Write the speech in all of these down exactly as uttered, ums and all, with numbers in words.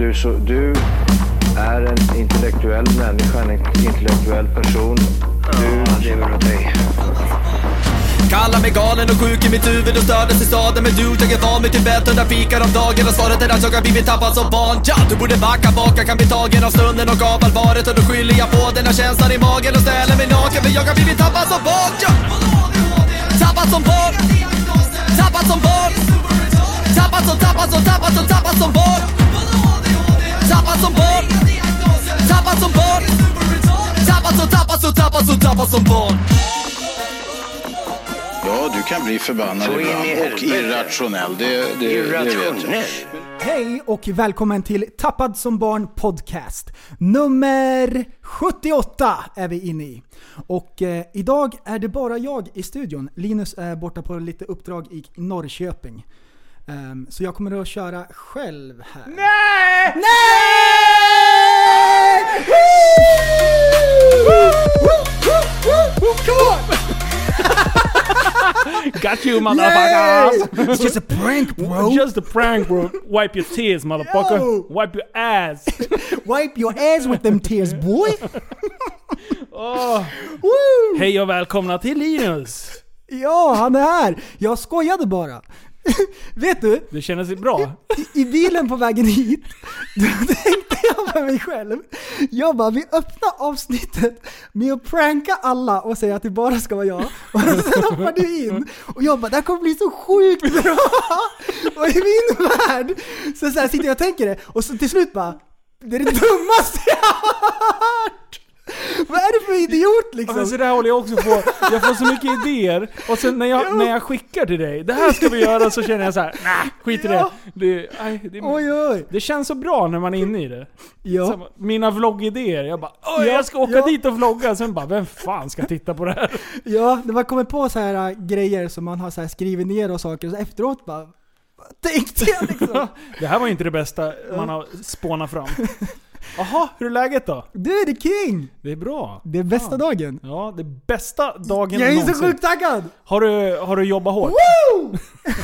du, så, du är en intellektuell människa, en intellektuell person. Du lever åt dig. Kallar mig galen och sjuk i mitt huvud och stördes i staden. Men du, jag är van vid Tibet under fikar om dagen. Och svaret är att jag har blivit tappad som barn. Ja, du borde backa bak, jag kan bli tagen av stunden och av allvaret. Och då skyller jag på den här känslan i magen och ställer mig naken. För jag har blivit tappad som barn. Ja. Tappad som barn. Tappad som barn. Tappad som, tappad som, tappad som, tappad som barn. Tappad som barn. Tappad som barn. Tappad som, tappad som, tappad som, tappad som barn. Ja, du kan bli förbannad ibland och irrationell. Det, det, det vet jag. Hej och välkommen till Tappad som barn podcast. Nummer sjuttioåtta är vi inne i. Och eh, idag är det bara jag i studion. Linus är borta på lite uppdrag i Norrköping. Um, så jag kommer att köra själv här. Nej! Nej! Come on! Got you, motherfuckers! It's just a prank, bro. Just a prank, bro. Wipe your tears, motherfucker. Yo. Wipe your ass. Wipe your ass with them tears, boy. Oh. Hej och välkomna till Linus. Ja, han är här. Jag skojade bara. Vet du? Det känns bra. I, I bilen på vägen hit då tänkte jag med mig själv. Jag bara, vi öppnar avsnittet med att pranka alla och säga att det bara ska vara jag. Och sen hoppar du in. Och jag bara, det här kommer bli så sjukt bra. Och i min värld så, så här sitter jag och tänker det. Och så till slut bara, det är det dummaste jag har hört. Vad är det för idiot liksom? Ja, så där håller jag också på. Jag får så mycket idéer. Och sen när jag, när jag skickar till dig, det här ska vi göra, så känner jag så här: nej, skit i det. Det, aj, det, oj, oj. det känns så bra när man är inne i det. Ja. Så, mina vloggidéer, jag bara, oj, Ja, jag ska åka ja. dit och vlogga. Sen bara, vem fan ska titta på det här? Ja, det var kommit på så här äh, grejer som man har så här skrivit ner och saker. Och så efteråt bara, vad tänkte jag liksom? Det här var inte det bästa man har spånat fram. Jaha, hur är läget då? Du är the king! Det är bra. Det är bästa ja. dagen. Ja, det är bästa dagen Jag är någonsin. så sjukt taggad! Har du, har du jobbat hårt? Woo!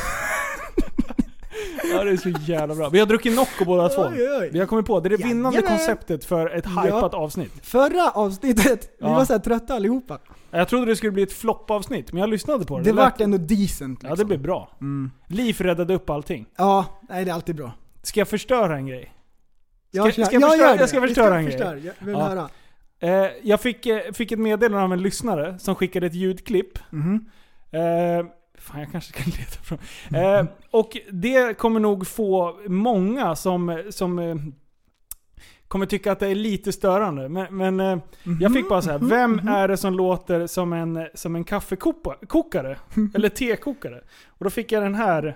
Ja, det är så jävla bra. Vi har druckit Nocco båda två. Oj, oj. Vi har kommit på, det är det vinnande Jajamän. konceptet för ett hypat Ja. avsnitt. Förra avsnittet, vi Ja. var så här trötta allihopa. Jag trodde det skulle bli ett floppavsnitt, men jag lyssnade på det. Det lät- vart ändå decent liksom. Ja, det blev bra. Mm. Liv räddade upp allting. Ja, nej det är alltid bra. Ska jag förstöra en grej? Jag, Ska- kör- ska jag jag förstöra- gör det. jag ska Vi förstöra en grej. förstöra. Jag vill Ja. höra. Eh, jag fick, eh, fick ett meddelande av en lyssnare som skickade ett ljudklipp. Mhm. Eh, fan, jag kanske kan leta från. Eh, och det kommer nog få många som, som eh, kommer tycka att det är lite störande. Men, men eh, jag fick bara så här: vem är det som låter som en, som en kaffekokare? Eller tekokare? Och då fick jag den här.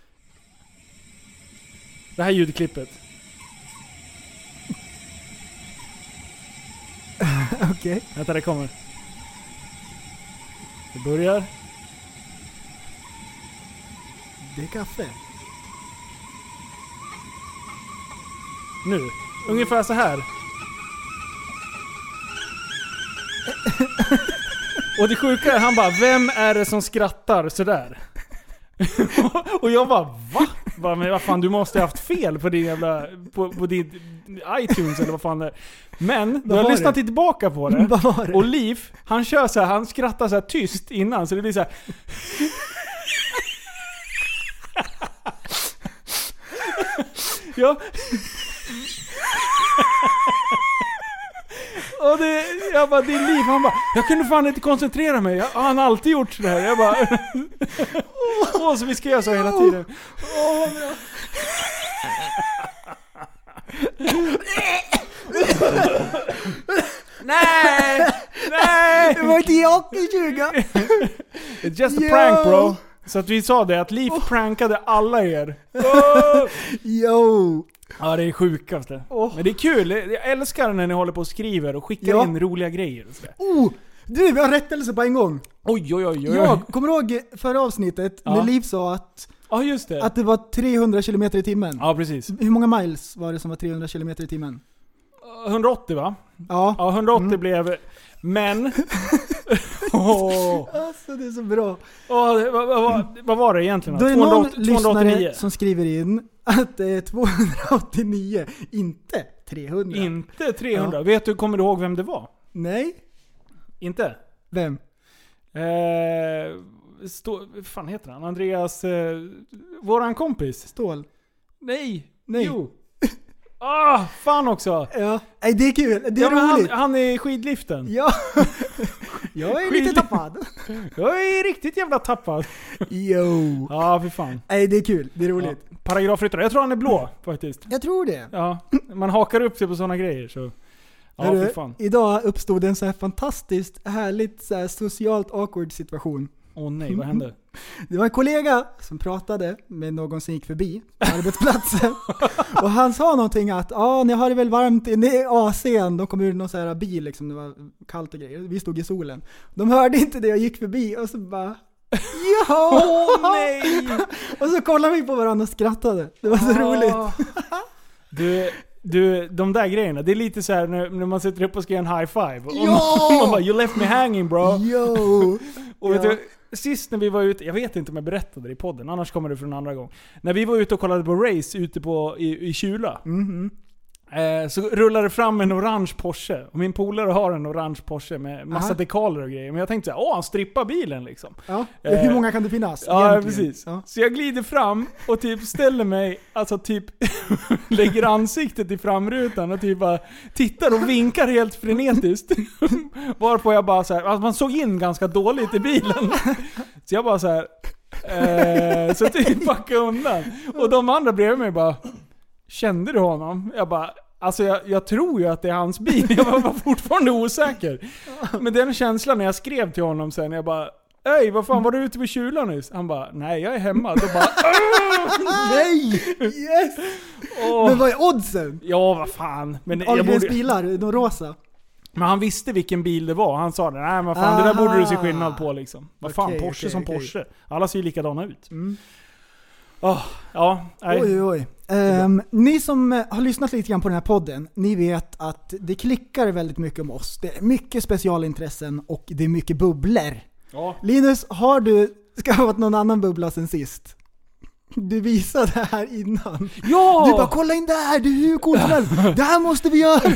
Det här ljudklippet. Okej. Vänta, det kommer. Det börjar. Det är kaffe. Nu. Ungefär så här. Och det sjuka är, han bara, vem är det som skrattar sådär? Och jag bara, va? Bara, men vad fan, du måste ha haft fel på din jävla, på, på din iTunes eller vad fan det är. Men du har var lyssnat det? tillbaka på det. Vad var det? Och Liv, han kör så här, han skrattar så här tyst innan, så det blir så här. Ja. Och det, jag bara, det är Liv, han bara, jag kunde fan inte koncentrera mig. Jag, han har alltid gjort sådär. Jag bara, åh, så vi ska göra så hela tiden. Åh, bra. Nej! Nej! Det var inte jag i tjugo. It's just a Yo. prank, bro. Så att vi sa det, att Liv prankade alla er. Oh. Yo! Ja, det är sjukaste. Oh. Men det är kul. Jag älskar när ni håller på och skriver och skickar Ja. in roliga grejer. Och så. Oh! Du, vi har rättelse på en gång. Oj, oj, oj, oj. Jag kommer ihåg förra avsnittet Ja. när Liv sa att, Ja, just det. att det var trehundra kilometer i timmen. Ja, precis. Hur många miles var det som var trehundra kilometer i timmen? hundraåttio, va? Ja. Ja, hundraåttio Mm. blev... Men... Oh. Alltså det är så bra. Oh, vad, vad, vad var det egentligen? Då är det någon tvåhundraåttio, tvåhundraåttionio lyssnare som skriver in att det är tvåhundraåttionio, inte trehundra. Inte trehundra. Ja. Vet du, kommer du ihåg vem det var? Nej. Inte? Vem? Eh, stå, vad fan heter han? Andreas, eh, våran kompis. Stål? Nej. Nej. Jo. Ah, fan också. Ja. Nej, det är kul. Det är ja, roligt. Han, han är i skidliften. Ja. Jag är lite tappad. Jag är riktigt jävla tappad. Jo. Ja, för fan. Nej, det är kul. Det är roligt. Ja. Paragrafryttare. Jag tror han är blå faktiskt. Jag tror det. Ja, man hakar upp sig på såna grejer så. Ja, Hörru, för fan. idag uppstod en så här fantastiskt härligt så här socialt awkward situation. Åh nej, vad hände? Det var en kollega som pratade med någon som gick förbi på arbetsplatsen. Och han sa någonting att ja, ah, ni har det väl varmt i A C:n. De kom ur någon så här bil liksom, det var kallt och grejer. Vi stod i solen. De hörde inte det och gick förbi och så bara ja! Åh nej! Och så kollade vi på varandra och skrattade. Det var så ah. roligt. Du, du, de där grejerna, det är lite så här när, när man sitter upp och ska ge en high five. Och Ja! man, man bara, you left me hanging bro. Jo! Och vet Ja. du, sist när vi var ute, jag vet inte om jag berättade det i podden, annars kommer det från en andra gång. När vi var ute och kollade på race ute på, i, i Kjula. Mm-hmm. Eh, så rullade det fram en orange Porsche. Och min polare har en orange Porsche med massa Aha. dekaler och grejer. Men jag tänkte såhär, åh han strippar bilen liksom. Ja. Eh, Hur många kan det finnas? Ja, egentligen? precis. Ja. Så jag glider fram och typ ställer mig, alltså typ lägger ansiktet i framrutan och typ bara tittar och vinkar helt frenetiskt. Varpå jag bara så här, alltså man såg in ganska dåligt i bilen. Så jag bara så här, eh, så typ backade undan. Och de andra bredvid mig bara, kände du honom? Jag bara, alltså jag, jag tror ju att det är hans bil. Jag var, var fortfarande osäker. Men den känslan när jag skrev till honom sen, jag bara, ej, vad fan, var du ute på Kjula nyss? Han bara, nej jag är hemma. Då bara, Nej! Yes! åh. Men vad är oddsen? Ja, vad fan. Men, jag Ahlgrens borde, bilar, de rosa. men han visste vilken bil det var. Han sa det, nej men fan, det där borde du se skillnad på liksom. Vad fan, Okej, Porsche okej, som okej. Porsche. Alla ser ju likadana ut. Mm. Oh, ja, nej. Oj, oj. Um, ni som uh, har lyssnat lite grann på den här podden, ni vet att det klickar väldigt mycket om oss. Det är mycket specialintressen och det är mycket bubblor. Ja. Linus, har du skaffat någon annan bubbla sen sist? Du visade det här innan. Ja! Du bara, kolla in det här, det är hur coolt som helst. Det här måste vi göra.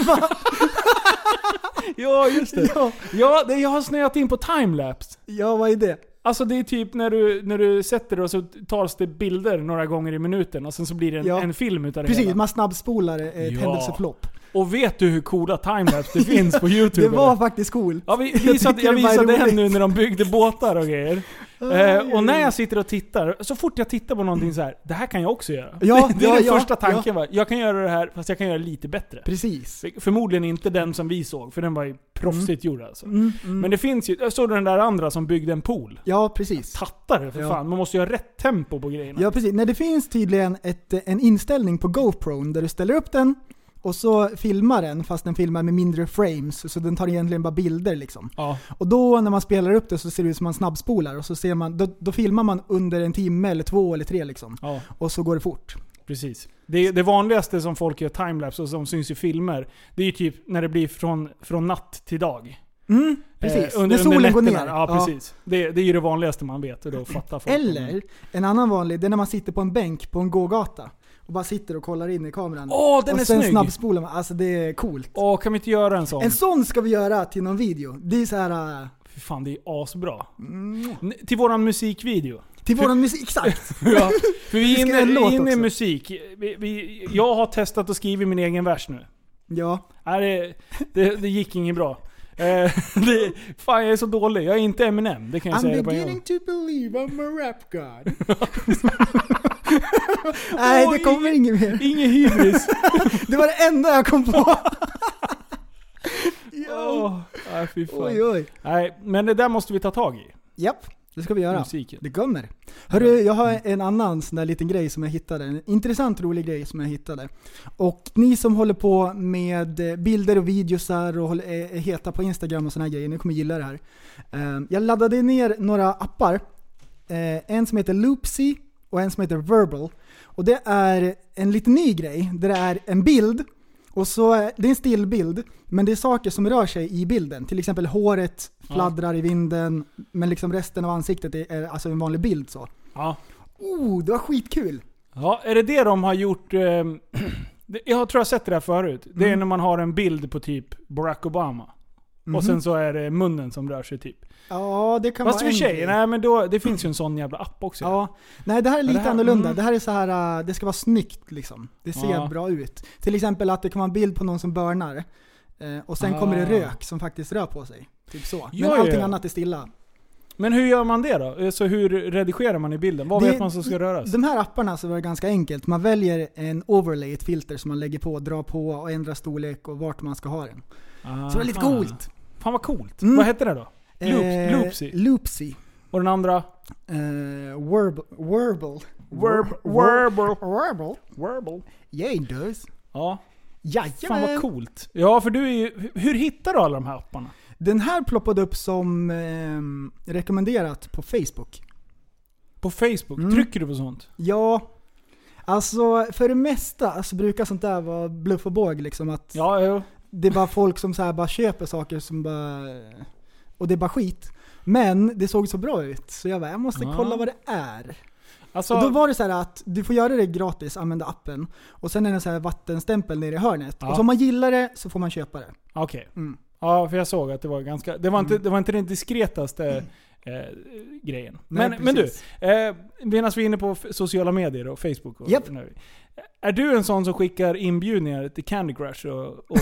Ja, just det. Ja. Ja, det, jag har snöat in på timelapse. Ja, vad är det? Alltså det är typ när du, när du sätter det och så tas det bilder några gånger i minuten och sen så blir det en, Ja. en film utav det Precis, hela. man snabbspolar ett Ja. händelseförlopp. Och vet du hur coola timelapse det finns på YouTube? Det var eller? faktiskt coolt. Ja, vi, Jag visade, tycker jag det bara är visade en roligt. nu när de byggde båtar och grejer. Aj, eh, och när aj, aj. jag sitter och tittar, så fort jag tittar på någonting så här, det här kan jag också göra. Ja, det, det är ja, den ja, första tanken va? Jag kan göra det här fast jag kan göra det lite bättre. Precis. För, förmodligen inte den som vi såg, för den var ju proffsigt gjord alltså. Mm, mm. Men det finns ju, jag såg den där andra som byggde en pool. Ja, precis. Tattare för Ja. fan, man måste ju ha rätt tempo på grejerna. Ja, precis. Nej, det finns tydligen ett, en inställning på GoPro där du ställer upp den och så filmar den, fast den filmar med mindre frames, så den tar egentligen bara bilder liksom. Ja. Och då när man spelar upp det så ser det ut som man snabbspolar och så ser man, då, då filmar man under en timme eller två eller tre liksom. Ja. Och så går det fort. Precis. Det, det vanligaste som folk gör timelapse och som syns i filmer, det är ju typ när det blir från, från natt till dag. Mm, precis. Eh, under, när solen under går ner. nätterna. Ja, precis. Det, det är ju det vanligaste man vet och då fattar folk. Eller, en annan vanlig, det är när man sitter på en bänk på en gågata och bara sitter och kollar in i kameran. Åh, den och är sen snygg! snabbspolar man. Alltså det är coolt. Åh, kan vi inte göra en sån? En sån ska vi göra till någon video. Det är så här äh, Fy fan, det är asbra. N- Till våran musikvideo. till våran musik, exakt. Ja, för vi Vi är ska göra en inne, låt inne i också. musik. Vi, vi, jag har testat att skriva min egen vers nu. Ja. Nej, det, det, det gick inget bra. Eh, det, fan, jag är så dålig. Jag är inte Eminem, det kan jag I'm säga på en gång. beginning to believe I'm a rap god. Nej, Åh, det kommer ingen- inget mer. Ingen hybris. Det var det enda jag kom på. Åh, nej, fy fan. Oj, oj. Nej, men det där måste vi ta tag i. Japp, det ska vi göra. Musiken. Det kommer. Hörru, jag har en annan sån där liten grej som jag hittade. En intressant, rolig grej som jag hittade. Och ni som håller på med bilder och videosar och håller, är heta på Instagram och såna här grejer, ni kommer gilla det här. Eh, Jag laddade ner några appar. Eh, En som heter Loopsy och en som heter Verbal. Och det är en liten ny grej där det är en bild Och så, det är en stillbild, men det är saker som rör sig i bilden. Till exempel håret fladdrar ja. i vinden, men liksom resten av ansiktet är, är alltså en vanlig bild så. Ja. Oh, det var skitkul! Ja, är det det de har gjort... Eh, jag tror jag har sett det där förut. Det är mm. när man har en bild på typ Barack Obama. Mm-hmm. Och sen så är det munnen som rör sig typ. Ja, det kan Fast vara för sig, nej men då, det finns ju en sån jävla app också. Ja. Nej, det här är lite det här, annorlunda. Mm. Det här är så här, det ska vara snyggt liksom. Det ser ja. bra ut. Till exempel att det kan vara en bild på någon som börnar. Eh, och sen ah. kommer det rök som faktiskt rör på sig. Typ så. Men ja, allting ja. annat är stilla. Men hur gör man det då? Så hur redigerar man i bilden? Vad det, vet man som ska röras? De här apparna så var det ganska enkelt. Man väljer en overlay, ett filter som man lägger på, drar på och ändrar storlek och vart man ska ha den. Ah. Så det är lite coolt. Fan vad coolt. Mm. Vad heter det då? Loop, eh, Loopsy. Loopsy. Och den andra? Eh, Warble. Warble. Warble. Warble. Warble. Yay, does. Ja. Jajamän. Fan vad coolt. Ja, för du är ju... Hur hittar du alla de här apparna? Den här ploppade upp som eh, rekommenderat på Facebook. På Facebook? Mm. Trycker du på sånt? Ja. Alltså, för det mesta alltså, brukar sånt där vara bluff och båg. Liksom, att ja, ja. Det är bara folk som så här, bara köper saker som bara... Och det är bara skit. Men det såg så bra ut. Så jag bara, jag måste ja. kolla vad det är. Alltså, och då var det så här att du får göra det gratis, använda appen. Och sen är det en så här vattenstämpel nere i hörnet. Ja. Och så om man gillar det så får man köpa det. Okej. Okay. Mm. Ja, för jag såg att det var ganska... Det var inte, mm. det var inte den diskretaste mm. eh, grejen. Nej, men, men du, eh, medan vi är inne på f- sociala medier och Facebook. Och, yep. nu, är du en sån som skickar inbjudningar till Candy Crush och, och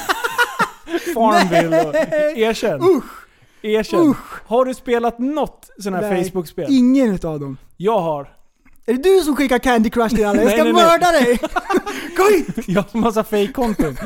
Farmville? Och, erkänn. Usch! Erkänn. Usch. Har du spelat något sån här nej, Facebook-spel? Ingen utav dem. Jag har. Är det du som skickar Candy Crush till alla? Jag ska nej, nej, mörda nej. dig! Kom hit! Jag har massa fake-konton.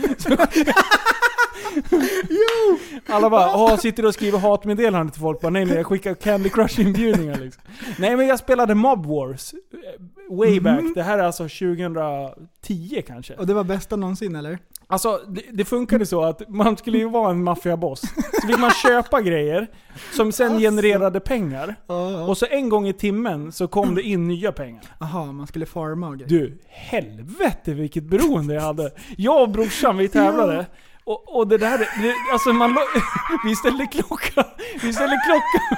Alla bara, åh, sitter och skriver hatmeddelande till folk. Bara, nej, nej, jag skickar Candy Crush-inbjudningar liksom. Nej, men jag spelade Mob Wars way back. Mm. Det här är alltså tjugohundratio kanske. Och det var bästa någonsin, eller? Alltså, det, det funkade så att man skulle ju vara en maffiaboss. Så fick man köpa grejer som sen alltså. genererade pengar. Uh-huh. Och så en gång i timmen så kom det in nya pengar. Aha, man skulle farma och grejer. Du, helvete vilket beroende jag hade. Jag och brorsan, vi tävlade. Ja. Och, och det där, det, alltså man, vi ställde klockan, vi ställde klockan.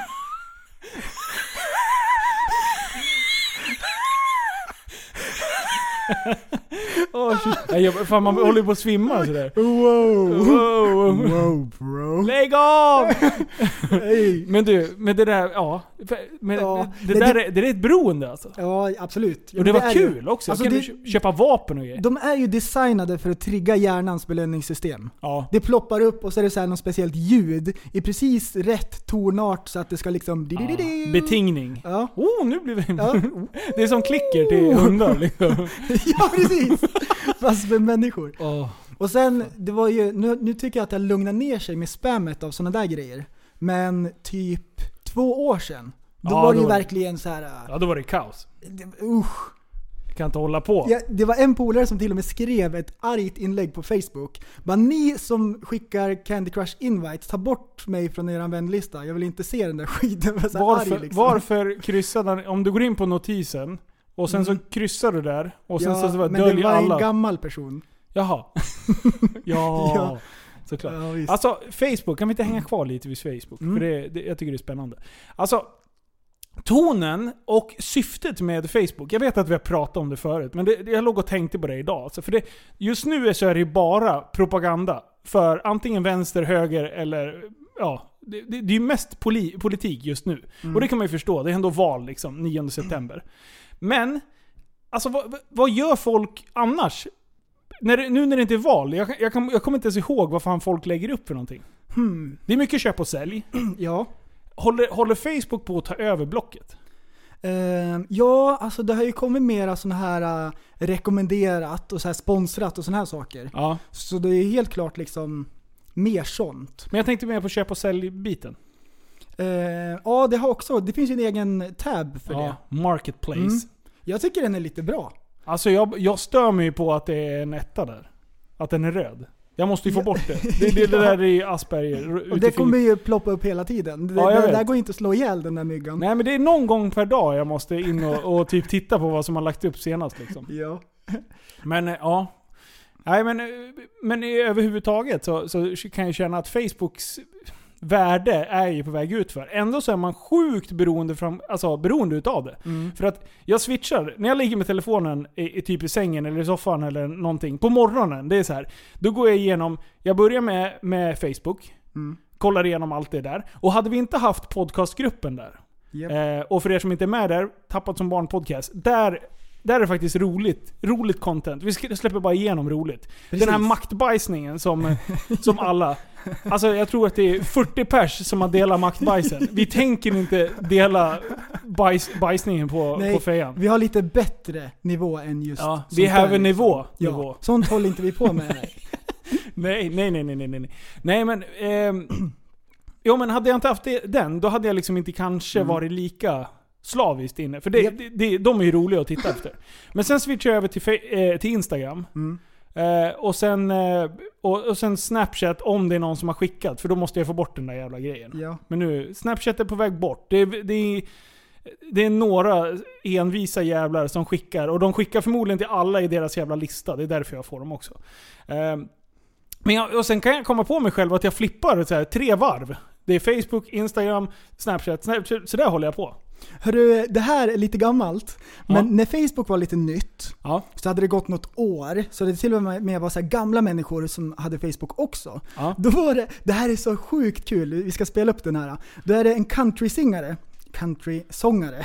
Oh, jag, fan, man håller på att svimma sådär. Wow. Wow. Wow, bro. Lägg av! Hey. Men du, med det där, ja. Men ja det, det där det, är, det är ett beroende alltså. Ja, absolut. Ja, och det, det var kul ju. också. Alltså kan det, du köpa vapen och grejer? De är ju designade för att trigga hjärnans belöningssystem. Ja. Det ploppar upp och så är det så här något speciellt ljud i precis rätt tonart så att det ska liksom... Ja. Betingning. Ja. Oh, nu blir vi... Ja. Det är som klicker till hundar liksom. Ja, precis. Fast med människor. Oh. Och sen, det var ju, nu, nu tycker jag att det lugnar ner sig med spammet av såna där grejer. Men typ två år sedan, då ja, var det då ju var verkligen så här. Ja, då var det kaos. Det, usch. Jag kan inte hålla på. Ja, det var en polare som till och med skrev ett argt inlägg på Facebook. Bara, ni som skickar Candy Crush invites, ta bort mig från er vänlista. Jag vill inte se den där skiten. Varför, arg, liksom. varför kryssade, om du går in på notisen och sen mm. så kryssar du där och sen ja, så, så men döljer det var alla. En gammal person. Jaha. ja. ja. Såklart. Ja, alltså Facebook, kan vi inte hänga kvar lite vid Facebook? Mm. För det, det, jag tycker det är spännande. Alltså, tonen och syftet med Facebook, jag vet att vi har pratat om det förut, men det, jag låg och tänkte på det idag. Alltså, för det, just nu så är det bara propaganda för antingen vänster, höger eller ja, det, det, det är ju mest poli, politik just nu. Mm. Och det kan man ju förstå, det är ändå val liksom, nionde september. Men, alltså vad, vad gör folk annars? När det, nu när det inte är val, jag, jag, kan, jag kommer inte ens ihåg vad fan folk lägger upp för någonting. Hmm. Det är mycket köp och sälj. Ja. Håller, håller Facebook på att ta över blocket? Uh, ja, alltså det har ju kommit mera såna här uh, rekommenderat och så här sponsrat och såna här saker. Ja. Så det är helt klart liksom mer sånt. Men jag tänkte mer på köp och sälj-biten. Uh, ja, det har också, det finns ju en egen tab för ja, det. Marketplace. Mm. Jag tycker den är lite bra. Alltså jag, jag stör mig på att det är en etta där. Att den är röd. Jag måste ju få bort det. Det, det, det där är Asperger. Och det kommer ju ploppa upp hela tiden. Det, ja, det där går inte att slå ihjäl den där myggan. Nej, men det är någon gång per dag jag måste in och, och typ titta på vad som har lagt upp senast liksom. Ja. Men ja. Nej, men, men överhuvudtaget så, så kan jag känna att Facebooks värde är ju på väg ut för. Ändå så är man sjukt beroende, fram, alltså, beroende utav det. Mm. För att jag switchar, när jag ligger med telefonen i, i typ i sängen eller i soffan eller någonting, på morgonen, det är så här. Då går jag igenom, jag börjar med, med Facebook, mm. kollar igenom allt det där. Och hade vi inte haft podcastgruppen där, yep. eh, och för er som inte är med där, Tappat som barn podcast, där Där är det faktiskt roligt. Roligt content. Vi släpper bara igenom roligt. Precis. Den här maktbajsningen som, som alla... Alltså jag tror att det är fyrtio pers som har delat maktbajsen. Vi tänker inte dela bajs, bajsningen på, Nej, på fejan. Vi har lite bättre nivå än just... Ja, vi har en nivå. Ja, nivå. Sånt håller inte vi på med här. nej, nej, nej, nej, nej, nej. Nej, men... Eh, jo, men hade jag inte haft det, den, då hade jag liksom inte kanske mm. varit lika... slaviskt inne. För det, yep. det, det, de är ju roliga att titta efter. Men sen switchar jag över till, eh, till Instagram. Mm. Eh, och, sen, eh, och, och sen Snapchat om det är någon som har skickat. För då måste jag få bort den där jävla grejen. Ja. Men nu, Snapchat är på väg bort. Det, det, är, det är några envisa jävlar som skickar. Och de skickar förmodligen till alla i deras jävla lista. Det är därför jag får dem också. Eh, men jag, och sen kan jag komma på mig själv att jag flippar så här, tre varv. Det är Facebook, Instagram, Snapchat. Snapchat så där håller jag på. Hörru, det här är lite gammalt. Men ja. när Facebook var lite nytt ja. så hade det gått något år. Så det till och med var så här gamla människor som hade Facebook också. Ja. Då var det, det här är så sjukt kul. Vi ska spela upp den här. Då är det en countrysingare, countrysångare,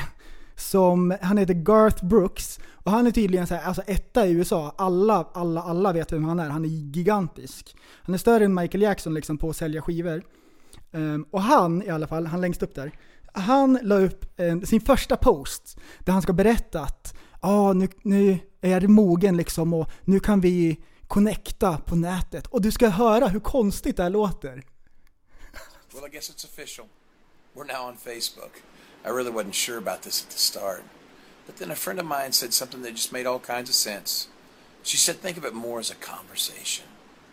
som han heter Garth Brooks. Och han är tydligen så här, alltså etta i U S A. Alla, alla, alla vet vem han är. Han är gigantisk. Han är större än Michael Jackson liksom på att sälja skivor. Um, och han i alla fall, han längst upp där. Han la upp eh, sin första post där han ska berätta att ah, nu, nu är det mogen liksom och nu kan vi connecta på nätet. Och du ska höra hur konstigt det här låter. Well, I guess it's official. We're now on Facebook. I really wasn't sure about this at the start. But then a friend of mine said something that just made all kinds of sense. She said think of it more as a conversation.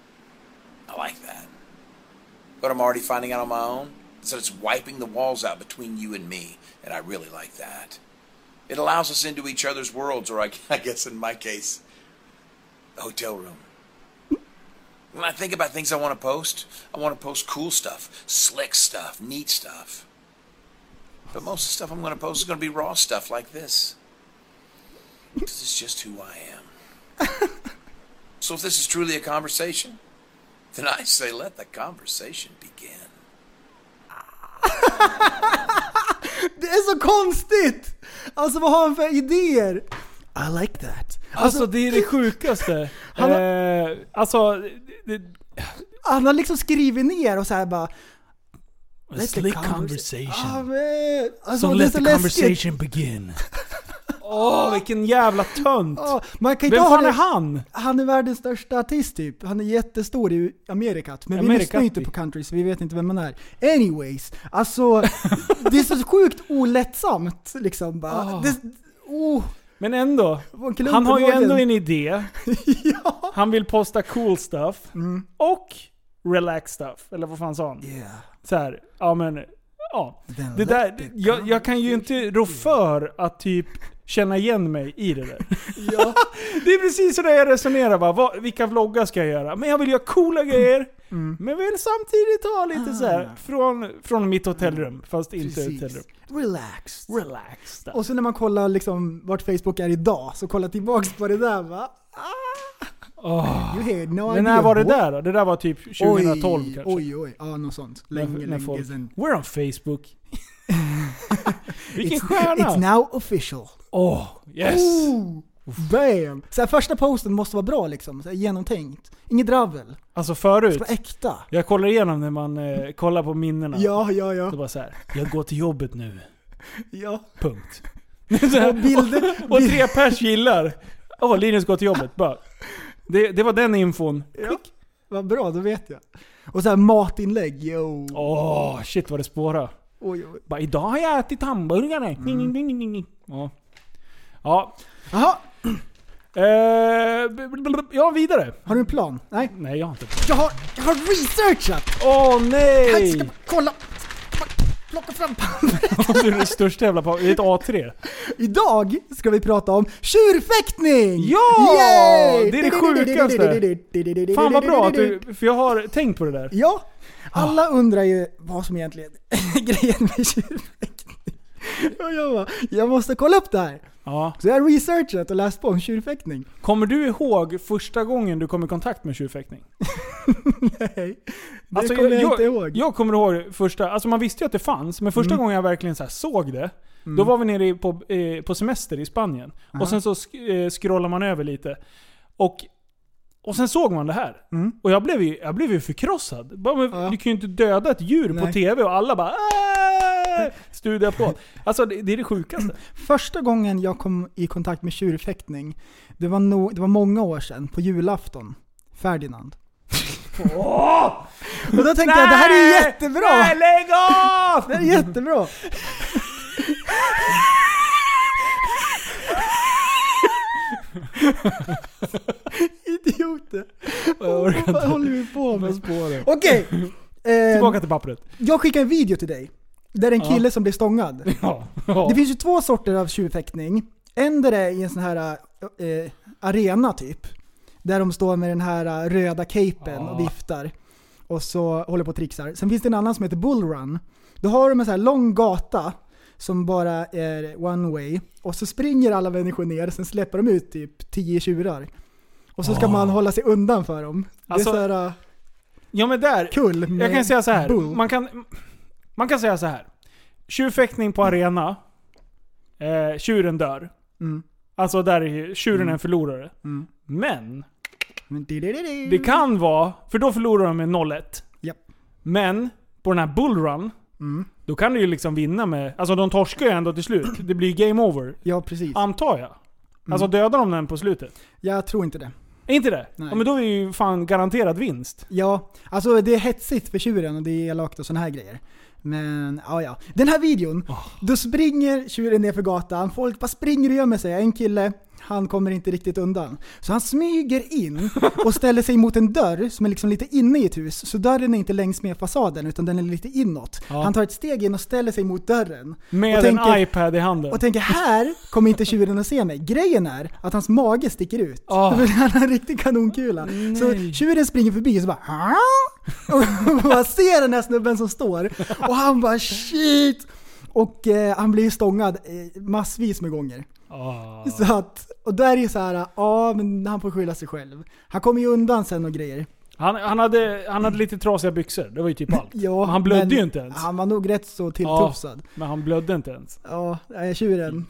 I like that. But I'm already finding out on my own. So it's wiping the walls out between you and me, and I really like that. It allows us into each other's worlds, or I, I guess in my case, the hotel room. When I think about things I want to post, I want to post cool stuff, slick stuff, neat stuff. But most of the stuff I'm going to post is going to be raw stuff like this. Because it's just who I am. So if this is truly a conversation, then I say let the conversation begin. Det är så konstigt. Alltså vad har han för idéer? I like that. Alltså, alltså det är det sjukaste. Han har, eh, alltså det, han har liksom skrivit ner och så här bara let the conversation. Ah, alltså, so let the conversation begin. Åh, oh, vilken jävla tönt. Oh, man kan Vem fan är han? Han är världens största artist typ. Han är jättestor i Amerikat. Men Amerikat, vi lyssnar inte på country så vi vet inte vem man är. Anyways, alltså det är så sjukt olättsamt liksom bara. Oh. Det, oh. Men ändå, han har ju ändå en idé. Ja. Han vill posta cool stuff mm. och relax stuff. Eller vad fan sa han? Yeah. Så här, ja men ja. Det där, jag, jag kan ju inte rå för att typ känna igen mig i det där. Ja. Det är precis så där jag resonerar bara. Vad, vilka vloggar ska jag göra? Men jag vill göra coola grejer. Mm. Men vill samtidigt ha lite ah. så här från, från mitt hotellrum. Fast precis. Inte hotellrum. Relaxed. Relaxed. Och så när man kollar liksom vart Facebook är idag. Så kolla tillbaks på det där va. Ah. Oh. No men när var det där då? Det där var typ tjugohundratolv oj, kanske. Oj, oj, ja, något sånt. Länge, när, länge folk, sen. We're on Facebook. Vilken it's, stjärna! It's now official. Oh, yes! Ooh, bam! Så här, första posten måste vara bra liksom. Så här, genomtänkt. Inget dravel. Alltså förut. Så äkta. Jag kollar igenom när man eh, kollar på minnena. Ja, ja, ja. Det var så här. Jag går till jobbet nu. Ja. Punkt. och, bilder, och, och tre pers gillar. Åh, oh, Linus går till jobbet. Bara. Det, det var den infon. Ja. Vad bra, då vet jag. Och så här matinlägg. Yo. Åh, oh, shit vad det spårar. Oj, oj. Bara, idag har jag ätit hamburgare. Mm. Ding, ding, ding, ding. Ja. Ja. Jaha. Eh, ja, vidare. Har du en plan? Nej. Nej, jag har inte. Jag har, jag har researchat. Åh, oh, nej. Jag ska kolla. plocka fram pappret. Du är det största jävla pappret. Det är ett A tre. Idag ska vi prata om tjurfäktning! Ja! Yay! Det är det sjukaste. Fan vad bra att du, för jag har tänkt på det där. Ja, alla undrar ju vad som egentligen är grejen med tjurfäktning. Och jag bara, jag måste kolla upp det här. Ja. Så jag har researchat och läst på om tjurfäktning. Kommer du ihåg första gången du kom i kontakt med tjurfäktning? Nej, det alltså, kommer jag, jag inte ihåg. Jag kommer ihåg första, alltså man visste ju att det fanns, men första mm. gången jag verkligen så här såg det, mm. då var vi nere på, eh, på semester i Spanien. Aha. Och sen så sk- eh, scrollar man över lite. Och Och sen såg man det här. Mm. Och jag blev ju, jag blev ju förkrossad. Bara, men, ja. Du kan ju inte döda ett djur Nej. på tv och alla bara studieapplåd. Alltså det, det är det sjukaste. Första gången jag kom i kontakt med tjurfäktning, det var, no, det var många år sedan, på julafton. Ferdinand. Oh! Och då tänkte Nej! jag, det här är jättebra. Nej, lägg av! Det här är jättebra. Idioter. Vad håller vi på med? Okej. Okay. Eh, Tillbaka till pappret. Jag skickar en video till dig. Där är en kille ja. som blir stångad. Ja. Ja. Det finns ju två sorter av tjurfäktning. En där är i en sån här eh, arena typ. Där de står med den här röda capen ja. och viftar. Och så håller på och trixar. Sen finns det en annan som heter bullrun. Då har de en sån här lång gata som bara är one way. Och så springer alla människor ner. Sen släpper de ut typ tio tjurar. Och så ska oh. man hålla sig undan för dem. Alltså, det är så här, uh, ja men där, cool jag kan säga så här. Man kan, man kan säga så här. Tjurfäktning på arena. Eh, tjuren dör. Mm. Alltså där är tjuren mm. en förlorare. Mm. Men det kan vara, för då förlorar de med noll ett. Yep. Men på den här bullrun mm. då kan du ju liksom vinna med, alltså de torskar ju ändå till slut. Det blir game over. Ja, precis. Antar jag. Alltså dödar de den på slutet? Jag tror inte det. Inte det? Ja, men då är det ju fan garanterad vinst. Ja, alltså det är hetsigt för tjuren och det är elakt och såna här grejer. Men, ja ja. Den här videon, oh. då springer tjuren ner för gatan. Folk bara springer och gömmer sig. En kille, han kommer inte riktigt undan. Så han smyger in och ställer sig mot en dörr som är liksom lite inne i ett hus. Så dörren är inte längs med fasaden utan den är lite inåt. Ja. Han tar ett steg in och ställer sig mot dörren. Med och en tänker, iPad i handen. Och tänker, här kommer inte tjuren att se mig. Grejen är att hans mage sticker ut. Oh. Han har en riktig kanonkula. Nej. Så tjuren springer förbi och så bara... och man ser den här snubben som står. Och han bara shit. Och eh, han blir stångad eh, massvis med gånger. Oh. Så att, och där är ju så här, ja ah, men han får skylla sig själv. Han kommer ju undan sen och grejer. Han, han, hade, han hade lite trasiga byxor, det var ju typ allt. Ja, han blödde ju inte ens. Han var nog rätt så tilltufsad. Ja, men han blödde inte ens. Ja, tjuren.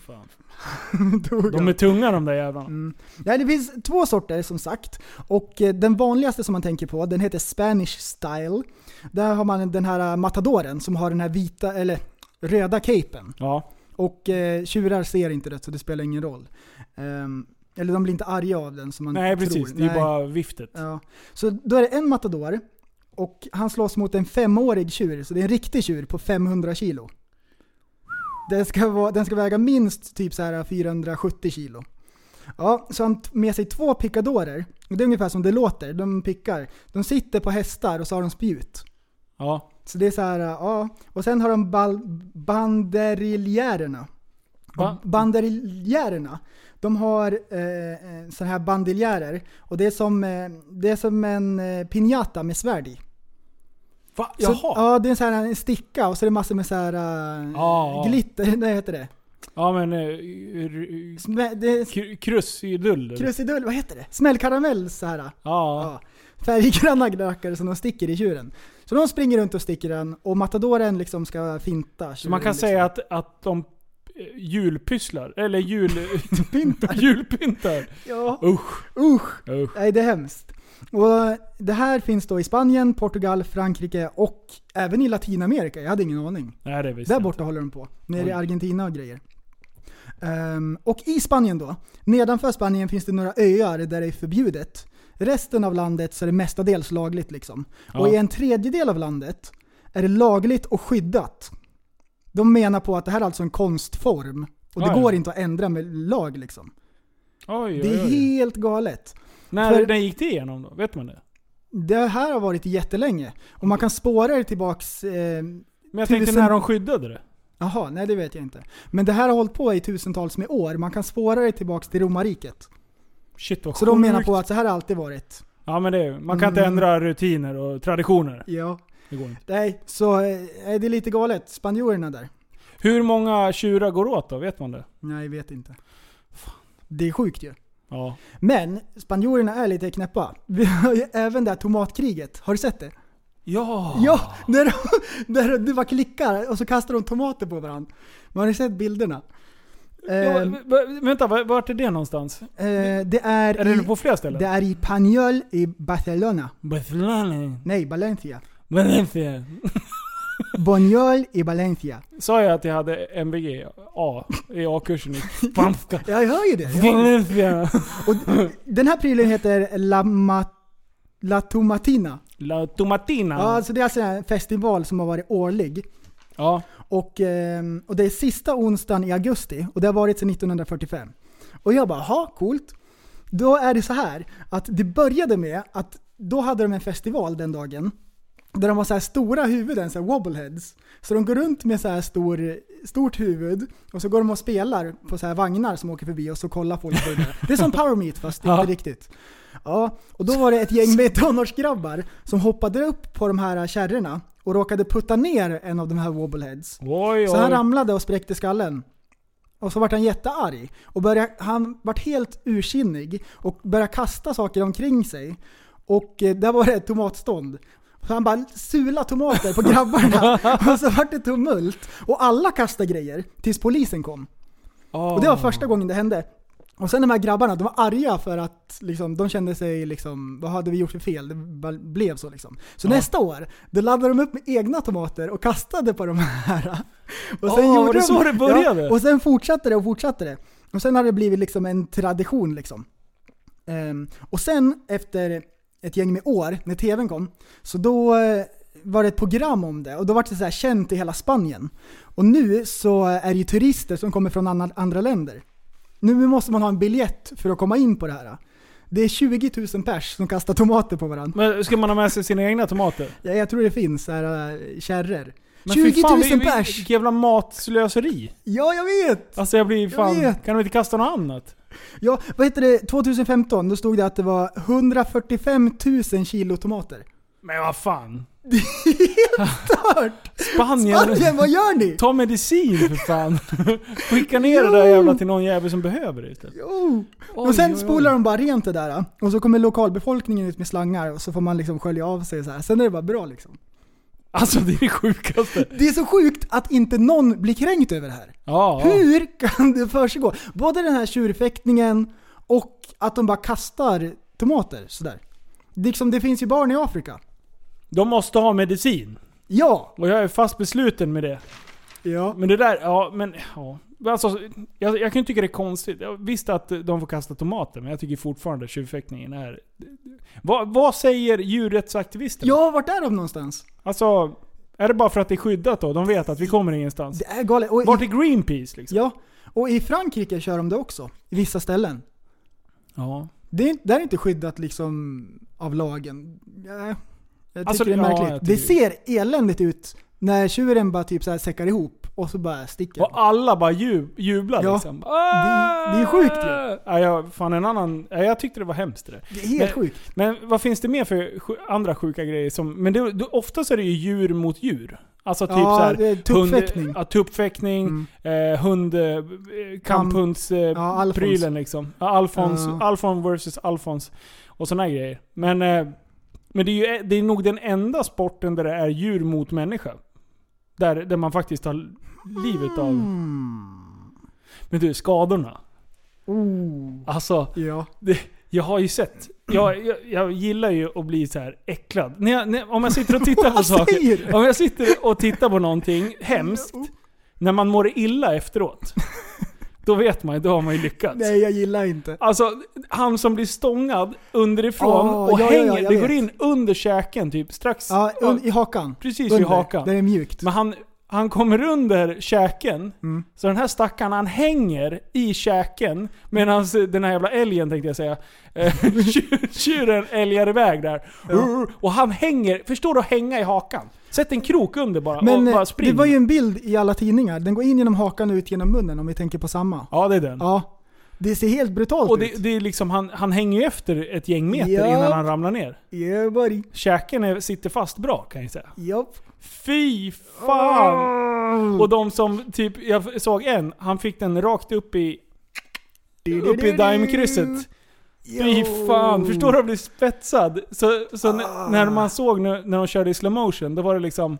De är tunga de där jävlarna. Mm. Ja, det finns två sorter som sagt. Och eh, den vanligaste som man tänker på, den heter Spanish style. Där har man den här matadoren som har den här vita, eller röda capen. Ja. Och eh, tjurar ser inte det så det spelar ingen roll. Um, eller de blir inte arga av den som man Nej, tror. precis. Det är Nej. bara viftet. Ja. Så då är det en matador och han slåss mot en femårig tjur. Så det är en riktig tjur på femhundra kilo. Den ska, vara, den ska väga minst typ så här fyrahundrasjuttio kilo. Ja, så han med sig två pickadorer. Och det är ungefär som det låter. De pickar. De sitter på hästar och så har de spjut. Ja. Så det är så här, ja. Och sen har de bal- banderiljärerna. Va? Banderiljärerna. De har eh, såna här bandiljörer. Och det är som, eh, det är som en eh, piñata med svärd i. Va? Så, Jaha. ja, det är en sån här en sticka och så är det massor med så här uh, ah. glitter, vad heter det? Ja, men uh, r- Smä, det är, krusidull. Krusidull, vad heter det? Smällkaramell så här. Ah. Ja. Färggranna rackare som de sticker i tjuren. Så de springer runt och sticker den och matadoren liksom ska finta. Så man kan liksom säga att, att de julpysslar eller jul Pyntar. julpyntar. Ja. Usch. Usch. Usch. Nej, det är hemskt. Och det här finns då i Spanien, Portugal, Frankrike och även i Latinamerika. Jag hade ingen aning. Nej, det visste Där borta inte. håller de på. Nere i Argentina och grejer. Um, och i Spanien då. Nedanför Spanien finns det några öar där det är förbjudet. Resten av landet så är det mestadels lagligt liksom. Ja. Och i en tredjedel av landet är det lagligt och skyddat. De menar på att det här är alltså en konstform. Och det oj. går inte att ändra med lag liksom. Oj, det är oj, oj. helt galet. När, För, när gick det igenom då? Vet man det? Det här har varit jättelänge. Och man kan spåra det tillbaks eh, Men jag tänkte tusen... när de skyddade det. Jaha, nej det vet jag inte. Men det här har hållit på i tusentals med år. Man kan spåra det tillbaka till romarriket. Shit, vad så de menar på att så här har alltid varit. Ja, men det är, man kan inte Mm. ändra rutiner och traditioner. Ja. Det går inte. Nej, så är det lite galet. Spanjorerna där. Hur många tjurar går åt då? Vet man det? Nej, jag vet inte. Det är sjukt ju. Ja. Men spanjorerna är lite knäppa. Vi har ju även det här tomatkriget. Har du sett det? Ja. Ja, där, där det var klickar och så kastar de tomater på varandra. Man har ju sett bilderna. Ja, Eh, v- vänta, vart är det någonstans? eh, det är, Är det i, på flera ställen? det är i Pañol i Barcelona. Barcelona. Nej, Valencia. Valencia. Bonjol i Valencia. Sa jag att jag hade M V G A i A-kursen i spanska? Ja, jag hör ju det. Jag- Valencia. Och den här prylen heter La, Ma, La Tomatina. La Tomatina. Ja, alltså det är alltså en festival som har varit årlig. Ja. Och, eh, och det är sista onsdagen i augusti. Och det har varit sedan nittonhundrafyrtiofem. Och jag bara, ha coolt. Då är det så här att det började med att då hade de en festival den dagen. Där de har så här stora huvuden, så här wobbleheads. Så de går runt med så här stor, stort huvud. Och så går de och spelar på så här vagnar som åker förbi och så kollar folk på det. Det är som Power Meet fast Ja. inte riktigt. Ja, och då var det ett gäng med tonårsgrabbar som hoppade upp på de här kärrorna och råkade putta ner en av de här wobbleheads. Oj, Så han oj. ramlade och spräckte skallen. Och så vart han jättearg. Och började, han vart helt ursinnig och började kasta saker omkring sig. Och eh, där var det ett tomatstånd. Så han bara sula tomater på grabbarna. Och så vart det tumult. Och alla kastade grejer tills polisen kom. Oh. Och det var första gången det hände. Och sen de här grabbarna, de var arga för att liksom, de kände sig liksom, vad hade vi gjort för fel? Det bara blev så liksom. Så Ja. nästa år, då laddade de upp med egna tomater och kastade på de här. Och Åh, var det de, så det började? Ja, och sen fortsatte det och fortsatte det. Och sen hade det blivit liksom en tradition liksom. Ehm, och sen efter ett gäng med år, när tvn kom, så då eh, var det ett program om det. Och då var det så här känt i hela Spanien. Och nu så är det ju turister som kommer från andra, andra länder. Nu måste man ha en biljett för att komma in på det här. Det är tjugo tusen pers som kastar tomater på varandra. Men ska man ha med sig sina egna tomater? Ja, jag tror det finns så här äh, kärror. Men fy tjugo fan, tusen vi- vi- pers! Vilket jävla matslöseri. Ja, jag vet! Alltså jag blir fan... vet. Kan de inte kasta något annat? Ja, vad heter det? tjugohundrafemton, då stod det att det var hundrafyrtiofem tusen kilo tomater. Men vad fan. Stört! Spanien. Spanien, vad gör ni? Ta medicin för fan. Skicka ner det där jävla till någon jävel som behöver det istället. Jo. Oj, Och sen oj, oj. spolar de bara rent det där. Och så kommer lokalbefolkningen ut med slangar och så får man liksom skölja av sig så här. Sen är det bara bra liksom. Alltså det är det sjukaste. Det är så sjukt att inte någon blir kränkt över det här. Ja, ja. Hur kan det försiggå? Både den här tjurfäktningen och att de bara kastar tomater sådär. Det, liksom, det finns ju barn i Afrika. De måste ha medicin. Ja. Och jag är fast besluten med det. Ja. Men det där, ja men ja. Alltså, jag, jag kan ju tycka det är konstigt. Jag visste att de får kasta tomater, men jag tycker fortfarande tjurfäktningen är... Vad, vad säger djurrättsaktivisterna? Ja, vart är de någonstans? Alltså, är det bara för att det är skyddat då? De vet att vi kommer ingenstans. Det är galet. Och Vart i, är Greenpeace liksom? ja, och i Frankrike kör de det också. I vissa ställen. Ja. Det är, där är inte skyddat liksom av lagen. Ja, jag tycker Alltså, det är ja, märkligt. jag Det tycker- ser eländigt ut när tjuren bara typ så här säckar ihop och så bara sticker. Och alla bara jub, jublar Ja. liksom. Det- det är sjukt ju. Ja, jag, fan en annan... Ja, jag tyckte det var hemskt det där. Det är helt Men- sjukt. Men vad finns det mer för sj- andra sjuka grejer som... Men det, det, oftast är det ju djur mot djur. Alltså typ Ja, så här, det är tuppfäktning. Hund, ja, tuppfäktning, Mm. eh, hund, eh, kamphunds, eh, Ja, Alfons. prylen liksom. Ja, Alfons, Ja. Alfons versus Alfons. Och såna här grejer. Men, eh, men det är ju det är nog den enda sporten där det är djur mot människa. Där, där man faktiskt tar livet av... Mm. Men du, skadorna. Oh. Alltså, Ja. det, jag har ju sett. Jag, jag, jag gillar ju att bli så här äcklad. När jag, när, om jag sitter och tittar på Vad saker. säger du? Om jag sitter och tittar på någonting hemskt. När man mår illa efteråt. Då vet man ju, då har man ju lyckats. Nej, jag gillar inte. Alltså, han som blir stångad underifrån Oh, och ja, ja, hänger. ja, jag det vet. går in under käken typ. Strax. Ja, un- i hakan. Precis Under. vid hakan. Det är mjukt. Men han, han kommer under käken. Mm. Så den här stackaren, han hänger i käken. Medan den här jävla älgen, tänkte jag säga. eh, tjur- Tjuren älgar iväg där. Ja. Och han hänger, förstår du, att hänga i hakan? Sätt en krok under bara Men och bara spring. det var ju en bild i alla tidningar. Den går in genom hakan och ut genom munnen om vi tänker på samma. Ja, det är den. Ja. Det ser helt brutalt och det, ut. det är liksom, han, han hänger ju efter ett gäng meter Ja. innan han ramlar ner. Yeah, buddy. Käken är, sitter fast bra kan jag säga. Japp. Fy fan! Och de som typ, jag såg en, han fick den rakt upp i upp i daimkrysset. Fy fan, förstår du att bli spetsad? Så, så n- när man såg när, när de körde i slow motion, då var det liksom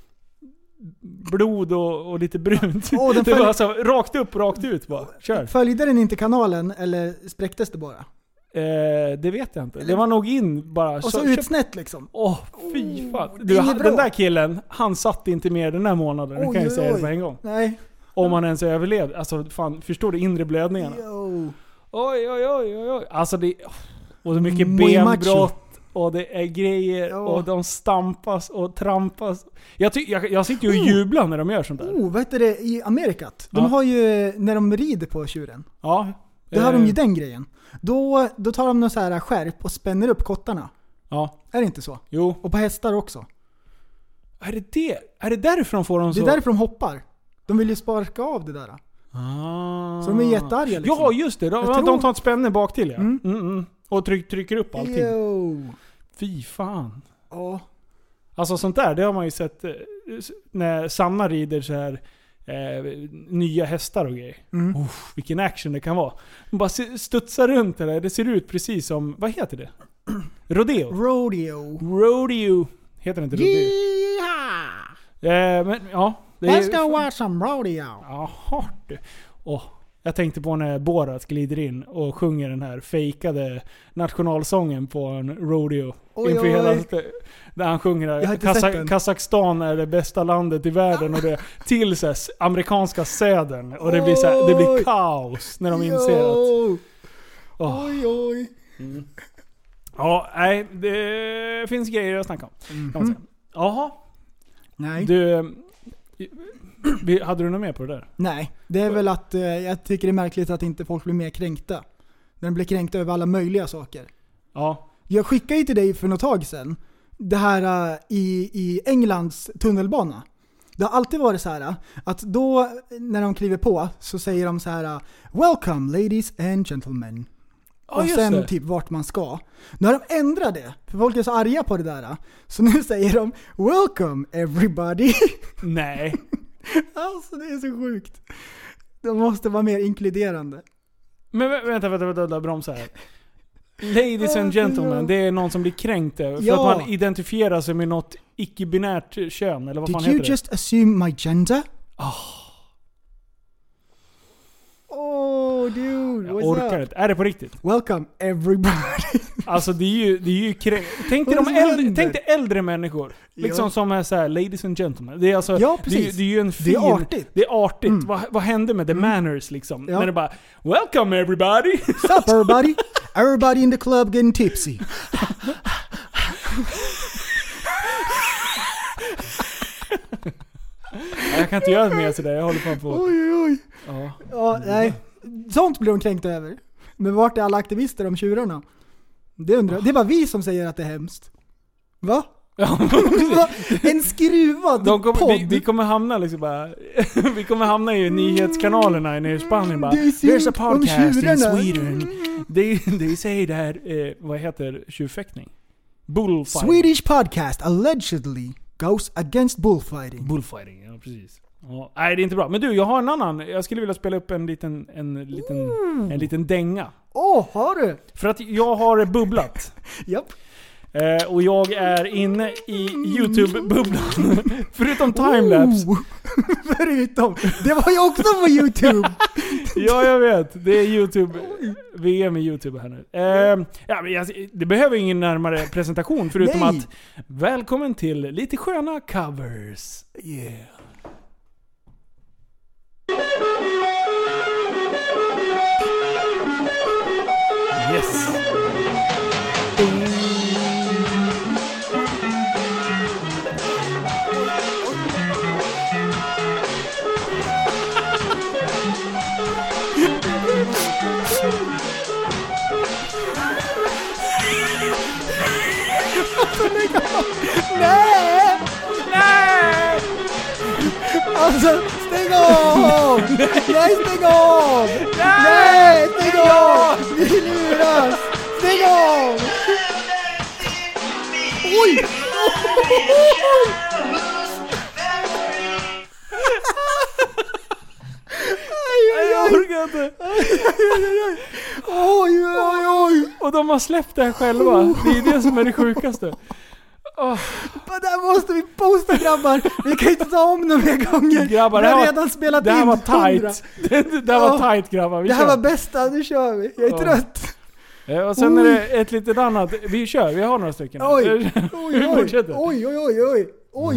blod och, och lite brunt. Åh, den det var följ- alltså rakt upp, rakt ut bara. Kör. Följde den inte kanalen eller spräcktes det bara? Eh, det vet jag inte. Det var nog in bara. Och så Kör- utsnett liksom. Åh, fy fan. det Du, är inget den bra. där killen, han satt inte mer den här månaden. Det Oj, kan jag oj, säga det oj. på en gång. Nej. Om man ens överlevde. Alltså fan, förstår du inre blödningarna? Yo. Oj, oj, oj, oj, oj. Alltså det... Och så mycket Muy benbrott. Och det är grejer. Ja. Och de stampas och trampas. Jag, ty- jag, jag sitter ju och jublar när de gör sånt där. Oh, vad heter det i Amerikat? De Ja. har ju, när de rider på tjuren. Ja. Då har de ju eh, den grejen. Då, då tar de någon så här skärp och spänner upp kottarna. Ja. Är det inte så? Jo. Och på hästar också. Är det det? Är det därför de får dem Det så? är därför de hoppar. De vill ju sparka av det där. Ah. Så de är jättearga liksom. Ja, just det. De, Jag tror- de tar ett spänne bak till ja. Mm. Mm, mm. Och tryck, trycker upp allting. Yo. Fy fan. Ja. Alltså sånt där, det har man ju sett eh, s- när Sanna rider så här eh, nya hästar och grejer. Mm. Uff, vilken action det kan vara. De bara s- studsar runt det där. Det ser ut precis som, vad heter det? Rodeo. Rodeo. Rodeo. Heter det inte rodeo? Yeehaw! Eh, men ja. Det Let's go watch some rodeo. Jaha du. Åh, jag tänkte på när Borat glider in och sjunger den här fejkade nationalsången på en rodeo. Oj, inför oj. hela, där han sjunger Jag har där, inte sett Kazak- den. Kazakstan är det bästa landet i världen och det till så här, amerikanska södern. Och det blir, så här, det blir Oj. kaos när de inser att... Yo. Åh. Oj, oj. Ja, nej, det finns grejer att snacka om. kan man säga. Jaha, Nej. du... vi- Hade du något mer på det där? Nej. Det är väl att eh, jag tycker det är märkligt att inte folk blir mer kränkta. När de blir kränkta över alla möjliga saker. Ja. Jag skickade ju till dig för något tag sedan. Det här uh, i, i Englands tunnelbana. Det har alltid varit så här uh, att då när de kliver på så säger de så här uh, Welcome ladies and gentlemen. Ja, och just sen det. typ vart man ska. Nu har de ändrat det. För folk är så arga på det där. uh. Så nu säger de Welcome everybody. Nej. Alltså det är så sjukt. De måste vara mer inkluderande. Men vä- vänta, vänta, vänta, vänta, bromsa här. Ladies and gentlemen, det är någon som blir kränkt över. För Ja. att man identifierar sig med något icke-binärt kön, eller vad fan Did you heter just assume my gender? Ah. Oh dude, det? Jag what's orkar up? inte. Är det på riktigt? Welcome everybody. Alltså det är ju, det är ju kränkt. Tänk dig Vad de är det som äldre, händer? tänk dig äldre människor. Liksom Ja. som är så här, ladies and gentlemen. Det är alltså, Ja, det, är, precis. det är ju en fin... Det är artigt. Det är artigt. Mm. Vad, vad hände med the manners liksom? Ja. När det bara, welcome everybody! What's up everybody? Everybody in the club getting tipsy. Jag kan inte göra mer sådär, jag håller fan på... Oj oj oj. Ja. Ja, nej. Sånt blir de kränkta över. Men vart är alla aktivister om tjurarna? Det undrar jag. Det är bara vi som säger att det är hemskt. Va? Ja, Va? En skruvad De kommer, podd. vi, vi kommer hamna liksom bara... vi kommer hamna i nyhetskanalerna nere i Spanien bara... Det är synd There's a om podcast in tjurarna." Sweden. They, they say that... Eh, vad heter tjurfäktning? Bullfighting. Swedish podcast allegedly goes against bullfighting. Bullfighting, ja precis. Ja, nej, det är inte bra. Men du, jag har en annan. Jag skulle vilja spela upp en liten, en liten, en liten dänga. Åh, oh, har du? För att jag har bubblat. Japp. Eh, och jag är inne i YouTube-bubblan. Förutom timelapse. Oh. Förutom. Det var ju också på YouTube. Ja, jag vet. Det är YouTube. V M i YouTube här nu. Eh, ja, men jag, det behöver ingen närmare presentation förutom Nej. att välkommen till lite sköna covers. Yeah. Yes. Nej! Nej! Alltså, stäng av! Nej, stäng av! Nej, stäng av! Vi luras! Stäng av! Oj! Jag orkar inte. Oj, oj, oj. Och de har släppt det här själva. Det är det som är det sjukaste. Oh. Det där måste vi posta, grabbar. Vi kan inte ta om några gånger. Grabbar, vi har var, redan spelat det här in var tight. Det, det här var oh. tight, grabbar. Vi det här kör. var bästa, nu kör vi. Jag är oh. trött. Ja, och sen oj. Är det ett litet annat. Vi kör, vi har några stycken. Oj, oj, oj. Oj, oj, oj, oj. Oj.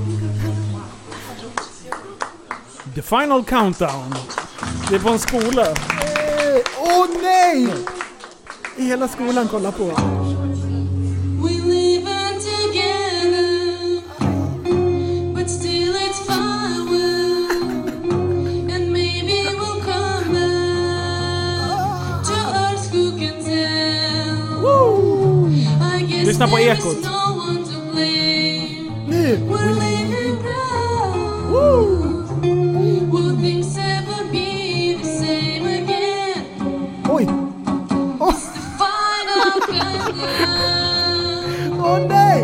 The final countdown. Det är på en skola. Åh oh, nej! Hela skolan kollar på. We live together, but still it's far away, and maybe we'll come back to earth who can tell. Woo! I guess lyssna på ekot. No one to blame. Nu! We're living proud. Woo! Will things ever be the same again? Oj! Oh. It's the final countdown. Åh oh, nej!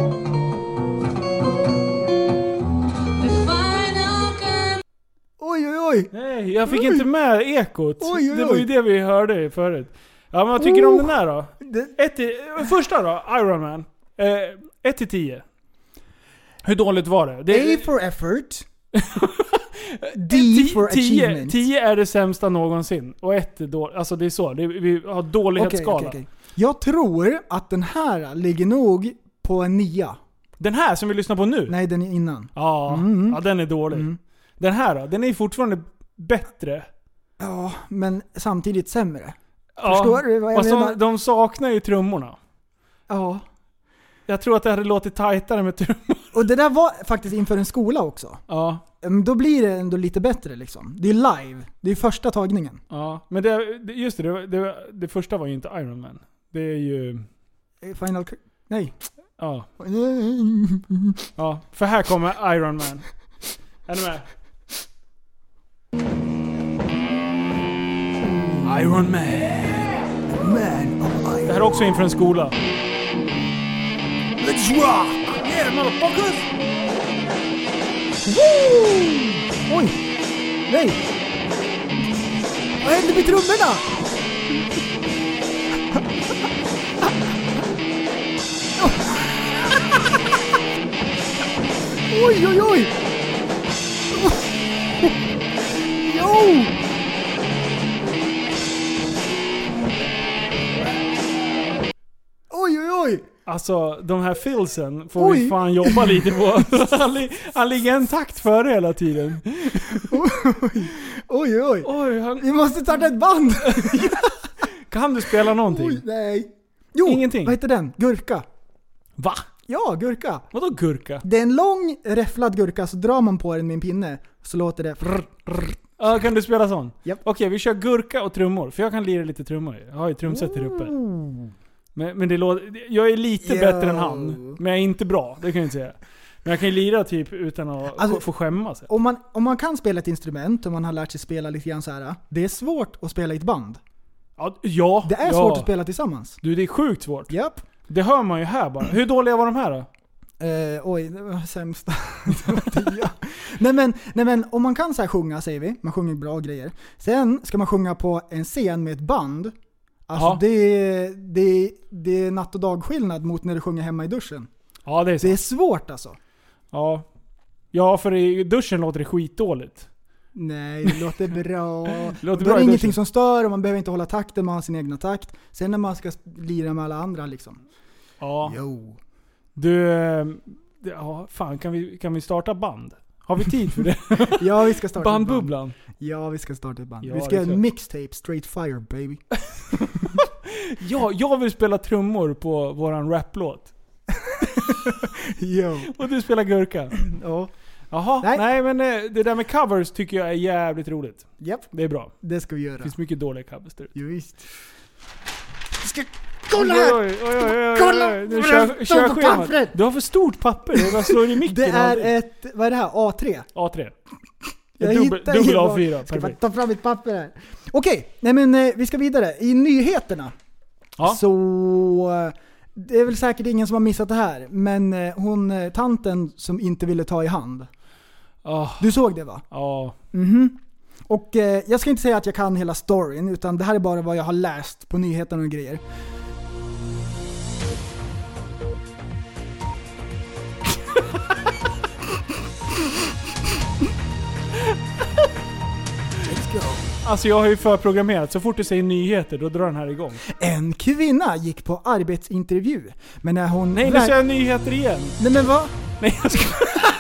The final countdown. Oj, oj, oj! Nej, jag fick oj. Inte med ekot. Oj, oj, oj. Det var ju det vi hörde förut. Ja, men vad tycker du oh. om den här då? Det... Ett till, första då, Iron Man. Eh, ett till tio. Hur dåligt var det? det A for effort. D for achievement. tio är det sämsta någonsin. Och ett är dåligt. Alltså det är så. Det är, vi har dålighetsskala. Okay, okay, okay. Jag tror att den här ligger nog på en nia. Den här som vi lyssnar på nu? Nej, den är innan. Ja, mm. ja den är dålig. Mm. Den här då? Den är fortfarande bättre. Ja, men samtidigt sämre. Ja. Förstår du vad jag så, menar? de saknar ju trummorna. Ja. Jag tror att det hade låtit tajtare med trummor. Och det där var faktiskt inför en skola också. Ja. Då blir det ändå lite bättre liksom. Det är live. Det är första tagningen. Ja, men det, just det, det, det, det första var ju inte Iron Man. Det är ju... Final... Nej. Ja. Ja, för här kommer Iron Man. Är du med? Iron Man. Man of Iron. Det här är också inför en skola. Let's rock! Yeah, motherfuckers! Woo! Oj! Nej! Vad hände med trummorna? Oj, oj, oj! Jo! Oj, oj, oj! Alltså, de här filsen får oj. Vi fan jobba lite på. han, li- han ligger en takt före hela tiden. Oj, oj, oj. oj han... Vi måste starta ett band. Kan du spela någonting? Oj, nej. Jo, ingenting. Vad heter den? Gurka. Va? Ja, gurka. Vadå gurka? Det är en lång räfflad gurka, så drar man på den med en pinne så låter det... Ja, kan du spela sån? Yep. Okej, vi kör gurka och trummor. För jag kan lira lite trummor. Jag har ju trumset här uppe. Men, men det låter, jag är lite Yo. bättre än han. Men jag är inte bra, det kan jag inte säga. Men jag kan ju lira typ utan att alltså, få skämmas. Om man, om man kan spela ett instrument och man har lärt sig spela lite grann så här. Det är svårt att spela i ett band. Ja, ja det är ja. svårt att spela tillsammans. Du, det är sjukt svårt. Japp. Det hör man ju här bara. Hur dåliga var de här då? Eh, oj, det var sämsta. nej, men, nej men om man kan så här sjunga, säger vi. Man sjunger bra grejer. Sen ska man sjunga på en scen med ett band. Alltså ja. det, det, det är natt och dagskillnad mot när du sjunger hemma i duschen. Ja, det är så. Det är svårt alltså. Ja. Ja, för i duschen låter det skitdåligt. Nej, det låter bra. Det låter det är bra ingenting som stör och man behöver inte hålla takten, man har sin egna takt. Sen när man ska lira med alla andra liksom. Ja. Jo. Du, ja, fan, kan vi, kan vi starta band? Har vi tid för det? Ja, vi ska starta Bandbubblan. ett band. Ja, vi ska starta ett band. Ja, vi ska göra en mixtape, straight fire baby. Ja, jag vill spela trummor på våran raplåt. Jo. Och du spelar gurka. Ja. Jaha, nej. nej men det där med covers tycker jag är jävligt roligt. Japp. Det är bra. Det ska vi göra. Det finns mycket dåliga covers där. Jo, visst. Vi ska kolla här! Oj, oj, oj, oj, kolla! Nu kör, kör schemat. Du har för stort papper. Det bara slår i micken. Det är ett, vad är det här? A tre? A tre. Jag dubbel, hittar dubbel ju A bara- fyra. Ska bara Perfekt. ta fram mitt papper här. Okej, nej men eh, vi ska vidare. I nyheterna Ja. så... eh, Det är väl säkert ingen som har missat det här. Men eh, hon, eh, tanten som inte ville ta i hand. Ah, Du såg det va? ja. Mhm. Och eh, jag ska inte säga att jag kan hela storyn, utan det här är bara vad jag har läst på nyheterna och grejer. Let's go. Alltså jag har ju förprogrammerat. Så fort du säger nyheter, då drar den här igång. En kvinna gick på arbetsintervju. Men när hon... Nej, nu säger jag nyheter igen. Nej men vad? Nej, jag ska...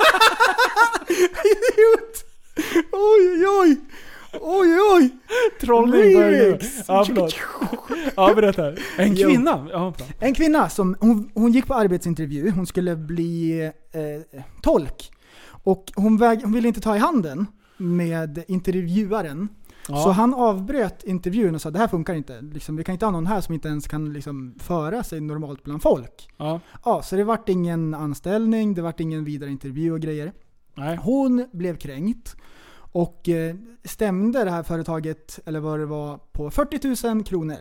Idiot! Oj oj oj! Oj oj! Trollning börjar nu. Remix! Ja, förlåt. Ja, berätta. En Jo. kvinna? Ja, bra. En kvinna som, hon, hon gick på arbetsintervju, hon skulle bli eh, tolk. Och hon, väg, hon ville inte ta i handen med intervjuaren. Ja. Så han avbröt intervjun och sa det här funkar inte. Liksom, vi kan inte ha någon här som inte ens kan liksom, föra sig normalt bland folk. Ja. Ja, så det vart ingen anställning, det vart ingen vidare intervju och grejer. Nej. Hon blev kränkt och eh, stämde det här företaget, eller vad det var, på fyrtio tusen kronor.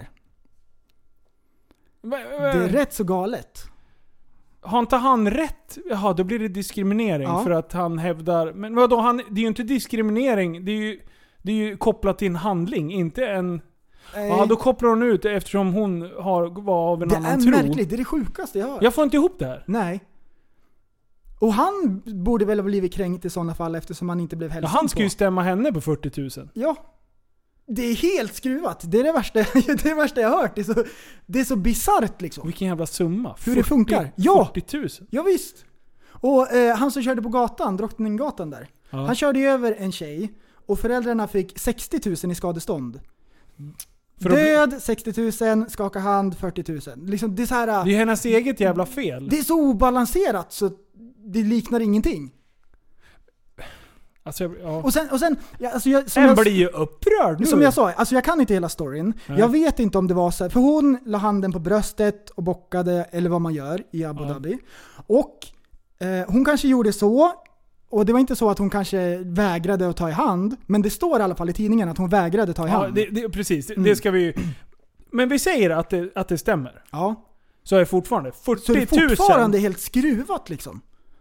Va- Det är rätt så galet. Har inte han rätt? Jaha, då blir det diskriminering Ja. för att han hävdar... Men vadå, han, det är ju inte diskriminering. Det är ju, det är ju kopplat till en handling, inte en... Eh, Ja, då kopplar hon ut eftersom hon har, var av en det annan är tro. märkligt, det är det sjukaste jag har. Jag får inte ihop det här. Nej. Och han borde väl ha blivit kränkt i sådana fall eftersom han inte blev Ja, hälsad han ska på. ju stämma henne på fyrtio tusen. Ja. Det är helt skruvat. Det är det värsta, det är det värsta jag har hört. Det är så, det är så bizarrt liksom. Vilken jävla summa. Hur det funkar. Ja. fyrtio tusen. Ja visst. Och eh, han som körde på gatan, Drottninggatan där. Ja. Han körde ju över en tjej och föräldrarna fick sextio tusen i skadestånd. För att bli- Död sextio tusen, skaka hand fyrtio tusen. Liksom, det är så här, Det är hennes eget jävla fel. det är så obalanserat så det liknar ingenting. Alltså, jag- ja. Och sen, och sen ja, alltså jag, som, En jag, blir ju upprörd nu. som jag sa, alltså jag kan inte hela storyn. Nej. Jag vet inte om det var så här, för hon la handen på bröstet och bockade, eller vad man gör i Abu Ja. Dhabi. Och eh, hon kanske gjorde så, och det var inte så att hon kanske vägrade att ta i hand, men det står i alla fall i tidningen att hon vägrade ta i Ja, hand. det, det, precis. Det, Mm. det ska vi... Men vi säger att det, att det stämmer. Ja. Så är det fortfarande Så det fyrtio är tusen. fortfarande helt skruvat liksom.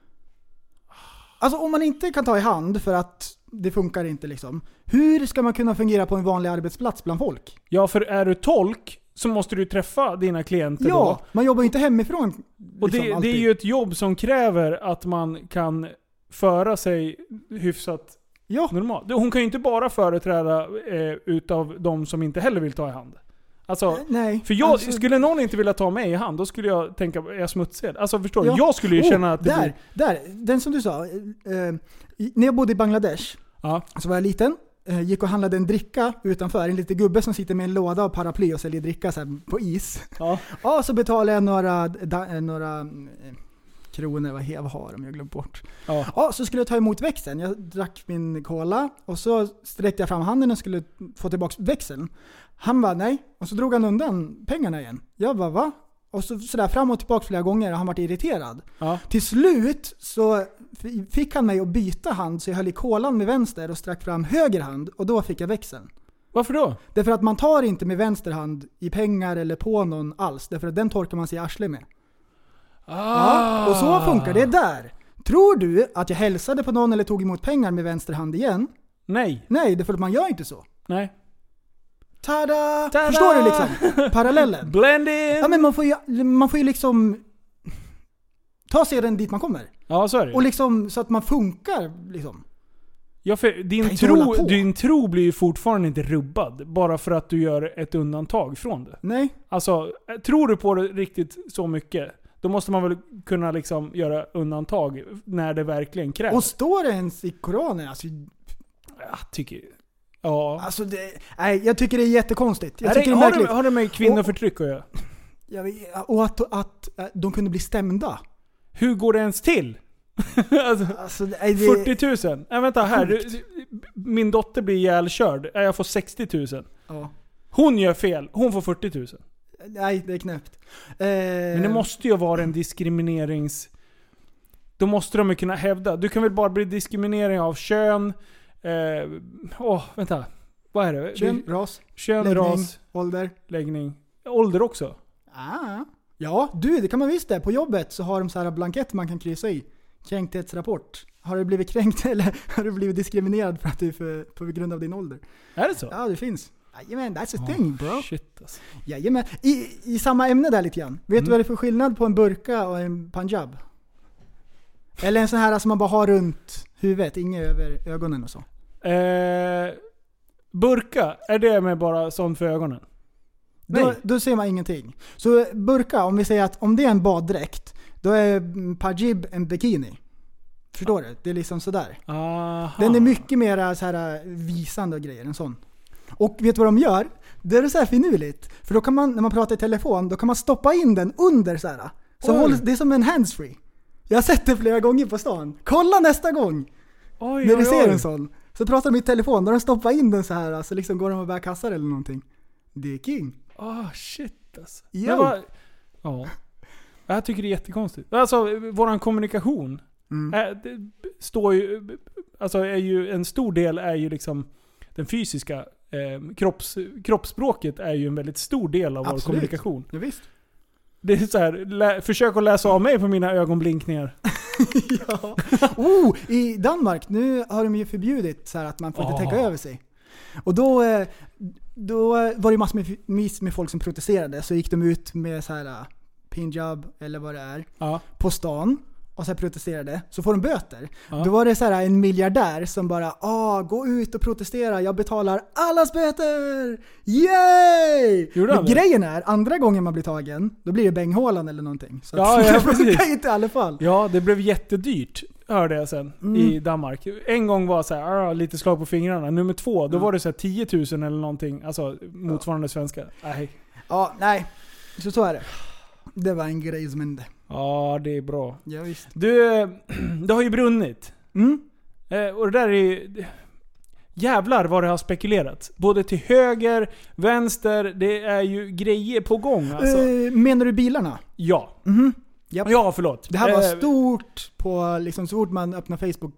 Alltså om man inte kan ta i hand för att det funkar inte liksom. Hur ska man kunna fungera på en vanlig arbetsplats bland folk? Ja, för är du tolk så måste du träffa dina klienter Ja, man jobbar ju inte hemifrån. då. Och det, liksom, det alltid. är ju ett jobb som kräver att man kan föra sig hyfsat Ja, normalt. Hon kan ju inte bara företräda eh, utav de som inte heller vill ta i hand. Alltså, nej. för jag, alltså, skulle någon inte vilja ta mig i hand, då skulle jag tänka, är jag smutsig? Alltså förstår du? Ja. Jag skulle ju oh, känna att det där, blir... där, den som du sa. Eh, i- när jag bodde i Bangladesh Ja. så var jag liten. Eh, gick och handlade en dricka utanför. En liten gubbe som sitter med en låda och paraply och säljer dricka så här, på is. Ja. Ja, så betalade jag några, da, eh, några eh, kronor, vad, he- vad har de? Jag glömt bort. Ja. Ja, så skulle jag ta emot växeln. Jag drack min cola och så sträckte jag fram handen och skulle få tillbaka växeln. Han bara nej, och så drog han undan pengarna igen. Jag bara va? Och så sådär fram och tillbaka flera gånger och han var irriterad. Ja. Till slut så f- fick han mig att byta hand så jag höll i kolan med vänster och strack fram höger hand och då fick jag växeln. Varför då? Därför att man tar inte med vänster hand i pengar eller på någon alls. Därför att den torkar man sig i arslet med. Ah. Ja, och så funkar det där. Tror du att jag hälsade på någon eller tog emot pengar med vänster hand igen? Nej. Nej, det är för att man gör inte så. Nej. Tada! Tada! Förstår du liksom? Parallellen. Blend in! Ja, men man får ju, man får ju liksom ta sig den dit man kommer. Ja, så är det. Och liksom så att man funkar liksom. Ja, för din Kan inte hålla tro, på. din tro blir ju fortfarande inte rubbad bara för att du gör ett undantag från det. Nej. Alltså, tror du på det riktigt så mycket, då måste man väl kunna liksom göra undantag när det verkligen krävs. Och står det ens i Koranen? Alltså, Jag tycker... Ja. alltså det, nej, jag tycker det är jättekonstigt. Jag Är tycker det, det är har, det, märkligt. har det med kvinnoförtryck att göra? Jag vet- Och att, att, att de kunde bli stämda. Hur går det ens till? alltså, Alltså, nej, det, fyrtio tusen? Nej, vänta här. Du, min dotter blir ihjälkörd. Jag får sextio tusen. Ja. Hon gör fel. Hon får fyrtio tusen. Nej, det är knäppt. Eh, Men det måste ju vara en diskriminerings... Då måste de ju kunna hävda. Du kan väl bara bli diskriminering av kön, Eh, åh, vänta. Vad är det? Kön, ras, Kön, läggning, ras, ålder. läggning. Ålder också? Ah. Ja, du, det kan man visst det. På jobbet så har de så här blanketter man kan kryssa i. Kränkthetsrapport. Har du blivit kränkt eller har du blivit diskriminerad för att du är för, på grund av din ålder? Är det så? Ja, det finns. Jajamän, that's a oh, thing bro. Shit alltså. Jajamän. I, I samma ämne där lite grann. Vet mm. du vad det är för skillnad på en burka och en punjab? Eller en sån här som man bara har runt huvudet, inga över ögonen och så. Eh, burka, är det med bara sånt för ögonen? Då, då ser man ingenting. Så burka, om vi säger att om det är en baddräkt, då är pajib en bikini. Förstår du? Det är liksom sådär. Aha. Den är mycket mer så här visande och grejer, en sån. Och vet du vad de gör? Det är så här finurligt. För då kan man, när man pratar i telefon, då kan man stoppa in den under så här. Så håll, det är som en handsfree. Jag har sett det flera gånger på stan. Kolla nästa gång! Oj, när du oj, ser oj. en sån. Så pratar de i telefon, då de stoppar in den så här, så liksom går de och bär kassar eller någonting. Det är king. Ah, oh, shit alltså. Jo. Var, ja. Jag tycker det är jättekonstigt. Alltså, våran kommunikation mm. är, det står ju, alltså är ju, en stor del är ju liksom den fysiska eh, kropps, kroppsspråket är ju en väldigt stor del av Absolut. vår kommunikation. Ja, visst. Det är så här, lä, försök att läsa av mig på mina ögonblinkningar. ja. Oh, i Danmark nu har de ju förbjudit så här att man får inte oh. täcka över sig. Och då, då var det massor med, med, med folk som protesterade. Så gick de ut med så här pinjab eller vad det är ja. på stan och så här protesterade. Så får de böter. Ja. Då var det så här en miljardär som bara ah, gå ut och protestera. Jag betalar allas böter. Yay! Men grejen är, andra gången man blir tagen, då blir det bänghålan eller någonting. Så ja, att, ja, det precis. funkar inte i alla fall. Ja, det blev jättedyrt. Hörde jag sen mm. i Danmark. En gång var så här, ah, lite slag på fingrarna. Nummer två, då mm. var det så här tio tusen eller någonting. Alltså motsvarande ja. svenska. Nej. Ja, nej. Så så är det. Det var en grej som hände. Ja, det är bra. Ja, visst. Du, det har ju brunnit. Mm. Eh, och det där är jävlar vad det har spekulerats. Både till höger, vänster, det är ju grejer på gång alltså. Eh, menar du bilarna? Ja. Mhm. Yep. Ja, förlåt. Det här var eh, stort på liksom så fort man öppnar Facebook,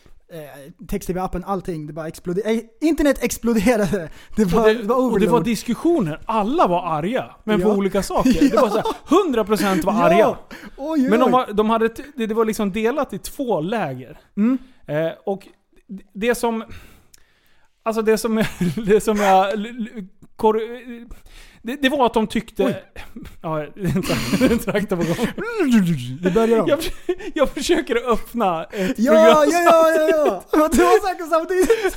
eh, text-tv-appen, allting. Det bara exploderade. Eh, internet exploderade. Det var, och det, det var och det var diskussioner. Alla var arga, men ja. på olika saker. Ja. Det var så här, hundra procent var arga. Ja. Oj, oj. Men de, de hade, det, det var liksom delat i två läger. Mm. Eh, och det som... Alltså det som, det som jag... Kor, det, det var att de tyckte... Oj. Ja, det är en traktor på gång. Det börjar om. Jag, jag försöker öppna ett ja, program ja, ja, ja, ja. Det var säkert samtidigt.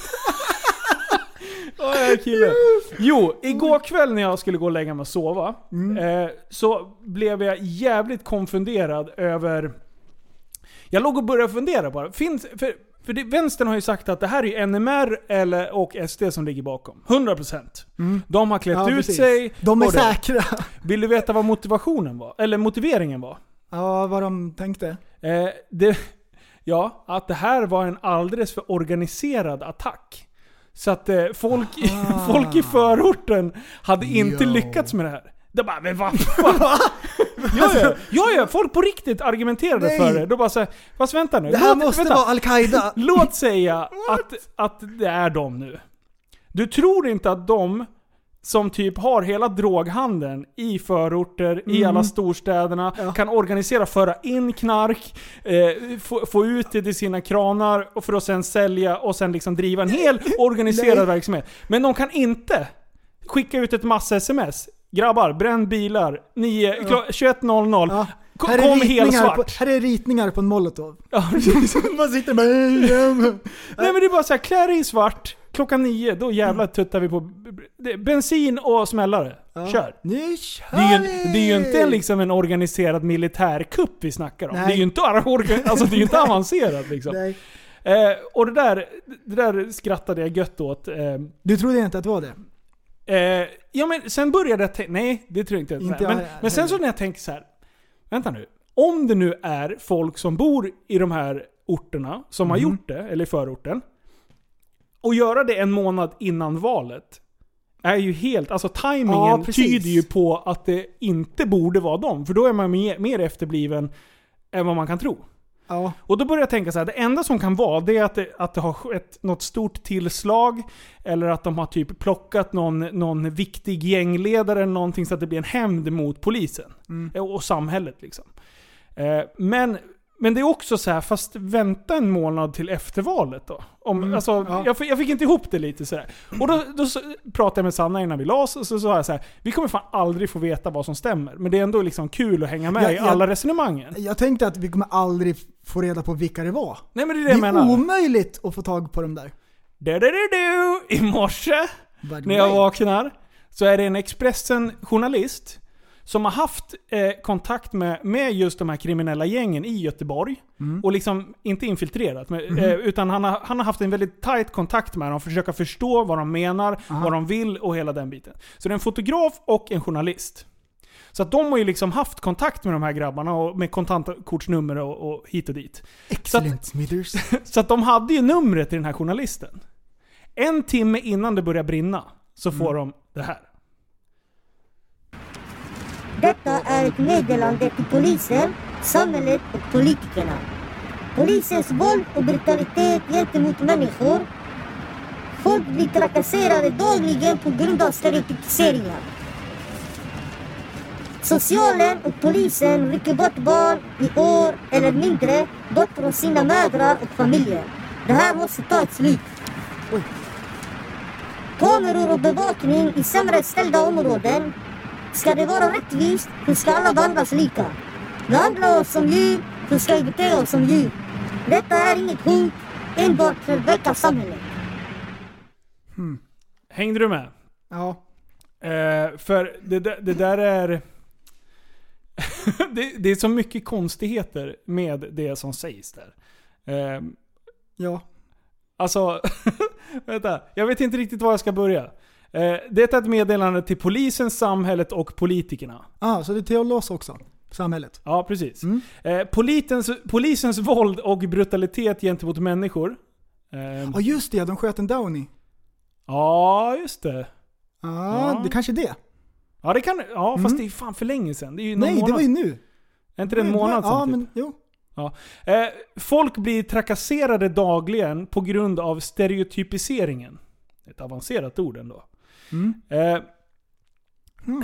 Ja, jag killar. Jo, igår kväll när jag skulle gå och lägga mig och sova mm. eh, så blev jag jävligt konfunderad över... Jag låg och började fundera på det. Finns... För, För det, vänstern har ju sagt att det här är N M R eller, och S D som ligger bakom. hundra procent. Mm. De har klätt ja, ut precis. sig. De är säkra. Vill du veta vad motivationen var? Eller motiveringen var? Ja, vad de tänkte. Eh, det, ja, att det här var en alldeles för organiserad attack. Så att eh, folk, i, folk i förorten hade inte jo. lyckats med det här. De bara, men vad fan? ja, ja, ja, ja, folk på riktigt argumenterade Nej. för det. Då bara så här, fast vänta nu. Det här Låt, måste vänta. vara Al-Qaida. Låt säga att, att det är de nu. Du tror inte att de som typ har hela droghandeln i förorter, mm. i alla storstäderna, ja. kan organisera, föra in knark, eh, få, få ut det till sina kranar och för att sen sälja och sen liksom driva en hel organiserad verksamhet. Men de kan inte skicka ut ett massa sms. Grabbar, bränn bilar. nio, ja. tjugoett noll noll. Ja. Kom, här, är kom helt svart. På, här är ritningar på en molotov. Ja, man sitter med... Nej, men det är bara så här, klär dig i svart. Klockan nio, då jävlar tuttar vi på bensin och smällare. Ja. Kör. Nu kör det, är ju, det är ju inte liksom en organiserad militärkupp vi snackar om. Nej. Det är ju inte, alltså, det är ju inte avancerat liksom. Nej. Eh, och det där, det där skrattade jag gött åt. Eh, du trodde inte att det var det? Eh, ja, men sen började jag tänka... Nej, det tror jag inte. inte men, jag, men sen så när jag tänker så här. Vänta nu. Om det nu är folk som bor i de här orterna som mm. har gjort det, eller i förorten, och göra det en månad innan valet är ju helt... Alltså tajmingen ja, tyder ju på att det inte borde vara dem. För då är man mer, mer efterbliven än vad man kan tro. Ja. Och då börjar jag tänka så här, det enda som kan vara det är att det, att det har skett något stort tillslag eller att de har typ plockat någon, någon viktig gängledare eller någonting så att det blir en hämnd mot polisen Mm. och samhället liksom. Eh, men, men det är också så här, fast vänta en månad till eftervalet då. Om, Mm, alltså, ja. jag, jag fick inte ihop det lite så här. Och då, då så, pratade jag med Sanna innan vi las och så sa jag så här, vi kommer fan aldrig få veta vad som stämmer. Men det är ändå liksom kul att hänga med Ja, i jag- alla resonemangen. Jag tänkte att vi kommer aldrig få reda på vilka det var. Nej men det är det Det jag menar. är omöjligt att få tag på dem där. Du, du, du, du. I morse By the när jag way. vaknar så är det en Expressen-journalist som har haft eh, kontakt med, med just de här kriminella gängen i Göteborg Mm. och liksom inte infiltrerat med, Mhm. eh, utan han har, han har haft en väldigt tight kontakt med dem, försöka förstå vad de menar, Aha. vad de vill och hela den biten. Så det är en fotograf och en journalist. Så att de har ju liksom haft kontakt med de här grabbarna och med kontantkortsnummer och, och hit och dit. Excellent, Smithers. Så att de hade ju numret till den här journalisten. En timme innan det börjar brinna så får de det här. Detta är ett meddelande till polisen, samhället och politikerna. Polisens våld och brutalitet gentemot människor. Folk blir trakasserade dagligen på grund av stereotypiseringar. Socialen och polisen rycker bort barn i år eller mindre bort från sina mödrar och familjer. Det här måste ta ett slut. Kameror och bevakning i sämre ställda områden. Ska det vara rättvist, hur ska alla behandlas lika? Behandla oss som djur, hur ska vi bete oss som djur? Detta är inget hot, enbart för att väcka samhället. Hängde du med? Ja. Eh, för det, där- det där är... det, det är så mycket konstigheter med det som sägs där. Eh, Ja. alltså, vänta. Jag vet inte riktigt var jag ska börja. Eh, det är ett meddelande till polisen, samhället och politikerna. Ah, så det är till oss också. Samhället. Ja, precis. Mm. Eh, polisens, polisens våld och brutalitet gentemot människor. Eh, Ja just det, de sköt en Downy. ja, just det. Ah, Ja. det kanske är det. Ja, det kan, ja fast Mm. det är fan för länge sedan. Det är ju någon Nej, det månad. var ju nu. Är inte det en månad sedan? Ja, typ? men jo. Eh, folk blir trakasserade dagligen på grund av stereotypiseringen. Ett avancerat ord ändå. Mm. Eh, Hmm.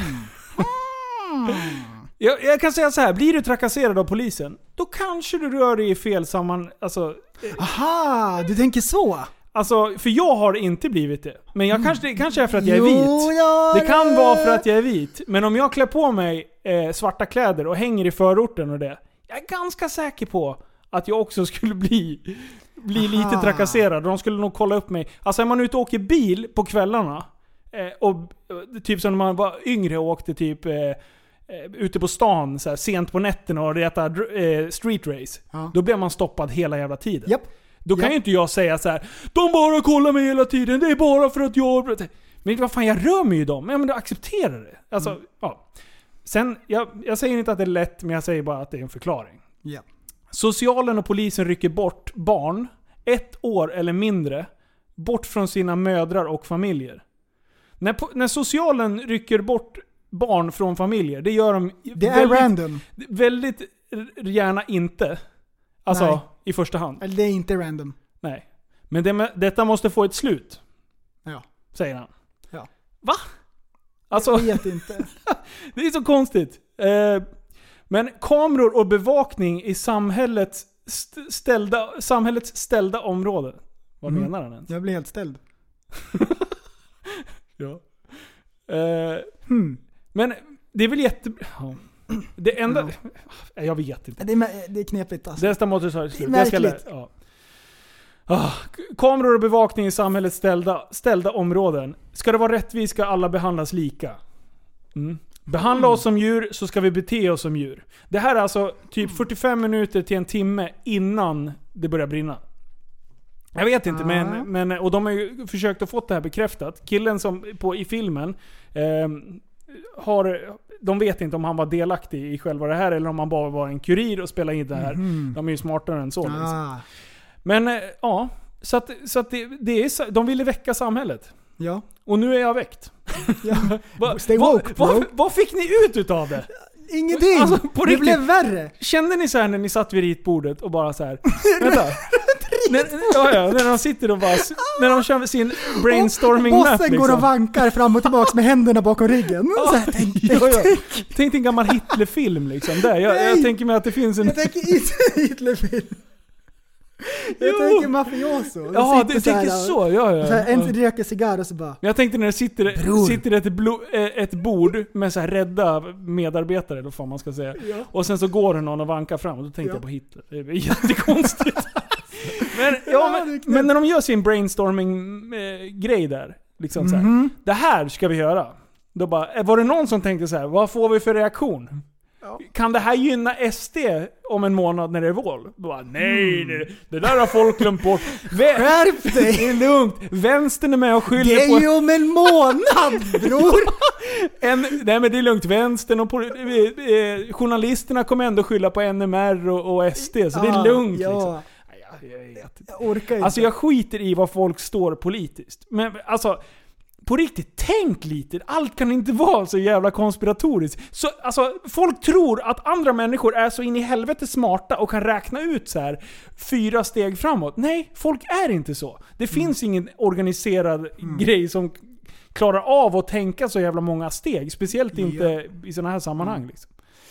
jag, jag kan säga så här, blir du trakasserad av polisen, då kanske du rör dig i fel samman... Alltså, Aha, du tänker så. alltså, för jag har inte blivit det. Men jag kanske, det kanske är för att jag är Jo, vit. ja, Det kan vara för att jag är vit. Men om jag klär på mig eh, svarta kläder och hänger i förorten och det, jag är ganska säker på att jag också skulle bli, bli lite Aha. trakasserad. De skulle nog kolla upp mig. Alltså är man ute och åker bil på kvällarna, eh, och eh, typ som när man var yngre och åkte typ eh, eh, ute på stan så här, sent på nätterna och reta eh, street race. Ja. Då blir man stoppad hela jävla tiden. Japp. Då kan Japp. ju inte jag säga så här: de bara kollar mig hela tiden, det är bara för att jag... Men vad fan, jag rör mig ju dem. Ja, men du accepterar det. Alltså, Mm. ja. Sen, jag, jag säger inte att det är lätt, men jag säger bara att det är en förklaring. Ja. Socialen och polisen rycker bort barn, ett år eller mindre, bort från sina mödrar och familjer. När, po- när socialen rycker bort barn från familjer, det gör de Det är väldigt, random. väldigt r- gärna inte. Alltså, Nej. i första hand. Eller det är inte random. Nej. Men det, detta måste få ett slut, Ja. säger han. Ja. Va? Alltså, Jag vet inte. det är så konstigt. Eh, men kameror och bevakning i samhällets st- ställda, samhällets ställda områden. Vad Mm. menar han ens? Jag blir helt ställd. Ja. Eh, Hmm. men det är väl jättebra. Ja. Det enda... Jag vet inte. Det är, det är knepigt alltså. Nästa måste ta ett slut. Det är Jag ska lä- märkligt. ja. Ah, k- kameror och bevakning i samhällets ställda, ställda områden. Ska det vara rättvist ska alla behandlas lika. Mm. Behandla oss som djur så ska vi bete oss som djur. Det här är alltså typ fyrtiofem minuter till en timme innan det börjar brinna. Jag vet inte, Ja. men, men och de har ju försökt att få det här bekräftat. Killen som på, i filmen ehm, har, de vet inte om han var delaktig i själva det här eller om han bara var en kurir och spelade in det här. Mhm. De är ju smartare än så. Liksom. Ah. Men eh, ja, så att, så att det, det är, så- de ville väcka samhället. Ja. Och nu är jag väckt. ja. Va, Stay va, woke, bro. vad, vad fick ni ut utav det? Ingenting! Alltså, på det riktigt. blev värre. Kände ni så här när ni satt vid ritbordet och bara så här? Vänta. när, ja, ja, när de sitter och bara... När de kör sin brainstorming och map bossen liksom. går och vankar fram och tillbaka med händerna bakom ryggen. Så här, tänk, ja, ja. tänk. Tänk en gammal Hitlerfilm liksom. Där. Jag, jag tänker mig att det finns en... Jag tänker inte Hitlerfilm. Jag Jo. tänker mafioso. De Ja, sitter det så här tänker och- så. Ja, ja. Så här, en ja. röker cigarr och så bara... Jag tänkte när det sitter, Bror. sitter ett, blo, eh, ett bord med så här rädda medarbetare, eller vad fan man ska säga. Ja. Och sen så går det någon och vankar fram och då tänkte Ja. jag på Hitler. Det är jättekonstigt. men, ja, Ja, det är men, knäppt. men när de gör sin brainstorming-grej där, liksom så här, Mhm. det här ska vi göra. Då bara, eh, var det någon som tänkte så här, vad får vi för reaktion? Ja. Kan det här gynna S D om en månad när det är val? Då bara, nej, Mm. det, det där har folk glömt bort. Vä- Skärp dig! det är lugnt. Vänstern är med och skyller Det på... är ju om en månad, bror! En, nej men det är lugnt, vänstern och på, eh, journalisterna kommer ändå skylla på N M R och, och S D, så det är Ja, lugnt ja. liksom. Nej, Jag, jag, vet inte. Jag orkar inte. Alltså jag skiter i vad folk står politiskt. Men alltså, på riktigt, tänk lite. Allt kan inte vara så jävla konspiratoriskt. Så, alltså, folk tror att andra människor är så in i helvete smarta och kan räkna ut så här fyra steg framåt. Nej, folk är inte så. Det finns ingen organiserad grej som klarar av att tänka så jävla många steg. Speciellt inte i sådana här sammanhang. Liksom.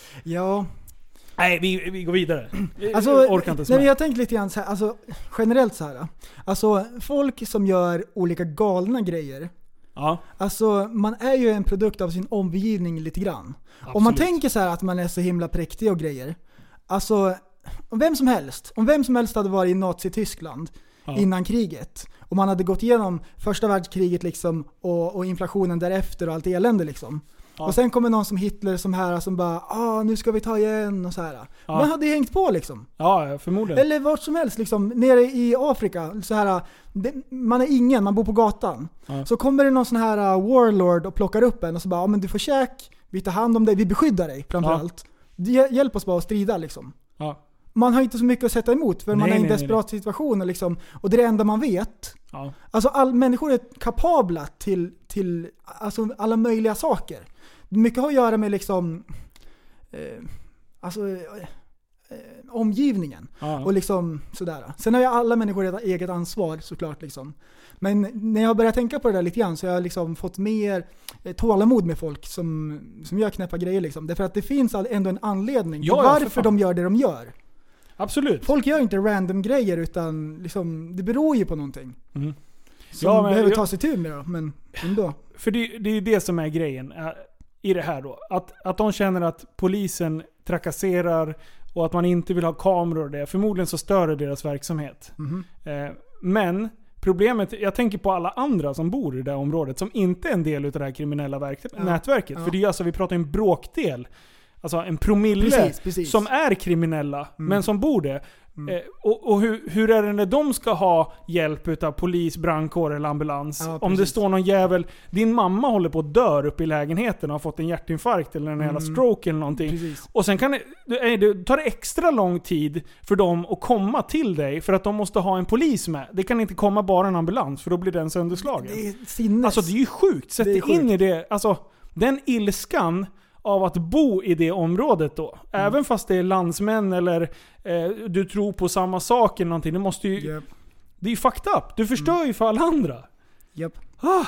Ja. Nej, vi, vi går vidare. Alltså, Jag orkar inte nej, men smä. jag tänker lite grann så här, alltså, generellt så här. Alltså, folk som gör olika galna grejer. Ja. Alltså, man är ju en produkt av sin omgivning lite grann. Om man Absolut. tänker så här att man är så himla präktig och grejer. Alltså, om vem som helst, om vem som helst hade varit i Nazi-Tyskland Ja. innan kriget. Och man hade gått igenom första världskriget liksom, och, och inflationen därefter och allt elände liksom. Ja. Och sen kommer någon som Hitler som här som bara ah nu ska vi ta igen och så här. Ja. Man hade ju hängt på liksom. Ja, förmodligen. Eller vart som helst liksom, nere i Afrika så här, det, man är ingen, man bor på gatan. Ja. Så kommer det någon sån här uh, warlord och plockar upp en och så bara, ja men du får käk, vi tar hand om dig, vi beskyddar dig framförallt. Ja. Hjälp oss bara att strida liksom. Ja. Man har inte så mycket att sätta emot för Nej, man är i en nej, nej, desperat situation och, liksom, och det är det enda man vet. Ja. Alltså all, människor är kapabla till, till alltså, alla möjliga saker. Mycket har att göra med liksom eh, alltså eh, eh, omgivningen Ja. och liksom sådär. Sen har ju alla människor ett eget ansvar såklart liksom. Men när jag börjar tänka på det där lite grann så har jag liksom fått mer eh, tålamod med folk som, som gör knäppa grejer liksom. Därför att det finns ändå en anledning Ja, till ja, för varför fan. de gör det de gör. Absolut. Folk gör inte random grejer utan liksom, det beror ju på någonting. Mm. Som Ja, men behöver jag- ta sig tur med då, men ändå. För det, det är ju det som är grejen äh, i det här då. Att, att de känner att polisen trakasserar och att man inte vill ha kameror och det. Förmodligen så stör det deras verksamhet. Mhm. Eh, men problemet, jag tänker på alla andra som bor i det där området som inte är en del av det här kriminella verk- Ja. nätverket. Ja. För det är ju alltså, vi pratar en bråkdel. Alltså en promille Precis, precis. som är kriminella, men som bor det. Mm. Eh, och och hur, hur är det när de ska ha hjälp utav polis, brandkår eller ambulans? Ja, Om det precis. står någon jävel, din mamma håller på att dö uppe i lägenheten och har fått en hjärtinfarkt eller en jävla stroke eller någonting. Precis. Och sen kan det, det, det tar det extra lång tid för dem att komma till dig för att de måste ha en polis med. Det kan inte komma bara en ambulans för då blir den sönderslagen. Det är sinnes. Alltså det är ju sjukt. Sätt Det är dig in sjukt. i det. Alltså den ilskan av att bo i det området då. Mm. Även fast det är landsmän eller eh, du tror på samma sak eller någonting. Det måste ju... Japp. Det är ju fucked up. Du förstör Mm. ju för alla andra. Japp. Ah.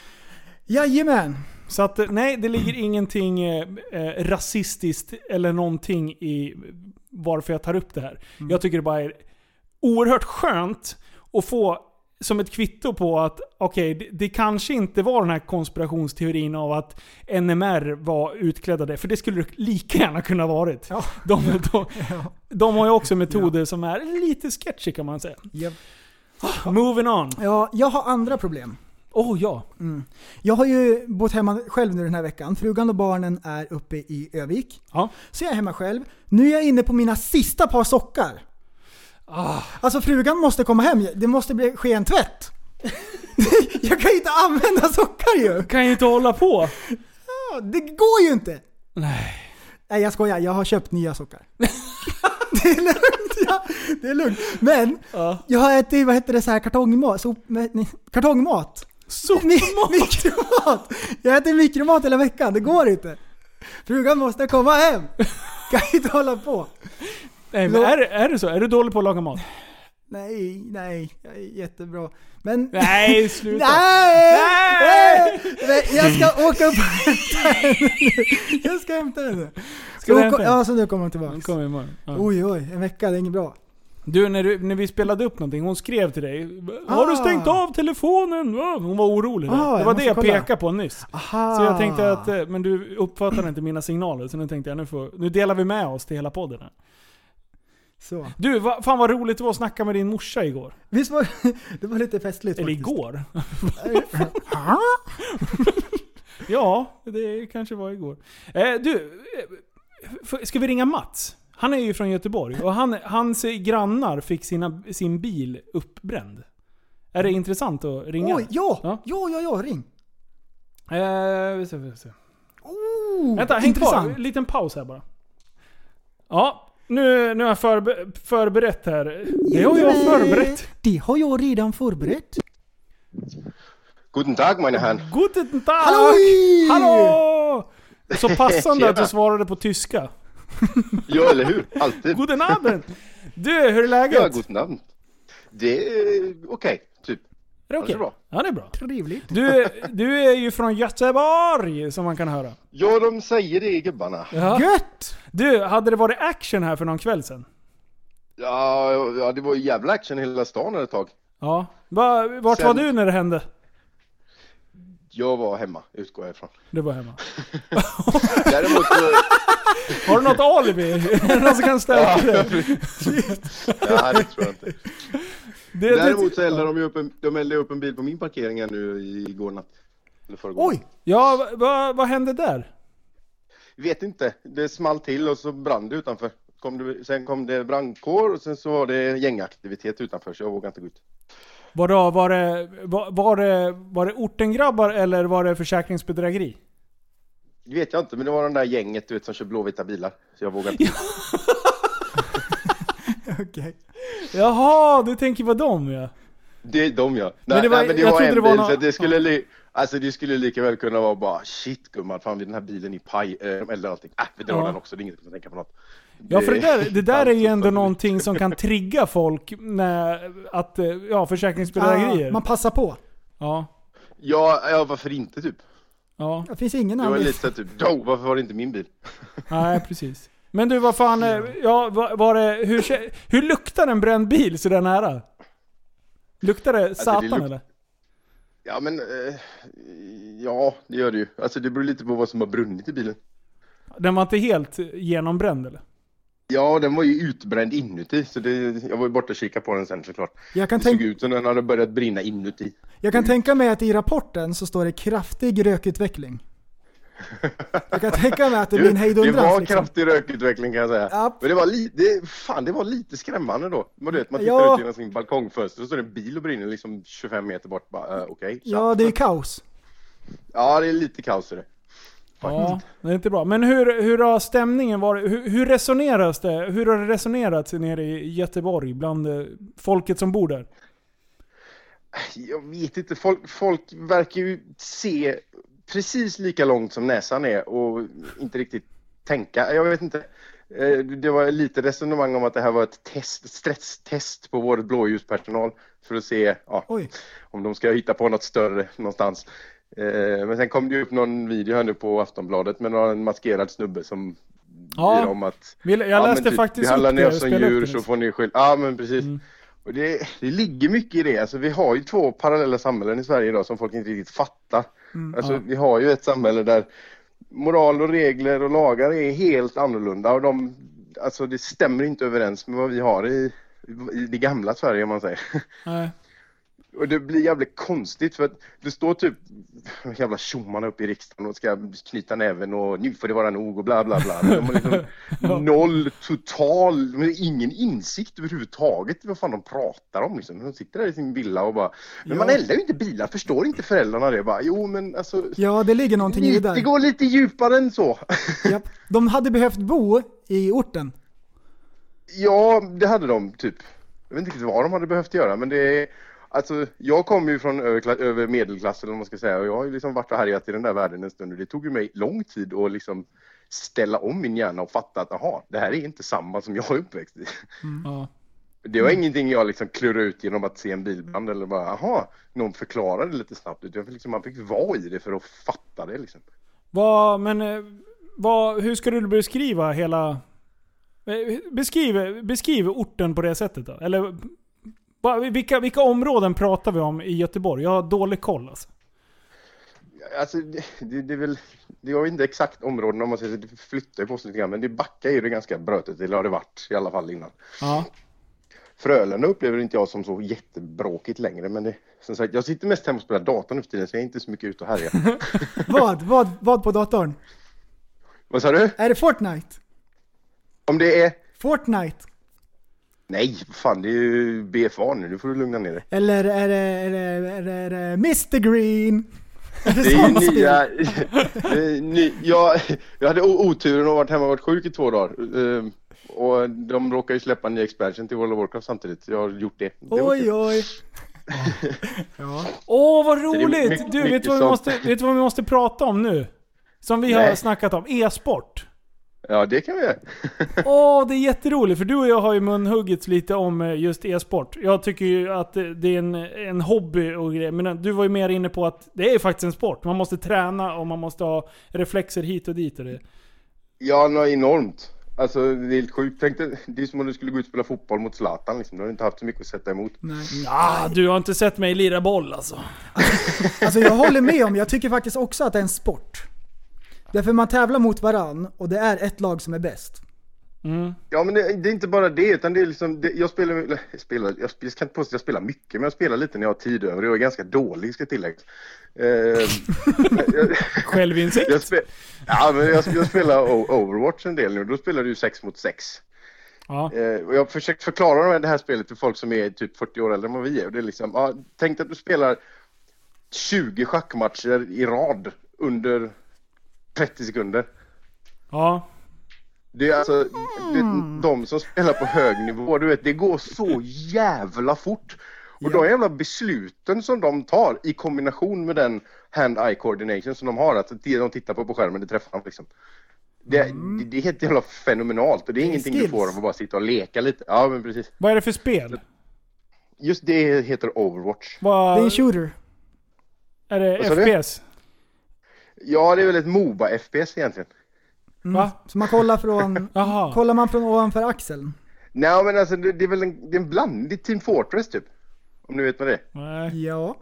Jajamän. Så att eh, nej, det ligger ingenting eh, eh, rasistiskt eller någonting i varför jag tar upp det här. Mm. Jag tycker det bara är oerhört skönt att få som ett kvitto på att okej, okay, det, det kanske inte var den här konspirationsteorin av att N M R var utklädda det. För det skulle det lika gärna kunna varit. Ja. De, de, Ja. de har ju också metoder som är lite sketchy kan man säga. Japp. Moving on. Ja, jag har andra problem. Åh oh, ja. Mm. Jag har ju bott hemma själv nu den här veckan. Frugan och barnen är uppe i Övik. Ja. Så jag är hemma själv. Nu är jag inne på mina sista par sockar. Ah. Alltså frugan måste komma hem. Det måste bli, ske en tvätt. Jag kan ju inte använda sockar ju. Kan ju inte hålla på. Ja, det går ju inte. Nej. Nej jag skojar, jag har köpt nya sockar. Det är lugnt, ja, det är lugnt. Men Ja. jag har ätit, vad heter det, så här kartongmat. Sop, nej, kartongmat. Sopmat? Mi- mikromat. Jag äter mikromat hela veckan, det går inte. Frugan måste komma hem. Kan inte hålla på. Nej, men är, är det så? Är du dålig på att laga mat? Nej, nej, jag är jättebra. Men... Nej, sluta. Nej! Nej! Nej! Jag ska åka upp och hämta henne nu. Jag ska hämta henne. Ska du Åka... hämta henne? Ja, så nu kommer hon tillbaka. Hon kommer imorgon. Ja. Oj, oj, en vecka, det är inget bra. Du, när, du, när vi spelade upp någonting, hon skrev till dig. Har Ah. du stängt av telefonen? Hon var orolig. Ah, det jag var det jag måste kolla. pekade på nyss. Aha. Så jag tänkte att, eh, men du uppfattade inte mina signaler. Så nu tänkte jag, nu, får, nu delar vi med oss till hela podden här. Så. Du, va, fan vad roligt det var att snacka med din morsa igår. Visst var det var lite festligt Eller faktiskt. igår. Ja, det kanske var igår. Eh, du, eh, ska vi ringa Mats? Han är ju från Göteborg och han, hans grannar fick sina, sin bil uppbränd. Är det intressant att ringa? Oj, ja, Ja. ja, ja, ja, ring. Eh, vi ser, vi ser. Oh, Vänta, häng intressant. kvar. En liten paus här bara. Ja, nu, nu har jag förbe- förberett här. Det har jag förberett. Det har jag redan förberett. Guten Tag, meine Herren. Guten Tag! Hallå! Hallå! Så passande att du Tjena. svarade på tyska. Ja, eller hur? Alltid. Guten Abend! Du, hur är läget? Ja, guten Abend. Det är okej, typ. Är det okej? Ja, det är bra. Ja, det är bra. Trevligt. Du, du är ju från Göteborg, som man kan höra. Ja, de säger det, gubbarna. Ja. Gött! Du, hade det varit action här för någon kväll sedan? Ja, ja, det var ju jävla action i hela stan ett tag. Ja. Va, vart Sen- var du när det hände? Jag var hemma, utgår jag ifrån. Du var hemma. Däremot så... Har du något alibi? Är det någon som kan ställa till det? Ja, det tror jag inte. det? Däremot så eldade de ju upp en, de eldade upp en bil på min parkering här nu igår natt. Eller förrgår. Oj! Ja, vad va, vad hände där? Vet inte. Det small till och så brann det utanför. Kom det, sen kom det brandkår och sen så var det gängaktivitet utanför så jag vågade inte gå ut. Vadå, var det, var, var det, var det ortengrabbar eller var det försäkringsbedrägeri? Det vet jag inte, men det var den där gänget du vet som kör blåvita bilar. Så jag vågade inte. Okej. Jaha, du tänker på dem ja. Det är de ja. Men det var- nej, men det jag var trodde en det var bil, nå- så det skulle, li- alltså det skulle lika väl kunna vara bara shit gumman, fan den här bilen i paj, äh, de eldar allting. Äh, vi drar Ja. den också, det är inget att tänka på något. Ja, för det där, det där är ju ändå Allt- någonting som kan trigga folk när, att, eh, ja, försäkringsbedrägerier. Ah, man passar på. Ja, Ja, ja, varför inte typ? ja, Det finns ingen Det var anledning. lite så typ, då, varför var det inte min bil? nej precis. Men du, vad fan, eh, ja, var, var det, hur, kä- hur luktar en bränd bil så där nära? Luktar det satan luk- eller? Ja men, eh, ja det gör det ju. Alltså det beror lite på vad som har brunnit i bilen. Den var inte helt genombränd eller? Ja, den var ju utbränd inuti, så det, jag var ju borta och kikade på den sen såklart. Jag kan, Det såg tänk, ut som den hade börjat brinna inuti. jag kan tänka mig att i rapporten så står det kraftig rökutveckling. Jag kan tänka mig att det blir en det hejdundrans var liksom. kraftig rökutveckling kan jag säga. Ja. Men det var lite, fan det var lite skrämmande då. Man vet, man tittar Ja. ut genom sin balkongfönster och så står det en bil och brinner liksom tjugofem meter bort. Bara, uh, okej. Okay, Ja, det är kaos. ja, det är lite kaos i det. Ja, det är inte bra. Men hur, hur har stämningen varit? Hur, hur resoneras det? Hur har det resonerats nere i Göteborg bland eh, folket som bor där? Jag vet inte, folk, folk verkar ju se precis lika långt som näsan är och inte riktigt tänka. Jag vet inte. Eh, Det var lite resonemang om att det här var ett test, ett stresstest på vår blåljuspersonal för att se ja, Oj. om de ska hitta på något större någonstans. Eh, Men sen kom det ju upp någon video här nu på Aftonbladet med någon maskerad snubbe som Ja. ger om att Vi- Jag ja, läste men typ, faktiskt vi handlar upp ner det oss och som spelade upp djur det så nyss. får ni skylla. Ja men precis. Mm. Och det, det ligger mycket i det. Alltså, vi har ju två parallella samhällen i Sverige idag som folk inte riktigt fattar. Mm, Alltså, ja. vi har ju ett samhälle där moral och regler och lagar är helt annorlunda. Och de, alltså, det stämmer inte överens med vad vi har i, i det gamla Sverige om man säger. Nej. Och det blir jävligt konstigt för att det står typ jävla tjommarna upp i riksdagen och ska knyta näven och nu får det vara nog och bla bla bla. Men de har liksom noll total, men ingen insikt överhuvudtaget vad fan de pratar om liksom. De sitter där i sin villa och bara, men man Ja. eldar ju inte bilar, förstår inte föräldrarna det? Bara, jo men alltså, Ja, det ligger någonting i det det där. går lite djupare än så. Japp. De hade behövt bo i orten. Ja, det hade de typ. Jag vet inte riktigt vad de hade behövt göra, men det är alltså, jag kommer ju från över, över medelklassen eller vad man ska säga och jag har ju liksom varit och härjat i den där världen en stund och det tog ju mig lång tid att liksom ställa om min hjärna och fatta att aha, det här är inte samma som jag är uppväxt i. Mm. Ja. Det var ingenting jag liksom klurade ut genom att se en bilband eller bara, aha, någon förklarade lite snabbt. Utan liksom, man fick vara i det för att fatta det liksom. Vad, men vad, hur ska du beskriva hela... Beskriv, beskriv orten på det sättet då? Eller vilka, vilka områden pratar vi om i Göteborg? Jag har dålig koll alltså. Alltså det, det, det är väl, det var inte exakt områden om man säger, det flyttar på sig lite grann, men det backar ju det ganska brötet, det har det varit i alla fall innan. Ja. Frölunda upplever inte jag som så jättebråkigt längre, men det, som sagt, jag sitter mest hemma och spelar datorn nu för tiden så jag är inte så mycket ute och härja. vad? vad? Vad på datorn? Vad sa du? Är det Fortnite? Om det är... Fortnite? Nej, fan det är ju B F A nu, nu får du lugna ner dig. Eller är det, är det, är det, är det mister Green? Är det det är ju nya... ny, jag, jag hade oturen att varit hemma och varit sjuk i två dagar. Och de råkar ju släppa en ny expansion till World of Warcraft samtidigt. Jag har gjort det. det oj, oj. ja. Åh, vad roligt! Mycket, du, vet du, vad vi måste, vet du vad vi måste prata om nu? Som vi Nej. har snackat om. E-sport. Ja, det kan vi göra. Åh, det är jätteroligt. För du och jag har ju munhuggits lite om just e-sport. Jag tycker ju att det är en, en hobby och grejer. Men du var ju mer inne på att det är faktiskt en sport. Man måste träna och man måste ha reflexer hit och dit. Och det. Ja, något enormt. Alltså det är helt sjukt. Tänkte, det är som om du skulle gå ut och spela fotboll mot Zlatan liksom. Du har inte haft så mycket att sätta emot. Nej. Ja, du har inte sett mig lira boll alltså. Alltså jag håller med om, jag tycker faktiskt också att det är en sport. Därför man tävlar mot varann och det är ett lag som är bäst. Mm. Ja, men det, det är inte bara det, utan det är liksom, det, jag spelar, jag spelar, jag, jag ska inte påstå att jag spelar mycket, men jag spelar lite när jag har tid över. Jag är ganska dålig, ska tilläggas. Eh, Självinsikt? Jag spel, ja, men jag, jag spelar Overwatch en del nu, då spelar du sex mot sex. Ja. Eh, och jag har försökt förklara det här spelet till folk som är typ fyrtio år äldre än vad vi är. Och det är liksom, ja, tänk att du spelar tjugo schackmatcher i rad under trettio sekunder. Ja. Det är alltså det, de som spelar på hög nivå, du vet, det går så jävla fort. Och de jävla besluten som de tar i kombination med den hand-eye coordination som de har, att det de tittar på på skärmen, det träffar dem liksom. Det, mm. det, det är helt jävla fenomenalt och det är, det är ingenting skills. Du får av att bara sitta och leka lite. Ja, men precis. Vad är det för spel? Just det heter Overwatch. Vad... Det är en shooter. Är det F P S? Ja, det är väl ett MOBA F P S egentligen. Mm. Va? Så man kollar från kollar man från ovanför axeln? Nej, men alltså det, det är väl en, det är en blandning Team Fortress typ. Om ni vet vad det är. Nej. Ja.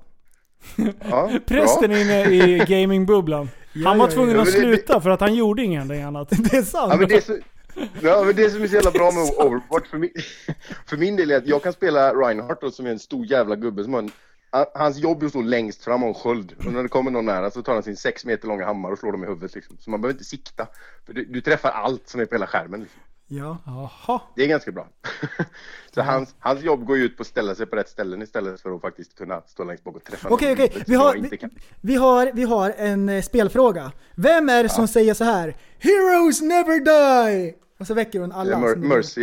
ja Prästen inne i gamingbubblan. Ja, han var ja, tvungen ja. att Ja, sluta det, för att han gjorde ingenting annat. Det är sant. Ja, men det är så, ja, men det som är så jävla bra med Overwatch för min, för min del är att jag kan spela Reinhardt då, som är en stor jävla gubbe som har en, hans jobb är att stå längst fram och en sköld. Och när det kommer någon nära så tar han sin sex meter långa hammare och slår dem i huvudet liksom. Så man behöver inte sikta. För du, du träffar allt som är på hela skärmen liksom. Ja. Aha. Det är ganska bra. Så hans, hans jobb går ju ut på att ställa sig på rätt ställen istället för att faktiskt kunna stå längst bak och träffa Okej, någon. okej. Vi har, vi, vi, har, vi har en eh, spelfråga. Vem är det som ja. säger så här? Heroes never die! Och så väcker hon alla. Mer- Mercy.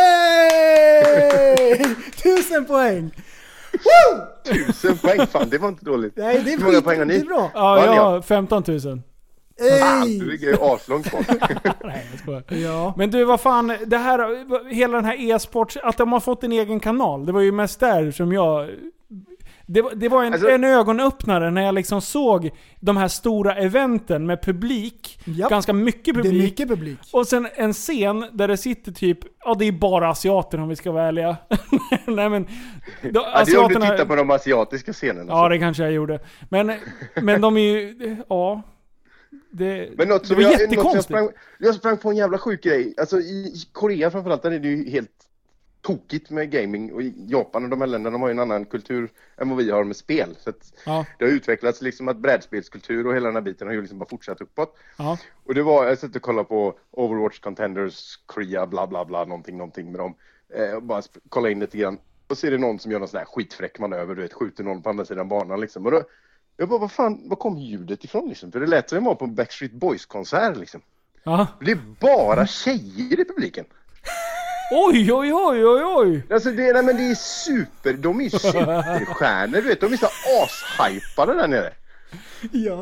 Hey! Tusen poäng! Woo! Tusen poäng, fan det var inte dåligt. Nej, det är hur många poäng har ni? Det är bra. Ja, jag har femton tusen. Fan, du ligger ju aslångt bort. Nej, jag skojar. Ja. Men du, vad fan, det här, hela den här e-sport, att de har fått en egen kanal, det var ju mest där som jag... Det var, det var en, alltså, en ögonöppnare när jag liksom såg de här stora eventen med publik. Japp. Ganska mycket publik. Det är mycket publik. Och sen en scen där det sitter typ, ja det är bara asiater om vi ska vara ärliga. Nej men... Då, ja, asiaterna, det är om du tittar på de asiatiska scenerna. Ja, så. Det kanske jag gjorde. Men, men de är ju, ja... Det, men något det som var jag, jättekonstigt. något jag, sprang, jag sprang på en jävla sjuk grej. Alltså i Korea framförallt, där är det ju helt tokigt med gaming. Och i Japan och de här länderna, de har ju en annan kultur än vad vi har med spel. Så att ja. Det har utvecklats liksom att brädspelskultur och hela den här biten har ju liksom bara fortsatt uppåt. Ja. Och det var, jag satt och kollade på Overwatch Contenders, Korea, bla bla bla, någonting, någonting med dem. Eh, och bara sp- kolla in lite grann. Och så är det någon som gör någon sån här skitfräck manöver, du vet, skjuter någon på andra sidan banan liksom. Och då, jag bara, vad fan, vad kom ljudet ifrån liksom? För det lät som att jag var på en Backstreet Boys-konsert liksom. Ja. Det är bara tjejer i publiken. Oj, oj, oj, oj, oj. Alltså det, nej, men det är super, de är superstjärnor, du vet. De är så ashypade där nere. Ja.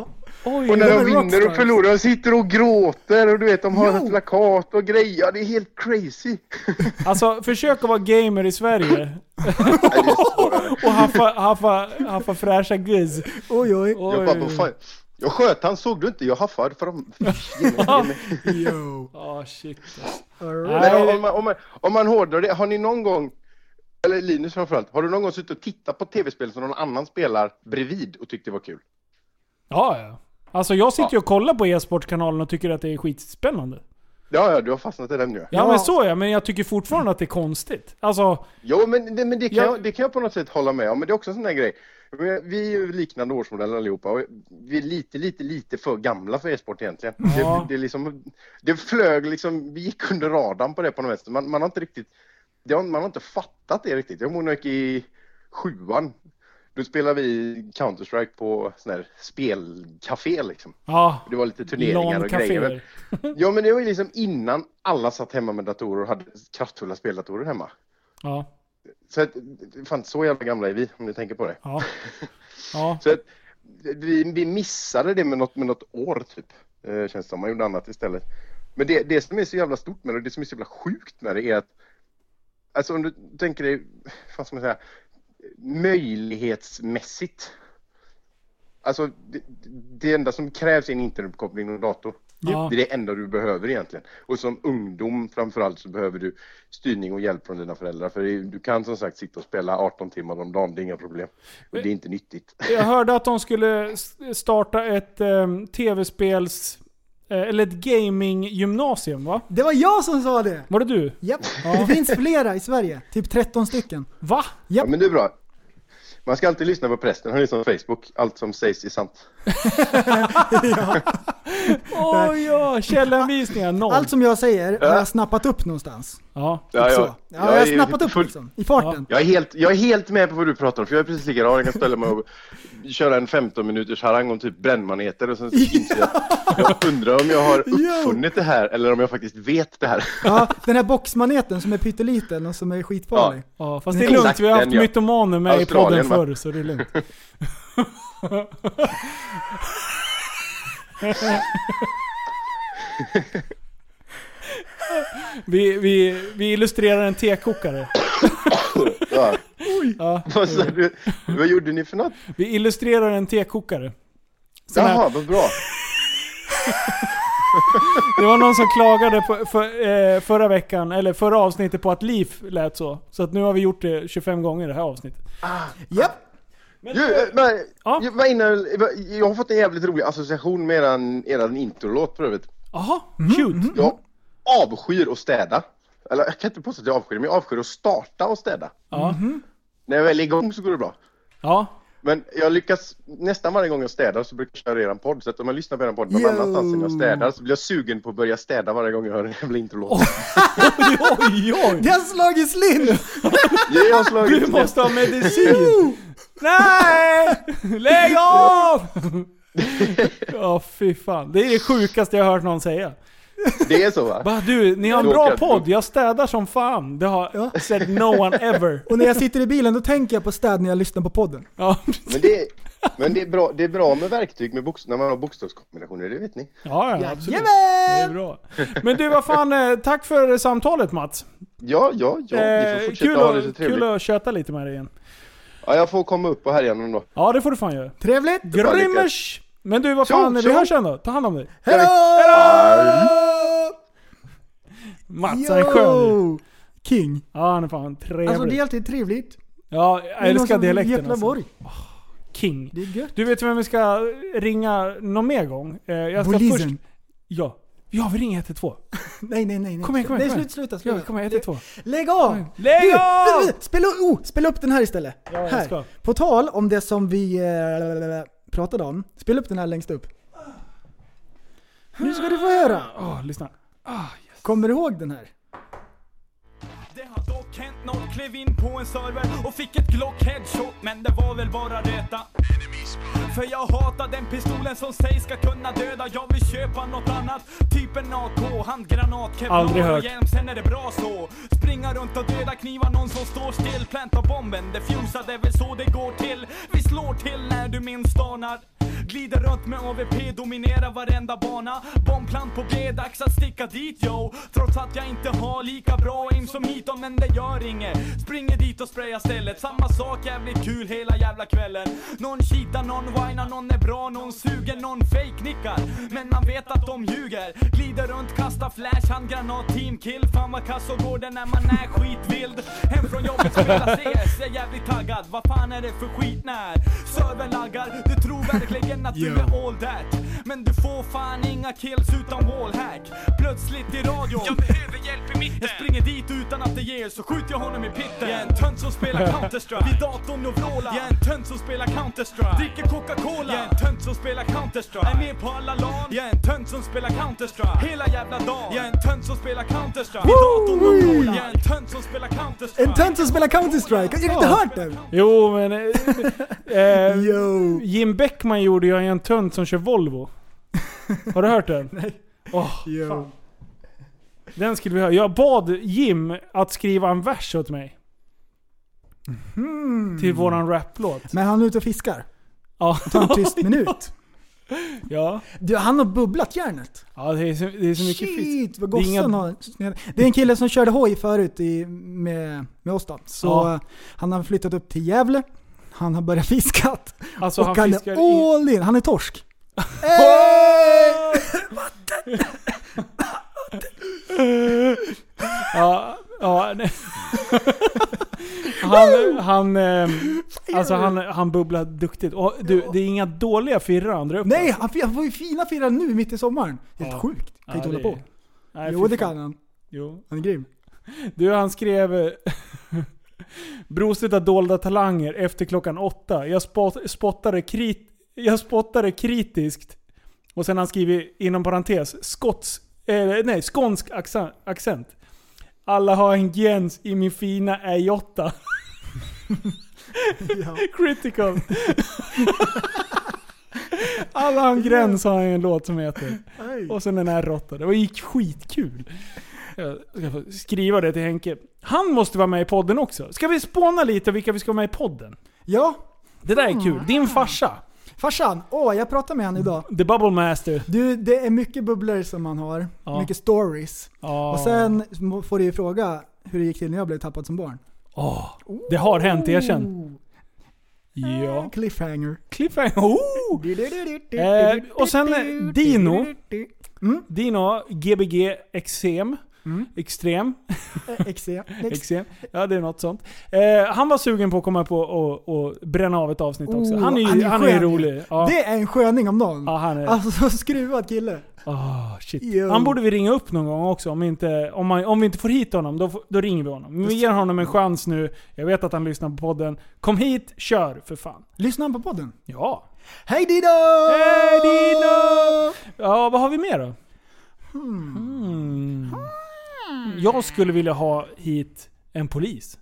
Oj, och när de de är vinner rockstars. och förlorar, de sitter och gråter och du vet, de har Jo. ett plakat och grejer. Det är helt crazy. Alltså, försök att vara gamer i Sverige. Nej, det är svårare. Och haffa, haffa, haffa fräscha guzz. Oj, oj. Jag bara, vad fan? Jag sköt han, såg du inte? Jag haffade för dem. Yo. Oh, shit. Men om man, om, man, om man hårdrar det, har ni någon gång, eller Linus framförallt, har du någon gång suttit och tittat på tv-spel som någon annan spelar bredvid och tyckte det var kul? Ja, ja. Alltså jag sitter ju Ja. och kollar på e-sportkanalen och tycker att det är skitspännande. Ja, ja, du har fastnat i den nu. Ja, Ja. men så ja, men jag tycker fortfarande att det är konstigt. Alltså, Jo, men, det, men det, kan Ja. jag, det kan jag på något sätt hålla med om. Men det är också en sån där grej. Vi är ju liknande årsmodeller allihopa. Och vi är lite, lite, lite för gamla för e-sport egentligen. Ja. Det, det, är liksom, det flög liksom, vi gick under radarn på det på något sätt. Man, man har inte riktigt, det har, man har inte fattat det riktigt. Jag kommer ihåg i sjuan. Då spelade vi Counter-Strike på sån här spelcafé liksom. ja. Det var lite turneringar och LAN-caféer. grejer. Ja, men det var ju liksom innan alla satt hemma med datorer och hade kraftfulla speldatorer hemma. Ja. Så att, fan, så jävla gamla är vi, om ni tänker på det. Ja. Ja. Så att, vi, vi missade det med något, med något år typ. Eh, känns som man gjorde annat istället. Men det, det som är så jävla stort med det, det som är så jävla sjukt med det är att, alltså om du tänker dig, vad ska man säga, möjlighetsmässigt. Alltså det, det enda som krävs är en internetuppkoppling och dator. Ja. Det är det enda du behöver egentligen. Och som ungdom framförallt så behöver du styrning och hjälp från dina föräldrar. För det, du kan som sagt sitta och spela arton timmar om dagen, det är inga problem. Och det är inte nyttigt. Jag hörde att de skulle s- starta ett um, tv-spels... eh, Eller ett gaming-gymnasium, va? Det var jag som sa det! Var det du? Japp. Det finns flera i Sverige. Typ tretton stycken. Va? Ja, men det är bra. Man ska alltid lyssna på prästen, han är som Facebook. Allt som sägs är sant. Åh oh, ja, källanvisningar noll. Allt som jag säger har jag snappat upp någonstans. Ja. Ja, Så. ja. Ja, jag har är snappat upp full- liksom. I farten. Jag är, helt, jag är helt med på vad du pratar om, för jag är precis likadan. Jag kan ställa mig och köra en femton minuters harang om typ brännmaneter och sen så inser jag jag undrar om jag har uppfunnit det här eller om jag faktiskt vet det här. Ja, den här boxmaneten som är pytteliten och som är skitfarlig. Ja, fast det är lugnt. Exakt Vi har haft den, ja. mytomaner med i podden Australien, va? förr, så det är lugnt. vi, vi, vi illustrerar en tekokare. Ja. Ja. Vad, sa du? Vad gjorde ni för något? Vi illustrerar en tekokare. Sån här- Jaha, vad bra. Det var någon som klagade på, för, eh, förra veckan, eller förra avsnittet på att Liv lät så. Så att nu har vi gjort det tjugofem gånger i det här avsnittet. Japp. Men, Ju, men, Ja. ju, vad innan, jag har fått en jävligt rolig association med eran, eran introlåt för övrigt. Jaha, shoot. Jag avskyr att städa. Eller jag kan inte påstå att jag avskyr, men jag avskyr att starta och städa. Ja. När jag väl är igång så går det bra. Ja. Men jag lyckas nästan varje gång jag städar så brukar jag köra eran podd. Så att om jag lyssnar på eran podd någon Yo. annanstans än jag städar så blir jag sugen på att börja städa varje gång jag hör en jävla introlåt. Oj, oj, oj. Det har slagit slint! Jag har slagit Du måste ha medicin. Nej! Lägg av! Ja, fy fan. Det är det sjukaste jag har hört någon säga. Det är så, va? Bara, du, ni har en Då bra kan- podd. Jag städar som fan. Det har said no one ever. Och när jag sitter i bilen då tänker jag på städ när jag lyssnar på podden. Ja, Men det är, men det är, bra, det är bra med verktyg med bokst- när man har bokstavskombinationer, det vet ni. ja, ja absolut. Jajamän! Det är bra. Men du, vad fan, eh, tack för samtalet, Mats. Ja, ja, ja. Vi Eh, får fortsätta kul, ha det så att, trevligt. kul att köta lite med dig igen. Ja, jag får komma upp och härja någon då. Ja, det får du fan göra. Trevligt! Grimmers! Men du, vad Så, fan, vi så. hörs sen då. Ta hand om dig. Hejdå! Mats, han är skön. Yo! King. Ja, han är fan trevlig. Alltså det är alltid trevligt. Ja, Det jag är någon älskar som dialekten. Göteborg. Alltså. King. Det är gött. Du vet vem vi ska ringa någon mer gång? Eh, Jag ska Polisen. först... Ja. Ja, vi ringer ett ett två. Nej, nej, nej. nej. Kom igen, kom igen, Nej, kom igen. slut, sluta, Ja, sluta. vi kommer ett ett två. Lägg av! Lägg Du, av! du, du, Spela, oh, spela upp den här istället. Ja, jag här. ska. På tal om det som vi eh, pratade om. Spela upp den här längst upp. Nu ska du få höra. Åh, lyssna. Kommer du ihåg den här? Det har dock hänt något, klev in på en server och fick ett Glock headshot, men det var väl bara röta. För jag hatar den pistolen som sägs ska kunna döda. Jag vill köpa något annat, typ en A K, handgranat, kevlar Aldrig hört. och hjälm, sen är det bra så. Springa runt och döda, kniva någon som står still. Planta bomben, defusar, det är väl så det går till. Vi slår till när du minst anar. Glider runt med A V P, dominerar varenda bana. Bombplant på B, dags att sticka dit yo. Trots att jag inte har lika bra aim som hitom, men det gör inget. Springer dit och sprayar stället. Samma sak, jävligt kul hela jävla kvällen. Någon cheatar, någon whinar, någon är bra, någon suger, någon fake nickar. Men man vet att de ljuger. Glider runt, kastar flash, handgranat, teamkill. Fan vad kass och går det när man är skitvild. Hem från jobbet, spelar C S, är jävligt taggad. Vad fan är det för skit när servern laggar? Du tror verkligen att du är all that, men du får fan inga kills utan wallhack. Plötsligt i radio, jag behöver hjälp i mitten. Jag springer dit utan att det ger, så skjuter jag honom i pitten. Jag är en tönt som spelar Counter-Strike vid datorn och vrålar. Jag är en tönt som spelar Counter-Strike, dricker Coca-Cola. Jag är en tönt som spelar Counter-Strike, är med på alla LAN. Jag är en tönt som spelar Counter-Strike hela jävla dagen. Jag är en tönt som spelar Counter-Strike vid datorn och vrålar. Jag är en tönt som spelar Counter-Strike. En tönt som spelar Counter-Strike. Jag har inte hört den. Jo, men eh, Yo. Jim Beckman gjorde ju en tönt som kör Volvo. Har du hört den? Nej. Åh, oh, fan. Den skulle vi ha. Jag bad Jim att skriva en vers åt mig. Mm. Till våran raplåt. Men han är ute och fiskar. Ja. Ta en tyst minut. Ja. Du, han har bubblat järnet. Ja, det är så, det är så mycket Shit, fisk. Vad det, är inga... har... det är en kille som körde hoj förut i, med, med oss då. Så ja. Han har flyttat upp till Gävle. Han har börjat fiskat. Alltså, och han, han fiskar är all in. Han är torsk. Vatten! Ja, ja. Han, han, eh, alltså han, han bubblar duktigt. Och du, det är inga dåliga firrar han drar upp. Nej, han, han får ju fina firrar nu mitt i sommaren. Helt ja. sjukt. Kan ja, inte hålla på. Nej, jo, det kan han. Jo. Han är grym. Du, han skrev Brosigt dolda talanger efter klockan åtta. Jag spot, spottade, krit, jag spottade kritiskt. Och sen han skriver inom parentes skots, eh, nej, skånsk accent. Alla har en gens i min fina R åtta. Ja. Critical. Alla har en gräns, har en låt som heter. Aj. Och sen den här råtta. Det var ju skitkul. Jag ska få skriva det till Henke. Han måste vara med i podden också. Ska vi spåna lite vilka vi ska vara med i podden? Ja. Det där är kul. Din farsa. Farsan, åh, jag pratade med han idag. The Bubble Master. Du, det är mycket bubblor som man har. Ja. Mycket stories. Ja. Och sen får du ju fråga hur det gick till när jag blev tappad som barn. Åh, det har hänt, erkänn. Ja. Cliffhanger. Cliffhanger. Oh. eh, och sen Dino. Mm. Dino, G B G, Exem. Mm. Extrem. Exem. Exem. Ja, det är något sånt. Eh, han var sugen på att komma på och, och bränna av ett avsnitt också. Han är ju, han är, han är rolig. Ja. Det är en sköning om någon. Ja, han är. Alltså, skruvad kille. Oh, shit. Yo. Han borde vi ringa upp någon gång också. Om, inte, om, man, om vi inte får hit honom, då, då ringer vi honom. Men vi ger honom en chans nu. Jag vet att han lyssnar på podden. Kom hit, kör för fan. Lyssnar han på podden? Ja. Hej Dino! Hej Dino! Ja, vad har vi mer då? Hmm. Hmm. Jag skulle vilja ha hit en polis.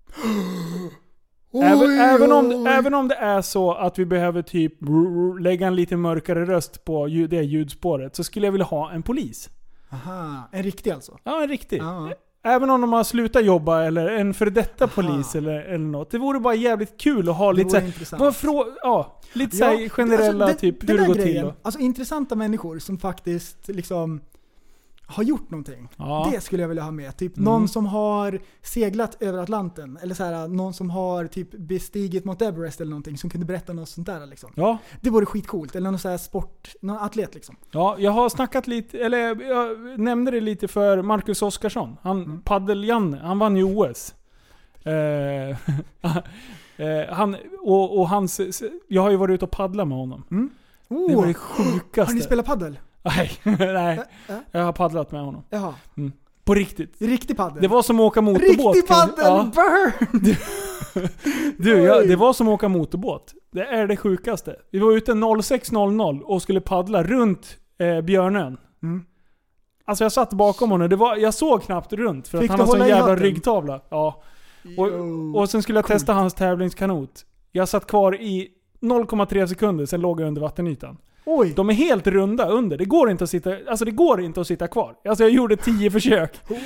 Oj, även, oj. även, om, även om det är så att vi behöver typ lägga en lite mörkare röst på ljud, det ljudspåret, så skulle jag vilja ha en polis. Aha, en riktig alltså? Ja, en riktig. Aha. Även om de har slutat jobba eller en för detta polis eller, eller något. Det vore bara jävligt kul att ha det lite så här, frå, ja, lite så här generella alltså, typ den, hur den det går grejen, till. Då. Alltså intressanta människor som faktiskt liksom har gjort någonting. Ja. Det skulle jag vilja ha med. Typ Mm. någon som har seglat över Atlanten. Eller så här, någon som har typ bestigit Mount Everest eller någonting. Som kunde berätta något sånt där liksom. Ja. Det vore skitcoolt. Eller någon så här sport, någon atlet liksom. Ja, jag har snackat lite, eller jag nämnde det lite för Marcus Oskarsson. Han mm. paddel-Janne, han vann ju O S. Eh, eh, han, och, och hans, jag har ju varit ute och paddlat med honom. Mm. Oh. Det var det sjukaste. Har ni spelat paddel? Nej, nej. Äh, äh. Jag har paddlat med honom. Jaha. Mm. På riktigt. Riktig paddel. Det var som att åka motorbåt. Riktig paddel! Ja. Burn! Du, du ja, det var som att åka motorbåt. Det är det sjukaste. Vi var ute sex noll noll och skulle paddla runt eh, Björnön. Mm. Alltså jag satt bakom honom. Det var, jag såg knappt runt. För Fick att han har sån i jävla hatten? ryggtavla. Ja. Och, och sen skulle jag Coolt. testa hans tävlingskanot. Jag satt kvar i noll komma tre sekunder. Sen låg jag under vattenytan. Oj. De är helt runda under. Det går inte att sitta, alltså det går inte att sitta kvar. Alltså jag gjorde tio försök.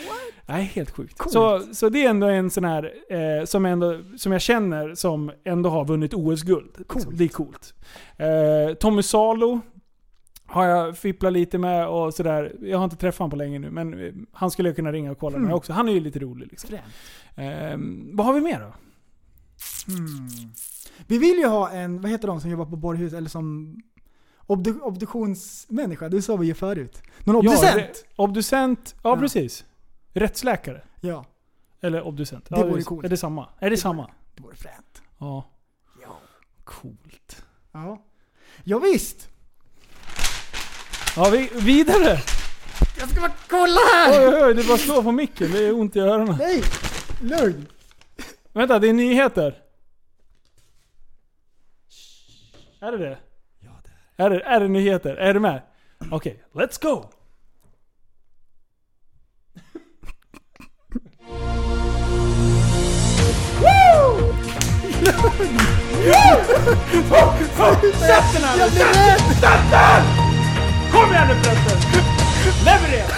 Nej, helt sjukt. Coolt. Så, så det är ändå en sån här eh, som, ändå, som jag känner som ändå har vunnit O S-guld. Liksom. Det är coolt. Eh, Tommy Salo har jag fipplat lite med och sådär. Jag har inte träffat honom på länge nu, men han skulle jag kunna ringa och kolla mm. med också. Han är ju lite rolig liksom. Eh, vad har vi mer då? Hmm. Vi vill ju ha en, vad heter de som jobbar på Borghus eller som obdu- obduktionsmänniska, det sa vi ju förut. Någon obducent. Ja, det, obducent, ja, ja precis. Rättsläkare. Ja. Eller obducent. Det ja, vore coolt. Är det samma? Är det, det samma? Vore, det vore fränt. Ja. Ja. Coolt. Ja. Ja visst. Ja, vi, vidare. Jag ska bara kolla här. Oj, oj, oj, det bara slår på micken. Det är ont i öronen. Nej, lugn. Vänta, det är nyheter. Är det det? Ja, det är. Är det, är det nyheter? Är det med? Okej, okay, let's go! Woo! Sätt den här! Sätt den! Kom igen nu prästen! Leverera!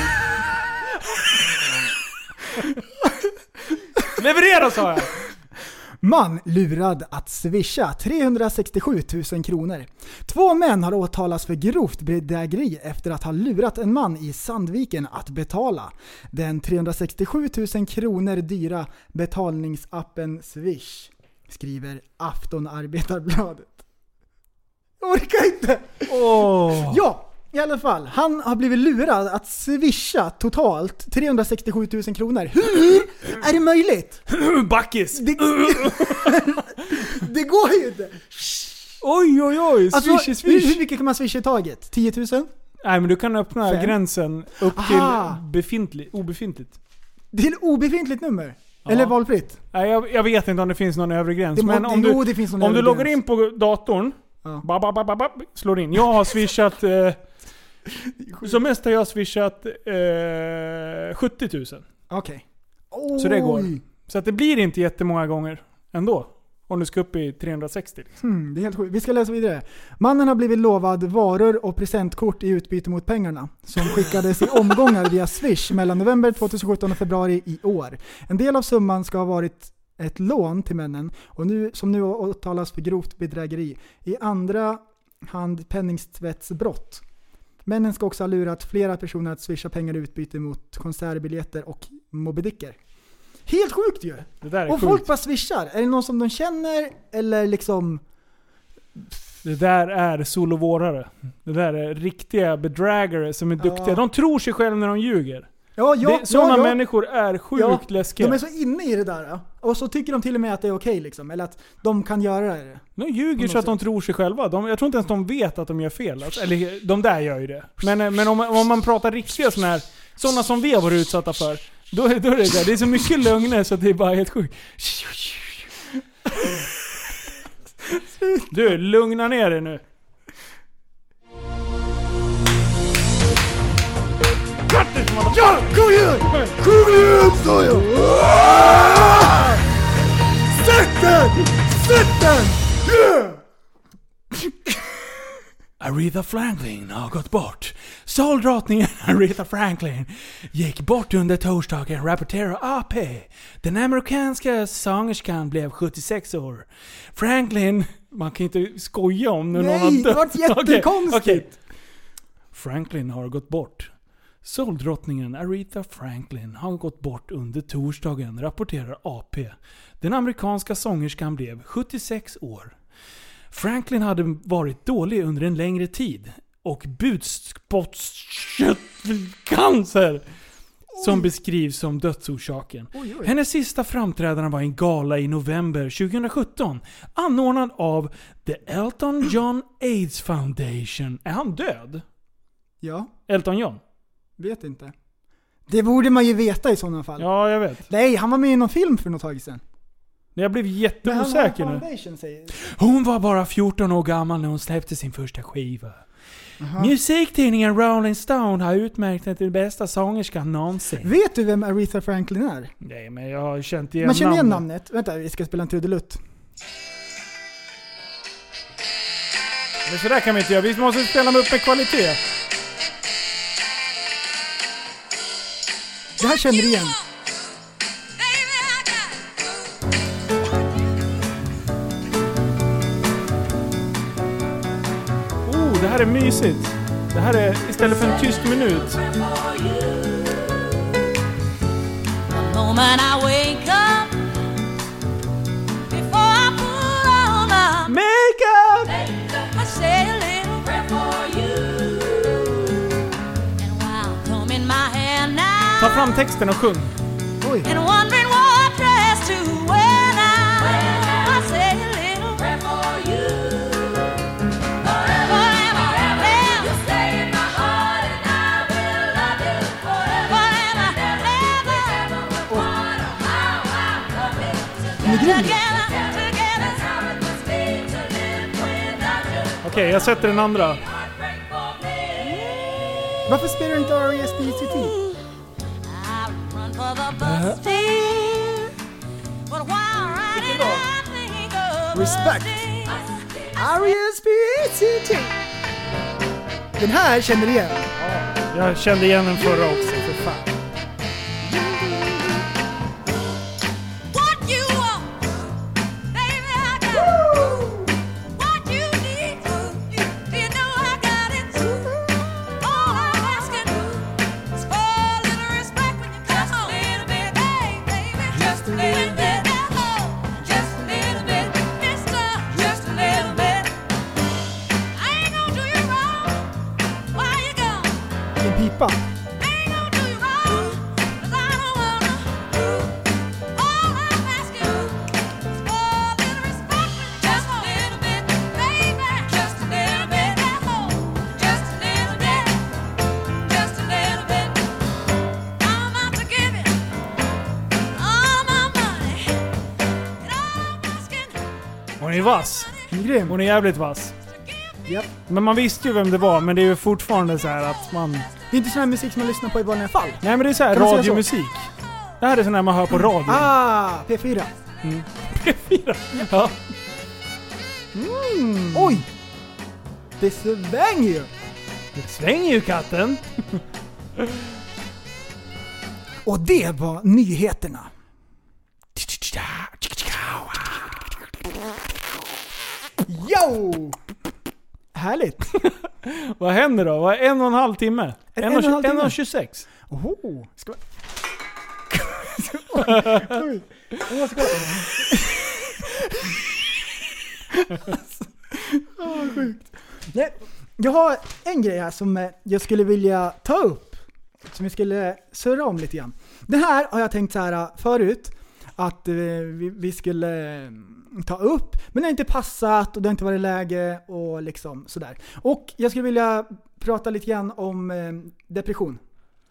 Leverera sa jag! Man lurad att swisha trehundrasextiosju tusen kronor. Två män har åtalats för grovt bedrägeri efter att ha lurat en man i Sandviken att betala. Den trehundrasextiosju tusen kronor dyra betalningsappen Swish, skriver Aftonarbetarbladet. Jag orkar inte! Oh. Ja! I alla fall, han har blivit lurad att swisha totalt trehundrasextiosju tusen kronor. Hur är det möjligt? Backis! Det, det går ju inte. Oj, oj, oj. Swish, alltså, swish. Hur, hur mycket kan man swisha i taget? tio tusen? Nej, men du kan öppna Fem. gränsen upp Aha. till befintlig, obefintligt. Till obefintligt nummer? Ja. Eller valfritt? Nej, jag, jag vet inte om det finns någon övre gräns. Det men må, om jo, du, det finns någon om du loggar gräns. in på datorn, ja. bab, bab, bab, bab, slår in. Jag har swishat... Eh, som mest har jag swishat eh, sjuttio tusen. Okej. Okay. Så det går. Så att det blir inte jättemånga gånger ändå. Om du ska upp i trehundrasextio. Liksom. Hmm, det är helt sjukt. Vi ska läsa vidare. Mannen har blivit lovad varor och presentkort i utbyte mot pengarna som skickades i omgångar via Swish mellan november tjugohundrasjutton och februari i år. En del av summan ska ha varit ett lån till männen och nu, som nu åtalas för grovt bedrägeri. I andra hand penningtvättsbrott. Männen ska också ha lurat flera personer att swisha pengar i utbyte mot konsertbiljetter och mobidicker. Helt sjukt ju! Det där är och sjukt. folk bara swishar. Är det någon som de känner eller liksom... Det där är solovårare. Det där är riktiga bedragare som är duktiga. Ja. De tror sig själva när de ljuger. Ja, ja, det, sådana ja, ja. människor är sjukt ja, läskiga. De är så inne i det där. Ja. Och så tycker de till och med att det är okej okay, liksom. Eller att de kan göra det. De ljuger så att de tror sig själva. De, jag tror inte ens de vet att de gör fel. Alltså, eller de där gör ju det. Men, men om, om man pratar riktiga sådana här, sådana som vi har varit utsatta för, då, då är det där. Det är så mycket lögner så att det är bara helt sjukt. Du, lugna ner dig nu. Ja, kom igen! Kom igen, sa jag! Sätt den! Sätt den! Yeah! Aretha Franklin har gått bort. Soldrottningen Aretha Franklin gick bort under torsdagen, rapporterar A P. Den amerikanska sångerskan blev sjuttiosex år. Franklin, man kan inte skoja om när någon har dött. Nej, det var jättekonstigt. Okay, okay. Franklin har gått bort. Soldrottningen Aretha Franklin har gått bort under torsdagen, rapporterar A P. Den amerikanska sångerskan blev sjuttiosex år. Franklin hade varit dålig under en längre tid och bukspottkörtelcancer som beskrivs som dödsorsaken. Oj, oj. Hennes sista framträdande var en gala i november tjugohundrasjutton anordnad av The Elton John AIDS Foundation. Är han död? Ja. Elton John? Vet inte. Det borde man ju veta i sådana fall. Ja, jag vet. Nej, han var med i någon film för något tag sedan. Jag blev jätteosäker nu. Hon var bara fjorton år gammal när hon släppte sin första skiva. Aha. Musiktidningen Rolling Stone har utmärkt henne till den bästa sångerskan någonsin. Vet du vem Aretha Franklin är? Nej, men jag har känt igen Man känner igen namnet. namnet. Vänta, vi ska spela en trudelutt. Men så där kan vi inte göra. Vi måste spela med upp med kvalitet. Det här känner du igen. här är mysigt. Det här är istället för en tyst minut. Moment I wake up before I put on a makeup, I say a little prayer for you. And while combing my hair now, ta fram texten och sjung. Oj. and wondering what dress to wear now, I say a little prayer for you. Forever, forever, you stay in my heart and I will love you forever, forever, ever, no matter how I love it. Together, together, how it must be to live without you. Okej, okay, jag sätter den andra. Varför spelar du inte R E S P C T? Respect. R E S P C T. Den här känner du igen. Ja, jag kände igen den förra också, för fan. Pipa. Hon är vass. Grym. Hon är jävligt vass. Yep. Men man visste ju vem det var, men det är ju fortfarande så här att man... Det är inte sån här musik som man lyssnar på i vanliga fall. Nej, men det är så här radiomusik. Det här är sån här man hör på radio. Ah, P fyra. Mm. P fyra? Ja. Mm. Oj! Det svänger ju. Det svänger ju, katten. Och det var nyheterna. Yo! Härligt. Vad händer då? Vad är en och en halv timme? En, en, en och en halv timme. en och tjugosex. Oho. Ska oj, oj. Jag måste kolla. Alltså, åh, sjukt. Jag, jag har en grej här som jag skulle vilja ta upp. Som jag skulle surra om lite grann. Det här har jag tänkt så här förut. Att eh, vi, vi skulle eh, ta upp. Men det har inte passat och det har inte varit läge och liksom sådär. Och jag skulle vilja prata lite grann om eh, depression.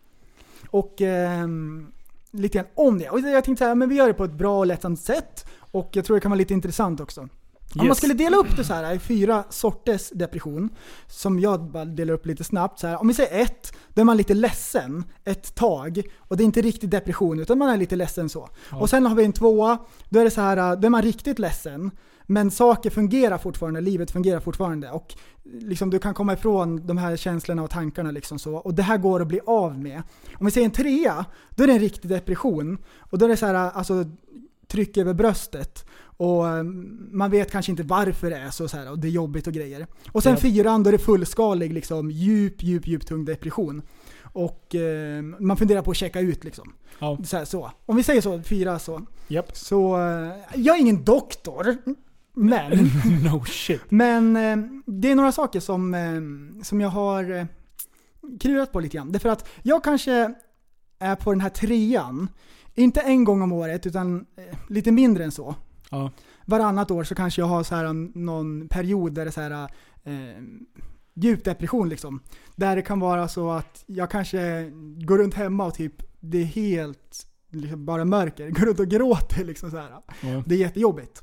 Och eh, lite grann om det. Och jag tänkte så här, men vi gör det på ett bra och lättsamt sätt. Och jag tror det kan vara lite intressant också. Yes. Om man skulle dela upp det så här i fyra sorters depression, som jag bara delar upp lite snabbt så här. Om vi säger ett, då är man lite ledsen ett tag och det är inte riktigt depression utan man är lite ledsen så. Ja. Och sen har vi en tvåa, då är det så här, då är man riktigt ledsen men saker fungerar fortfarande, livet fungerar fortfarande och liksom du kan komma ifrån de här känslorna och tankarna liksom så, och det här går att bli av med. Om vi säger en trea, då är det en riktig depression och då är det så här, alltså tryck över bröstet. Och man vet kanske inte varför det är så, så här, och det är jobbigt och grejer. Och sen ja. fyran, då är det fullskalig liksom, djup, djup, djup tung depression. Och eh, man funderar på att checka ut liksom. Ja. Så, här, så. Om vi säger så, fyra så. Yep. Så eh, jag är ingen doktor. Men, no shit. men eh, det är några saker som, eh, som jag har eh, klurat på lite grann. Därför att jag kanske är på den här trean. Inte en gång om året utan eh, lite mindre än så. Ja. Varannat år så kanske jag har så här någon period där det är så här eh, djup depression liksom. Där det kan vara så att jag kanske går runt hemma och typ det är helt liksom, bara mörker. Går runt och gråter liksom så här. Ja. Det är jättejobbigt.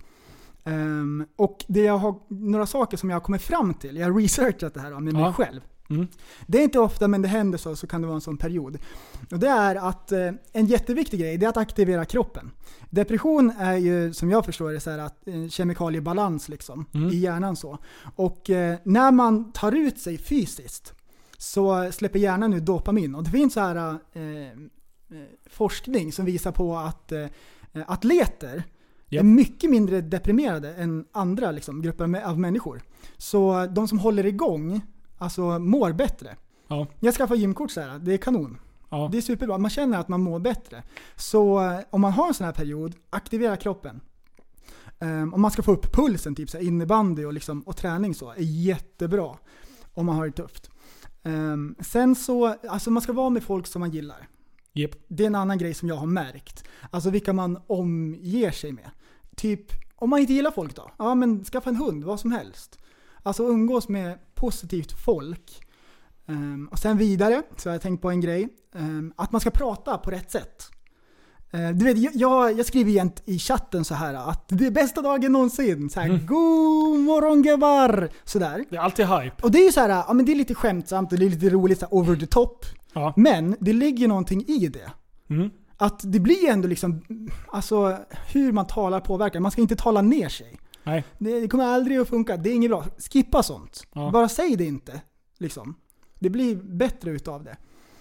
Um, och det jag har några saker som jag har kommit fram till. Jag har researchat det här med mig ja. själv. Mm. Det är inte ofta, men det händer så, så kan det vara en sån period. Och det är att eh, en jätteviktig grej, det är att aktivera kroppen. Depression är ju, som jag förstår det, så här att en kemikaliebalans liksom, mm. i hjärnan så. Och eh, när man tar ut sig fysiskt så släpper hjärnan ut dopamin. Och det finns så här eh, forskning som visar på att eh, atleter Yep. är mycket mindre deprimerade än andra liksom, grupper av människor. Så de som håller igång alltså, mår bättre. Ja. Jag skaffar gymkort så här, det är kanon. Ja. Det är superbra, man känner att man mår bättre. Så eh, om man har en sån här period, aktivera kroppen. Um, om man ska få upp pulsen, typ så här, innebandy och, liksom, och träning så, är jättebra om man har det tufft. Um, sen så, alltså man ska vara med folk som man gillar. Yep. Det är en annan grej som jag har märkt. Alltså vilka man omger sig med. Typ, om man inte gillar folk då, ja men skaffa en hund, vad som helst. Alltså umgås med positivt folk. Um, och sen vidare, så har jag tänkt på en grej. Um, att man ska prata på rätt sätt. Uh, du vet, jag, jag skriver jämt i chatten så här att det är bästa dagen någonsin. Så här, mm. God morgon gubbar! Sådär. Det är alltid hype. Och det är ju så här, ja men det är lite skämtsamt och det är lite roligt, så här, over the top. Ja. Men det ligger någonting i det. Mm. Att det blir ändå liksom, alltså hur man talar påverkar. Man ska inte tala ner sig. Nej. Det, det kommer aldrig att funka. Det är inget bra. Skippa sånt. Ja. Bara säg det inte. Liksom. Det blir bättre utav det.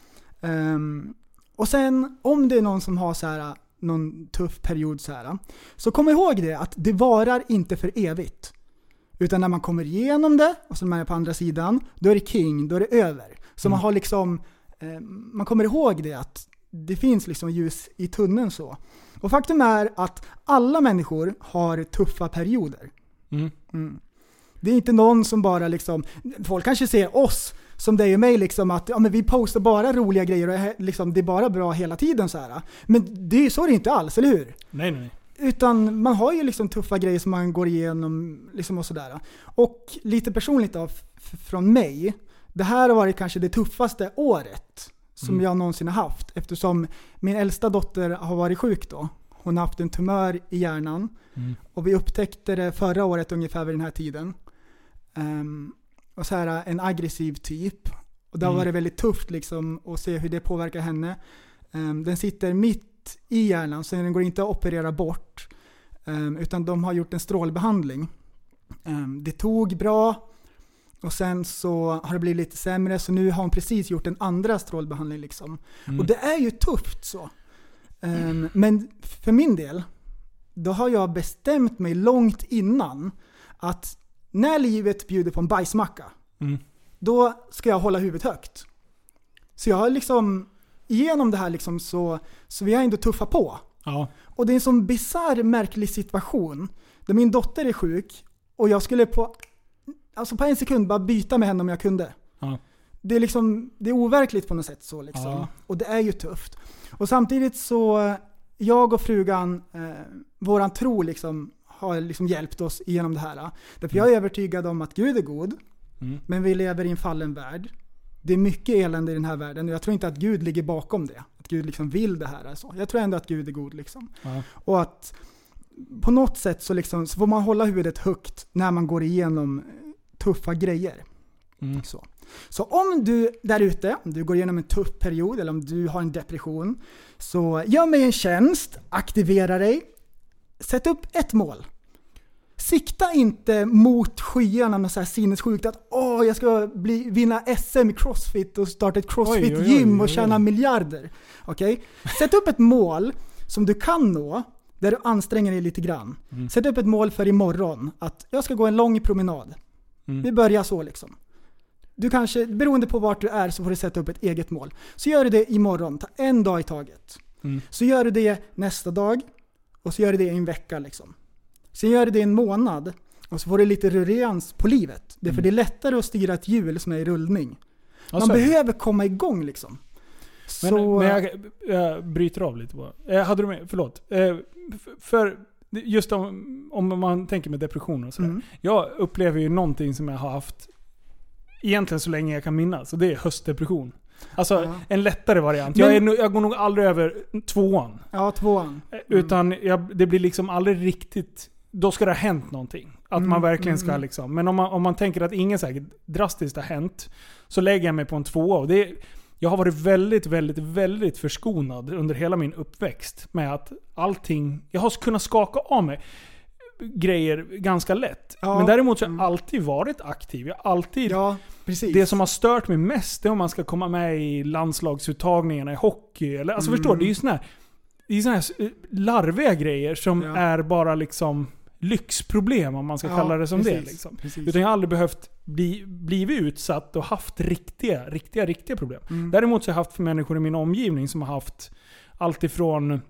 Um, och sen om det är någon som har så här, någon tuff period så här, så kom ihåg det att det varar inte för evigt. Utan när man kommer igenom det och så är man på andra sidan, då är det king, då är det över. Så mm. man har liksom eh, man kommer ihåg det att det finns liksom ljus i tunneln så. Och faktum är att alla människor har tuffa perioder. Mm. Mm. Det är inte någon som bara liksom, folk kanske ser oss som dig och mig liksom att ja, men vi postar bara roliga grejer och liksom, det är bara bra hela tiden så här. Men det är så är det inte alls, eller hur? Nej, nej. Utan man har ju liksom tuffa grejer som man går igenom liksom och sådär. Och lite personligt av f- från mig, det här har varit kanske det tuffaste året som mm. jag någonsin har haft. Eftersom min äldsta dotter har varit sjuk då. Hon har haft en tumör i hjärnan. Mm. Och vi upptäckte det förra året ungefär vid den här tiden. Um, och så här en aggressiv typ. Och då mm. var det väldigt tufft liksom att se hur det påverkar henne. Um, den sitter mitt i hjärnan så den går inte att operera bort. Um, utan de har gjort en strålbehandling. Um, det tog bra. Och sen så har det blivit lite sämre. Så nu har hon precis gjort en andra strålbehandling liksom. Mm. Och det är ju tufft så. Um, men för min del, då har jag bestämt mig långt innan att när livet bjuder på en bajsmacka, mm. då ska jag hålla huvudet högt. Så jag har liksom, igenom det här liksom så, så vi har ändå tuffa på. Ja. Och det är en sån bizarr, märklig situation där min dotter är sjuk och jag skulle på, alltså på en sekund bara byta med henne om jag kunde. Ja. Det är liksom, det är overkligt på något sätt så liksom. Ja. Och det är ju tufft. Och samtidigt så, jag och frugan, eh, våran tro liksom har liksom hjälpt oss igenom det här. Därför jag är övertygad om att Gud är god, mm. men vi lever i en fallen värld. Det är mycket elände i den här världen och jag tror inte att Gud ligger bakom det. Att Gud liksom vill det här. Alltså. Jag tror ändå att Gud är god. Liksom. Ja. Och att på något sätt så, liksom, så får man hålla huvudet högt när man går igenom tuffa grejer. Mm. Så. Så om du där ute, om du går igenom en tuff period eller om du har en depression, så gör mig en tjänst, aktivera dig. Sätt upp ett mål. Sikta inte mot skyarna med så här sinnessjukt att åh, jag ska bli, vinna S M i CrossFit och starta ett CrossFit-gym och tjäna miljarder. Okej? Okay? Sätt upp ett mål som du kan nå där du anstränger dig lite grann. Mm. Sätt upp ett mål för imorgon att jag ska gå en lång promenad. Mm. Vi börjar så liksom. Du kanske, beroende på vart du är så får du sätta upp ett eget mål. Så gör du det imorgon, ta en dag i taget. Mm. Så gör du det nästa dag. Och så gör du det i en vecka liksom. Sen gör du det i en månad. Och så får du lite rörans på livet. Det är för mm. det är lättare att styra ett hjul som är i rullning. Man alltså, behöver komma igång liksom. Men, så, men jag, jag bryter av lite bara. Eh, hade du med, förlåt. Eh, för just om, om man tänker med depression och sådär. Mm. Jag upplever ju någonting som jag har haft egentligen så länge jag kan minnas. Och det är höstdepression. Alltså ja. En lättare variant. Men, jag, är, jag går nog aldrig över tvåan. Ja, tvåan. Mm. Utan jag, det blir liksom aldrig riktigt... Då ska det ha hänt någonting. Att mm, man verkligen ska mm. liksom... Men om man, om man tänker att inget säkert drastiskt har hänt, så lägger jag mig på en tvåa. Och det, jag har varit väldigt, väldigt, väldigt förskonad under hela min uppväxt med att allting... Jag har kunnat skaka av mig grejer ganska lätt. Ja. Men däremot så har jag alltid varit aktiv. Jag har alltid... Ja. Precis. Det som har stört mig mest är om man ska komma med i landslagsuttagningarna i hockey. Eller, alltså mm. förstår du, det är ju såna här, det är såna här larviga grejer som ja. är bara liksom lyxproblem, om man ska Ja, kalla det som precis, det. Liksom. precis. Utan jag har aldrig behövt bli blivit utsatt och haft riktiga, riktiga, riktiga problem. Mm. Däremot så har jag haft människor i min omgivning som har haft allt ifrån eh,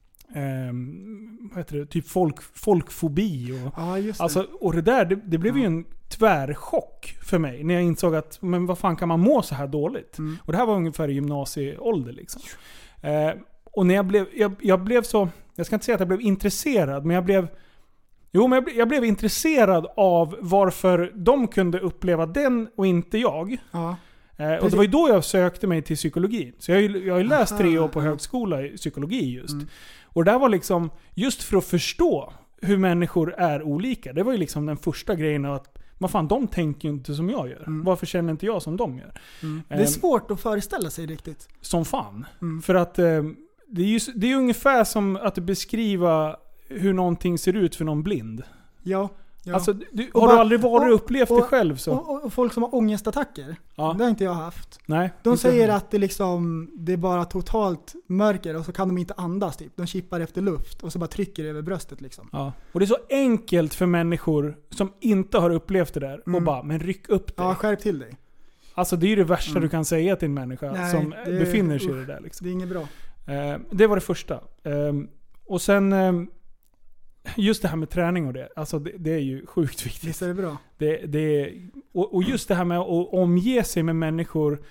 vad heter det, typ folk, folkfobi. Och, Ja, just det. alltså, och det där, det, det blev Ja. ju en tvärchock för mig när jag insåg att, men vad fan kan man må så här dåligt? Mm. Och det här var ungefär i gymnasieålder liksom. Eh, och när jag blev, jag, jag blev så, jag ska inte säga att jag blev intresserad, men jag blev Jo, men jag blev, jag blev intresserad av varför de kunde uppleva den och inte jag. Ja. Eh, och det var ju då jag sökte mig till psykologi. Så jag har ju, jag har ju läst Aha. tre år på högskola i psykologi just. Mm. Och det där var liksom, just för att förstå hur människor är olika. Det var ju liksom den första grejen att, vad fan, de tänker ju inte som jag gör. Mm. Varför känner inte jag som de gör? Mm. Det Eh, är svårt att föreställa sig riktigt. Som fan. Mm. För att eh, det är ju det är ungefär som att beskriva hur någonting ser ut för någon blind. Ja. ja. Alltså, du, Och har bara- du aldrig varit och, och- upplevt och- det själv så? Och, och, och folk som har ångestattacker, Ja. det har inte jag haft. Nej. De inte säger jag. att det liksom, det är bara totalt mörker och så kan de inte andas typ. De kippar efter luft och så bara trycker det över bröstet liksom. Ja. Och det är så enkelt för människor som inte har upplevt det där och Mm. bara, men ryck upp dig. Ja, skärp till dig. Alltså det är ju det värsta Mm. du kan säga till en människa Nej, som det- befinner sig i usch. det där. Liksom. Det är inget bra. Eh, det var det första. Eh, och sen, eh, just det här med träning och det. Alltså det, det är ju sjukt viktigt. Visst är det bra? Det, det, och, och just det här med att omge sig med människor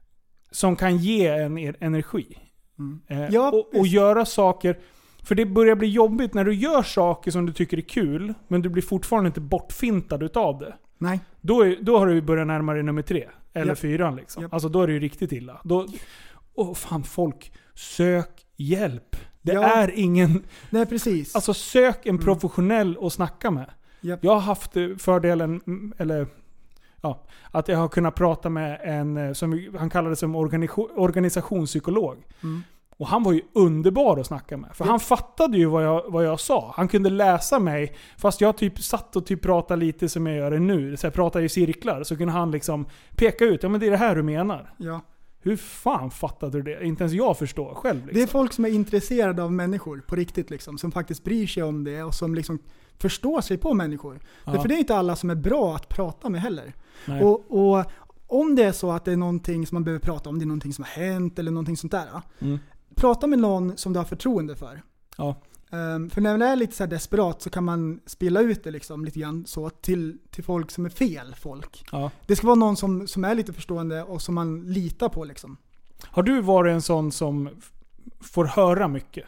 som kan ge en er energi. Mm. Eh, Ja, och, och visst. göra saker. För det börjar bli jobbigt när du gör saker som du tycker är kul, men du blir fortfarande inte bortfintad utav det. Nej. Då, är, då har du ju börjat närma dig nummer tre. Eller Japp. fyran liksom. Japp. Alltså då är det ju riktigt illa. Då, åh fan folk, sök hjälp. Det Ja. är ingen... Nej, precis. Alltså sök en Mm. professionell att snacka med. Japp. Jag har haft eh, fördelen, mm, eller ja, att jag har kunnat prata med en, eh, som vi- han kallade som organi- organisationspsykolog. Mm. Och han var ju underbar att snacka med. För Ja. han fattade ju vad jag, vad jag sa. Han kunde läsa mig. Fast jag typ satt och typ pratade lite som jag gör det nu. Så jag pratade i cirklar. Så kunde han liksom peka ut, ja men det är det här du menar. Ja. Hur fan fattade du det? Inte ens jag förstår själv. Liksom. Det är folk som är intresserade av människor på riktigt liksom. Som faktiskt bryr sig om det och som liksom förstår sig på människor. Ja. För det är inte alla som är bra att prata med heller. Nej. Och, och om det är så att det är någonting som man behöver prata om, det är någonting som har hänt eller någonting sånt där. Mm. Prata med någon som du har förtroende för. Ja. Um, för när man är lite så här desperat så kan man spilla ut det liksom lite grann så till, till folk som är fel folk. Ja. Det ska vara någon som, som är lite förstående och som man litar på liksom. Har du varit en sån som f- får höra mycket?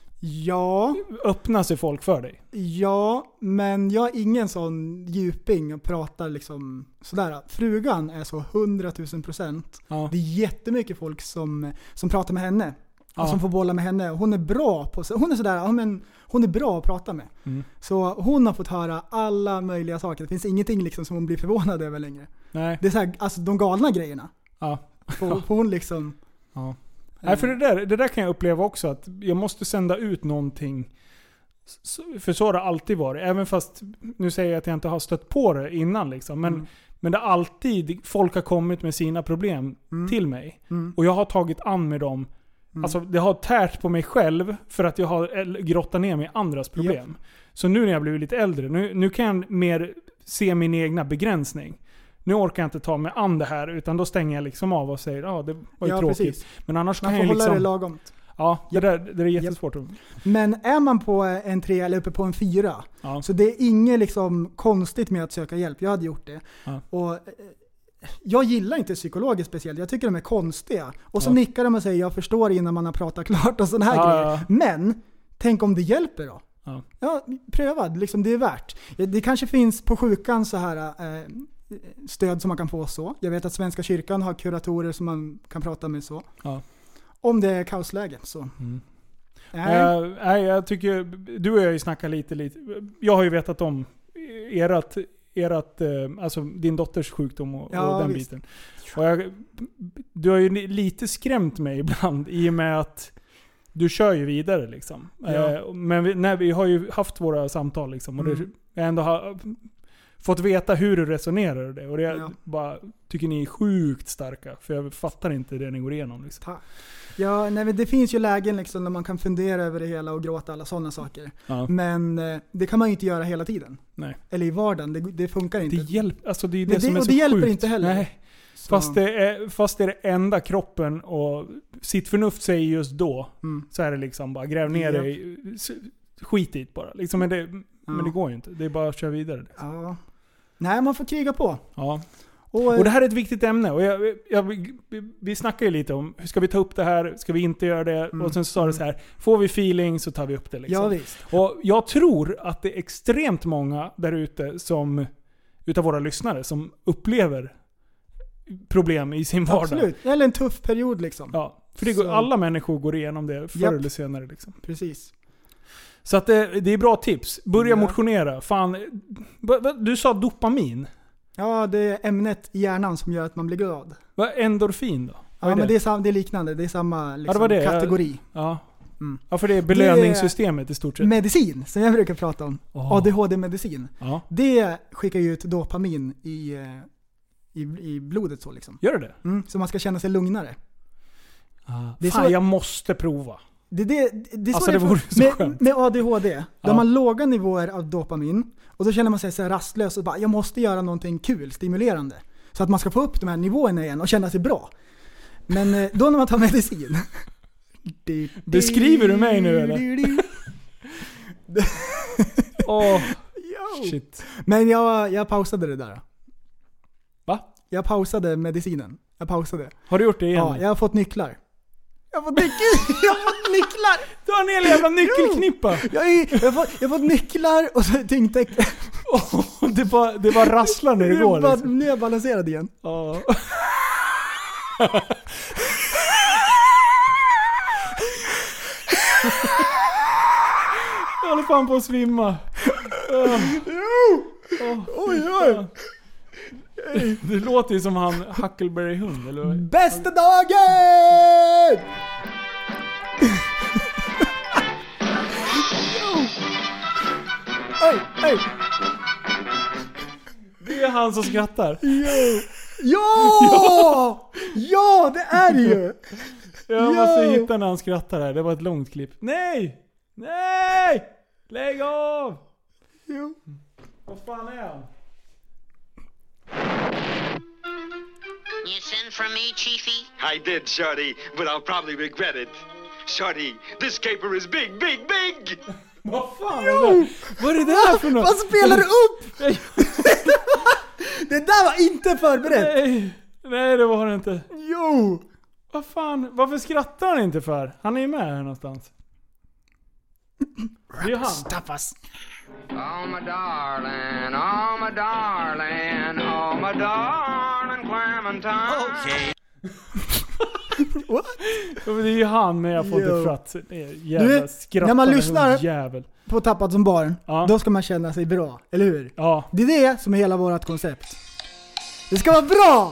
Ja, Öppnar sig folk för dig? ja, men jag är ingen sån djuping och pratar liksom sådär. Frugan är så hundratusen procent. Ja. Det är jättemycket folk som, som pratar med henne. Och Ja. som får bolla med henne. Hon är bra på hon är sådär, ja, men hon är bra att prata med. Mm. Så hon har fått höra alla möjliga saker. Det finns ingenting liksom som hon blir förvånad över längre. Nej. Det är så här, alltså de galna grejerna. Ja. Får, får hon liksom... Ja. Nej, för det där, det där kan jag uppleva också, att jag måste sända ut någonting. S- För så har det alltid varit. Även fast, nu säger jag att jag inte har stött på det innan liksom. Men, Mm. men det har alltid, folk har kommit med sina problem Mm. till mig. Mm. Och jag har tagit an med dem. Mm. Alltså det har tärt på mig själv för att jag har el- grottat ner mig i andras problem. Så nu när jag blivit lite äldre, nu, nu kan jag mer se min egna begränsning. Nu orkar jag inte ta mig an det här, utan då stänger jag liksom av och säger ja ah, det var ju Ja, tråkigt. precis. Men annars Man kan får jag hålla liksom... det lagomt. Ja, det, Japp. där, det är jättesvårt. Men är man på en tre eller uppe på en fyra, Ja. så det är inget liksom konstigt med att söka hjälp. Jag hade gjort det. Ja. Och eh, jag gillar inte psykologer speciellt. Jag tycker de är konstiga. Och så Ja. nickar de och säger jag förstår innan man har pratat klart och sådana här Ja, grejer. ja. Men tänk om det hjälper då? Ja. Ja, pröva. Liksom, det är värt. Det kanske finns på sjukan så här eh, stöd som man kan få så. Jag vet att Svenska kyrkan har kuratorer som man kan prata med så. Ja. Om det är kaosläge så. Mm. Nej. Uh, nej, jag tycker, du och jag har ju snackat lite, lite. Jag har ju vetat om erat, erat uh, alltså din dotters sjukdom och, Ja, och den visst. biten. Och jag, du har ju lite skrämt mig ibland i och med att du kör ju vidare liksom. Ja. Uh, men vi, nej, vi har ju haft våra samtal liksom. Och Mm. det, jag ändå har fått veta hur du resonerar och det. Och det Ja. bara tycker ni är sjukt starka. För jag fattar inte det ni går igenom liksom. Tack. Ja, nej, men det finns ju lägen liksom när man kan fundera över det hela och gråta alla sådana saker. Ja. Men eh, det kan man ju inte göra hela tiden. Nej. Eller i vardagen, det, det funkar inte. Det, hjälp, alltså det är det, det som är och så det hjälper sjukt. inte heller. Nej. Fast det, är, fast det är det enda kroppen och sitt förnuft säger just då, mm. så är det liksom bara gräv ner ja. dig, skit dit bara. Liksom, men, det, ja. men det går ju inte. Det är bara att köra vidare. Liksom. Ja. Nej, man får kriga på. Ja. Och, och det här är ett viktigt ämne. Och jag, jag, vi, vi snackar ju lite om, hur ska vi ta upp det här? Ska vi inte göra det? Mm. Och sen så sa det så här, får vi feeling så tar vi upp det. Liksom. Ja, visst. Och jag tror att det är extremt många där ute som, utav våra lyssnare, som upplever problem i sin vardag. Absolut. Eller en tuff period liksom. Ja, för det går, alla människor går igenom det förr Japp. eller senare. Liksom. Precis. Så att det, det är bra tips. Börja ja. motionera. Fan, du sa dopamin. Ja, det är ämnet i hjärnan som gör att man blir glad. Vad är endorfin då? Vad ja, är det? men det är, sam- det är liknande. Det är samma liksom, ja, det var det. kategori. Ja. Mm. ja, för det är belöningssystemet i stort sett. Medicin, som jag brukar prata om. Oh. A D H D-medicin. Ja. Det skickar ju ut dopamin i, i, i blodet så liksom. Gör det? Mm, så man ska känna sig lugnare. Ah. Det är Fan, så, jag måste prova. Det, det, det är så alltså, det det vore så med, skönt. med A D H D, ja. där man låga nivåer av dopamin och då känner man sig så här rastlös och bara, jag måste göra någonting kul, stimulerande. Så att man ska få upp de här nivåerna igen och känna sig bra. Men då när man tar medicin... Beskriver du mig nu eller? Åh, oh, shit. Men jag, jag pausade det där. Va? Jag pausade medicinen. Jag pausade. Har du gjort det igen? Ja, jag har fått nycklar. Jag har fått, nyc- jag har fått nycklar! Du har en hel jävla nyckelknippa! Jag, är, jag, har fått, jag har fått nycklar och så tyngdtäcke. Oh, det bara det var rasslar när det går. Bara, liksom. Nu är jag balanserad igen. Oh. Jag håller fan på att svimma. Oh. Oh. Oj, oj. Det låter ju som han Huckleberry hund, eller vad? Bästa dagen! Oj, oj. Det är han som skrattar. Ja! Ja! Ja, det är det ju! Jag måste hitta när han skrattar här. Det var ett långt klipp. Nej! Nej! Lägg av! Jo. Vad fan är han? You sent for me, Chiefy? I did, Shorty, but I'll probably regret it. Shorty, this caper is big, big, big! Vad fan är det? Vad är det där för något? Vad spelar du upp? Det där var inte förberett. Nej, nej det var det inte. Jo. Vad fan, varför skrattar han inte för? Han är ju med här någonstans. Det är han. Tapas. Oh my darling, oh my darling, oh my darling Clementine. Okay. What? Det är ju han, men jag får Yo. inte fratt. Jävla Du, när man lyssnar jävel. på Tappat som barn, ja. Då ska man känna sig bra, eller hur? Ja. Det är det som är hela vårt koncept. Det ska vara bra!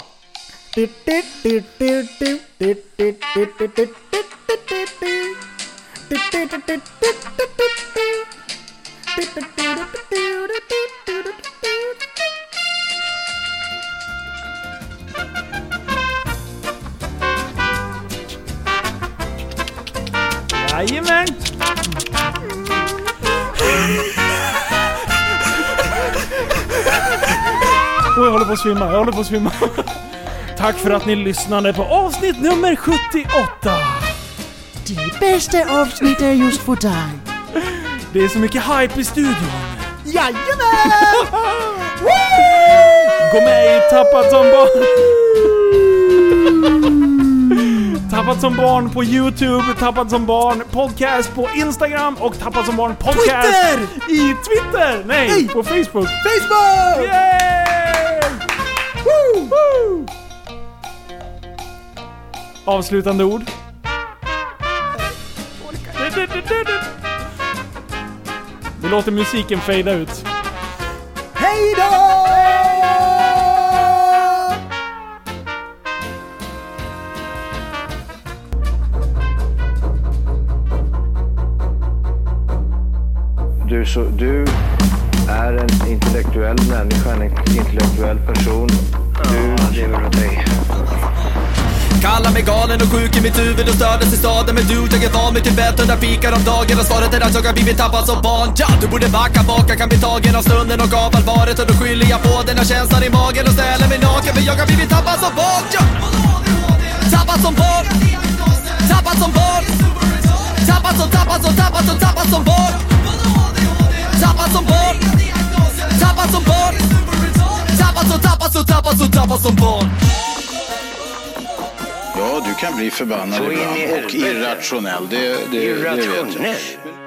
Jajamän! Och jag håller på att svimma, jag håller på att svimma. Tack för att ni lyssnade på avsnitt nummer sjuttioåtta. Det bästa avsnittet just för dig. Det är så mycket hype i studion. Jajamän! Gå med i Tappat som barn. Tappat som barn på YouTube, Tappat som barn podcast på Instagram och Tappat som barn podcast Twitter! i Twitter. Nej, Nej. på Facebook. Facebook! Yay! Woo! Woo! Avslutande ord. Vi låter musiken fejda ut. Hej då! Du, så, du är en intellektuell människa, en intellektuell person. Du lever åt dig. Kallar mig galen och sjuk i mitt huvud och stördes i staden. Men du, jag är van vid Tibet under fikar om dagen. Och svaret är att jag har blivit tappad som barn. Ja, du borde backa bak, jag kan bli tagen av stunden och av allvaret. Och då skyller jag på den här känslan i magen och ställer mig naken. För jag har blivit tappad som barn. Ja. Tappad som barn. Tappad som barn. Tappad som, tappad som, tappad som, tappad som barn. Tappad som barn. Tappad som barn. Tappad som, tappad som, tappad som, tappad som barn. Ja, du kan bli förbannad ibland och irrationell, det, det, det vet jag.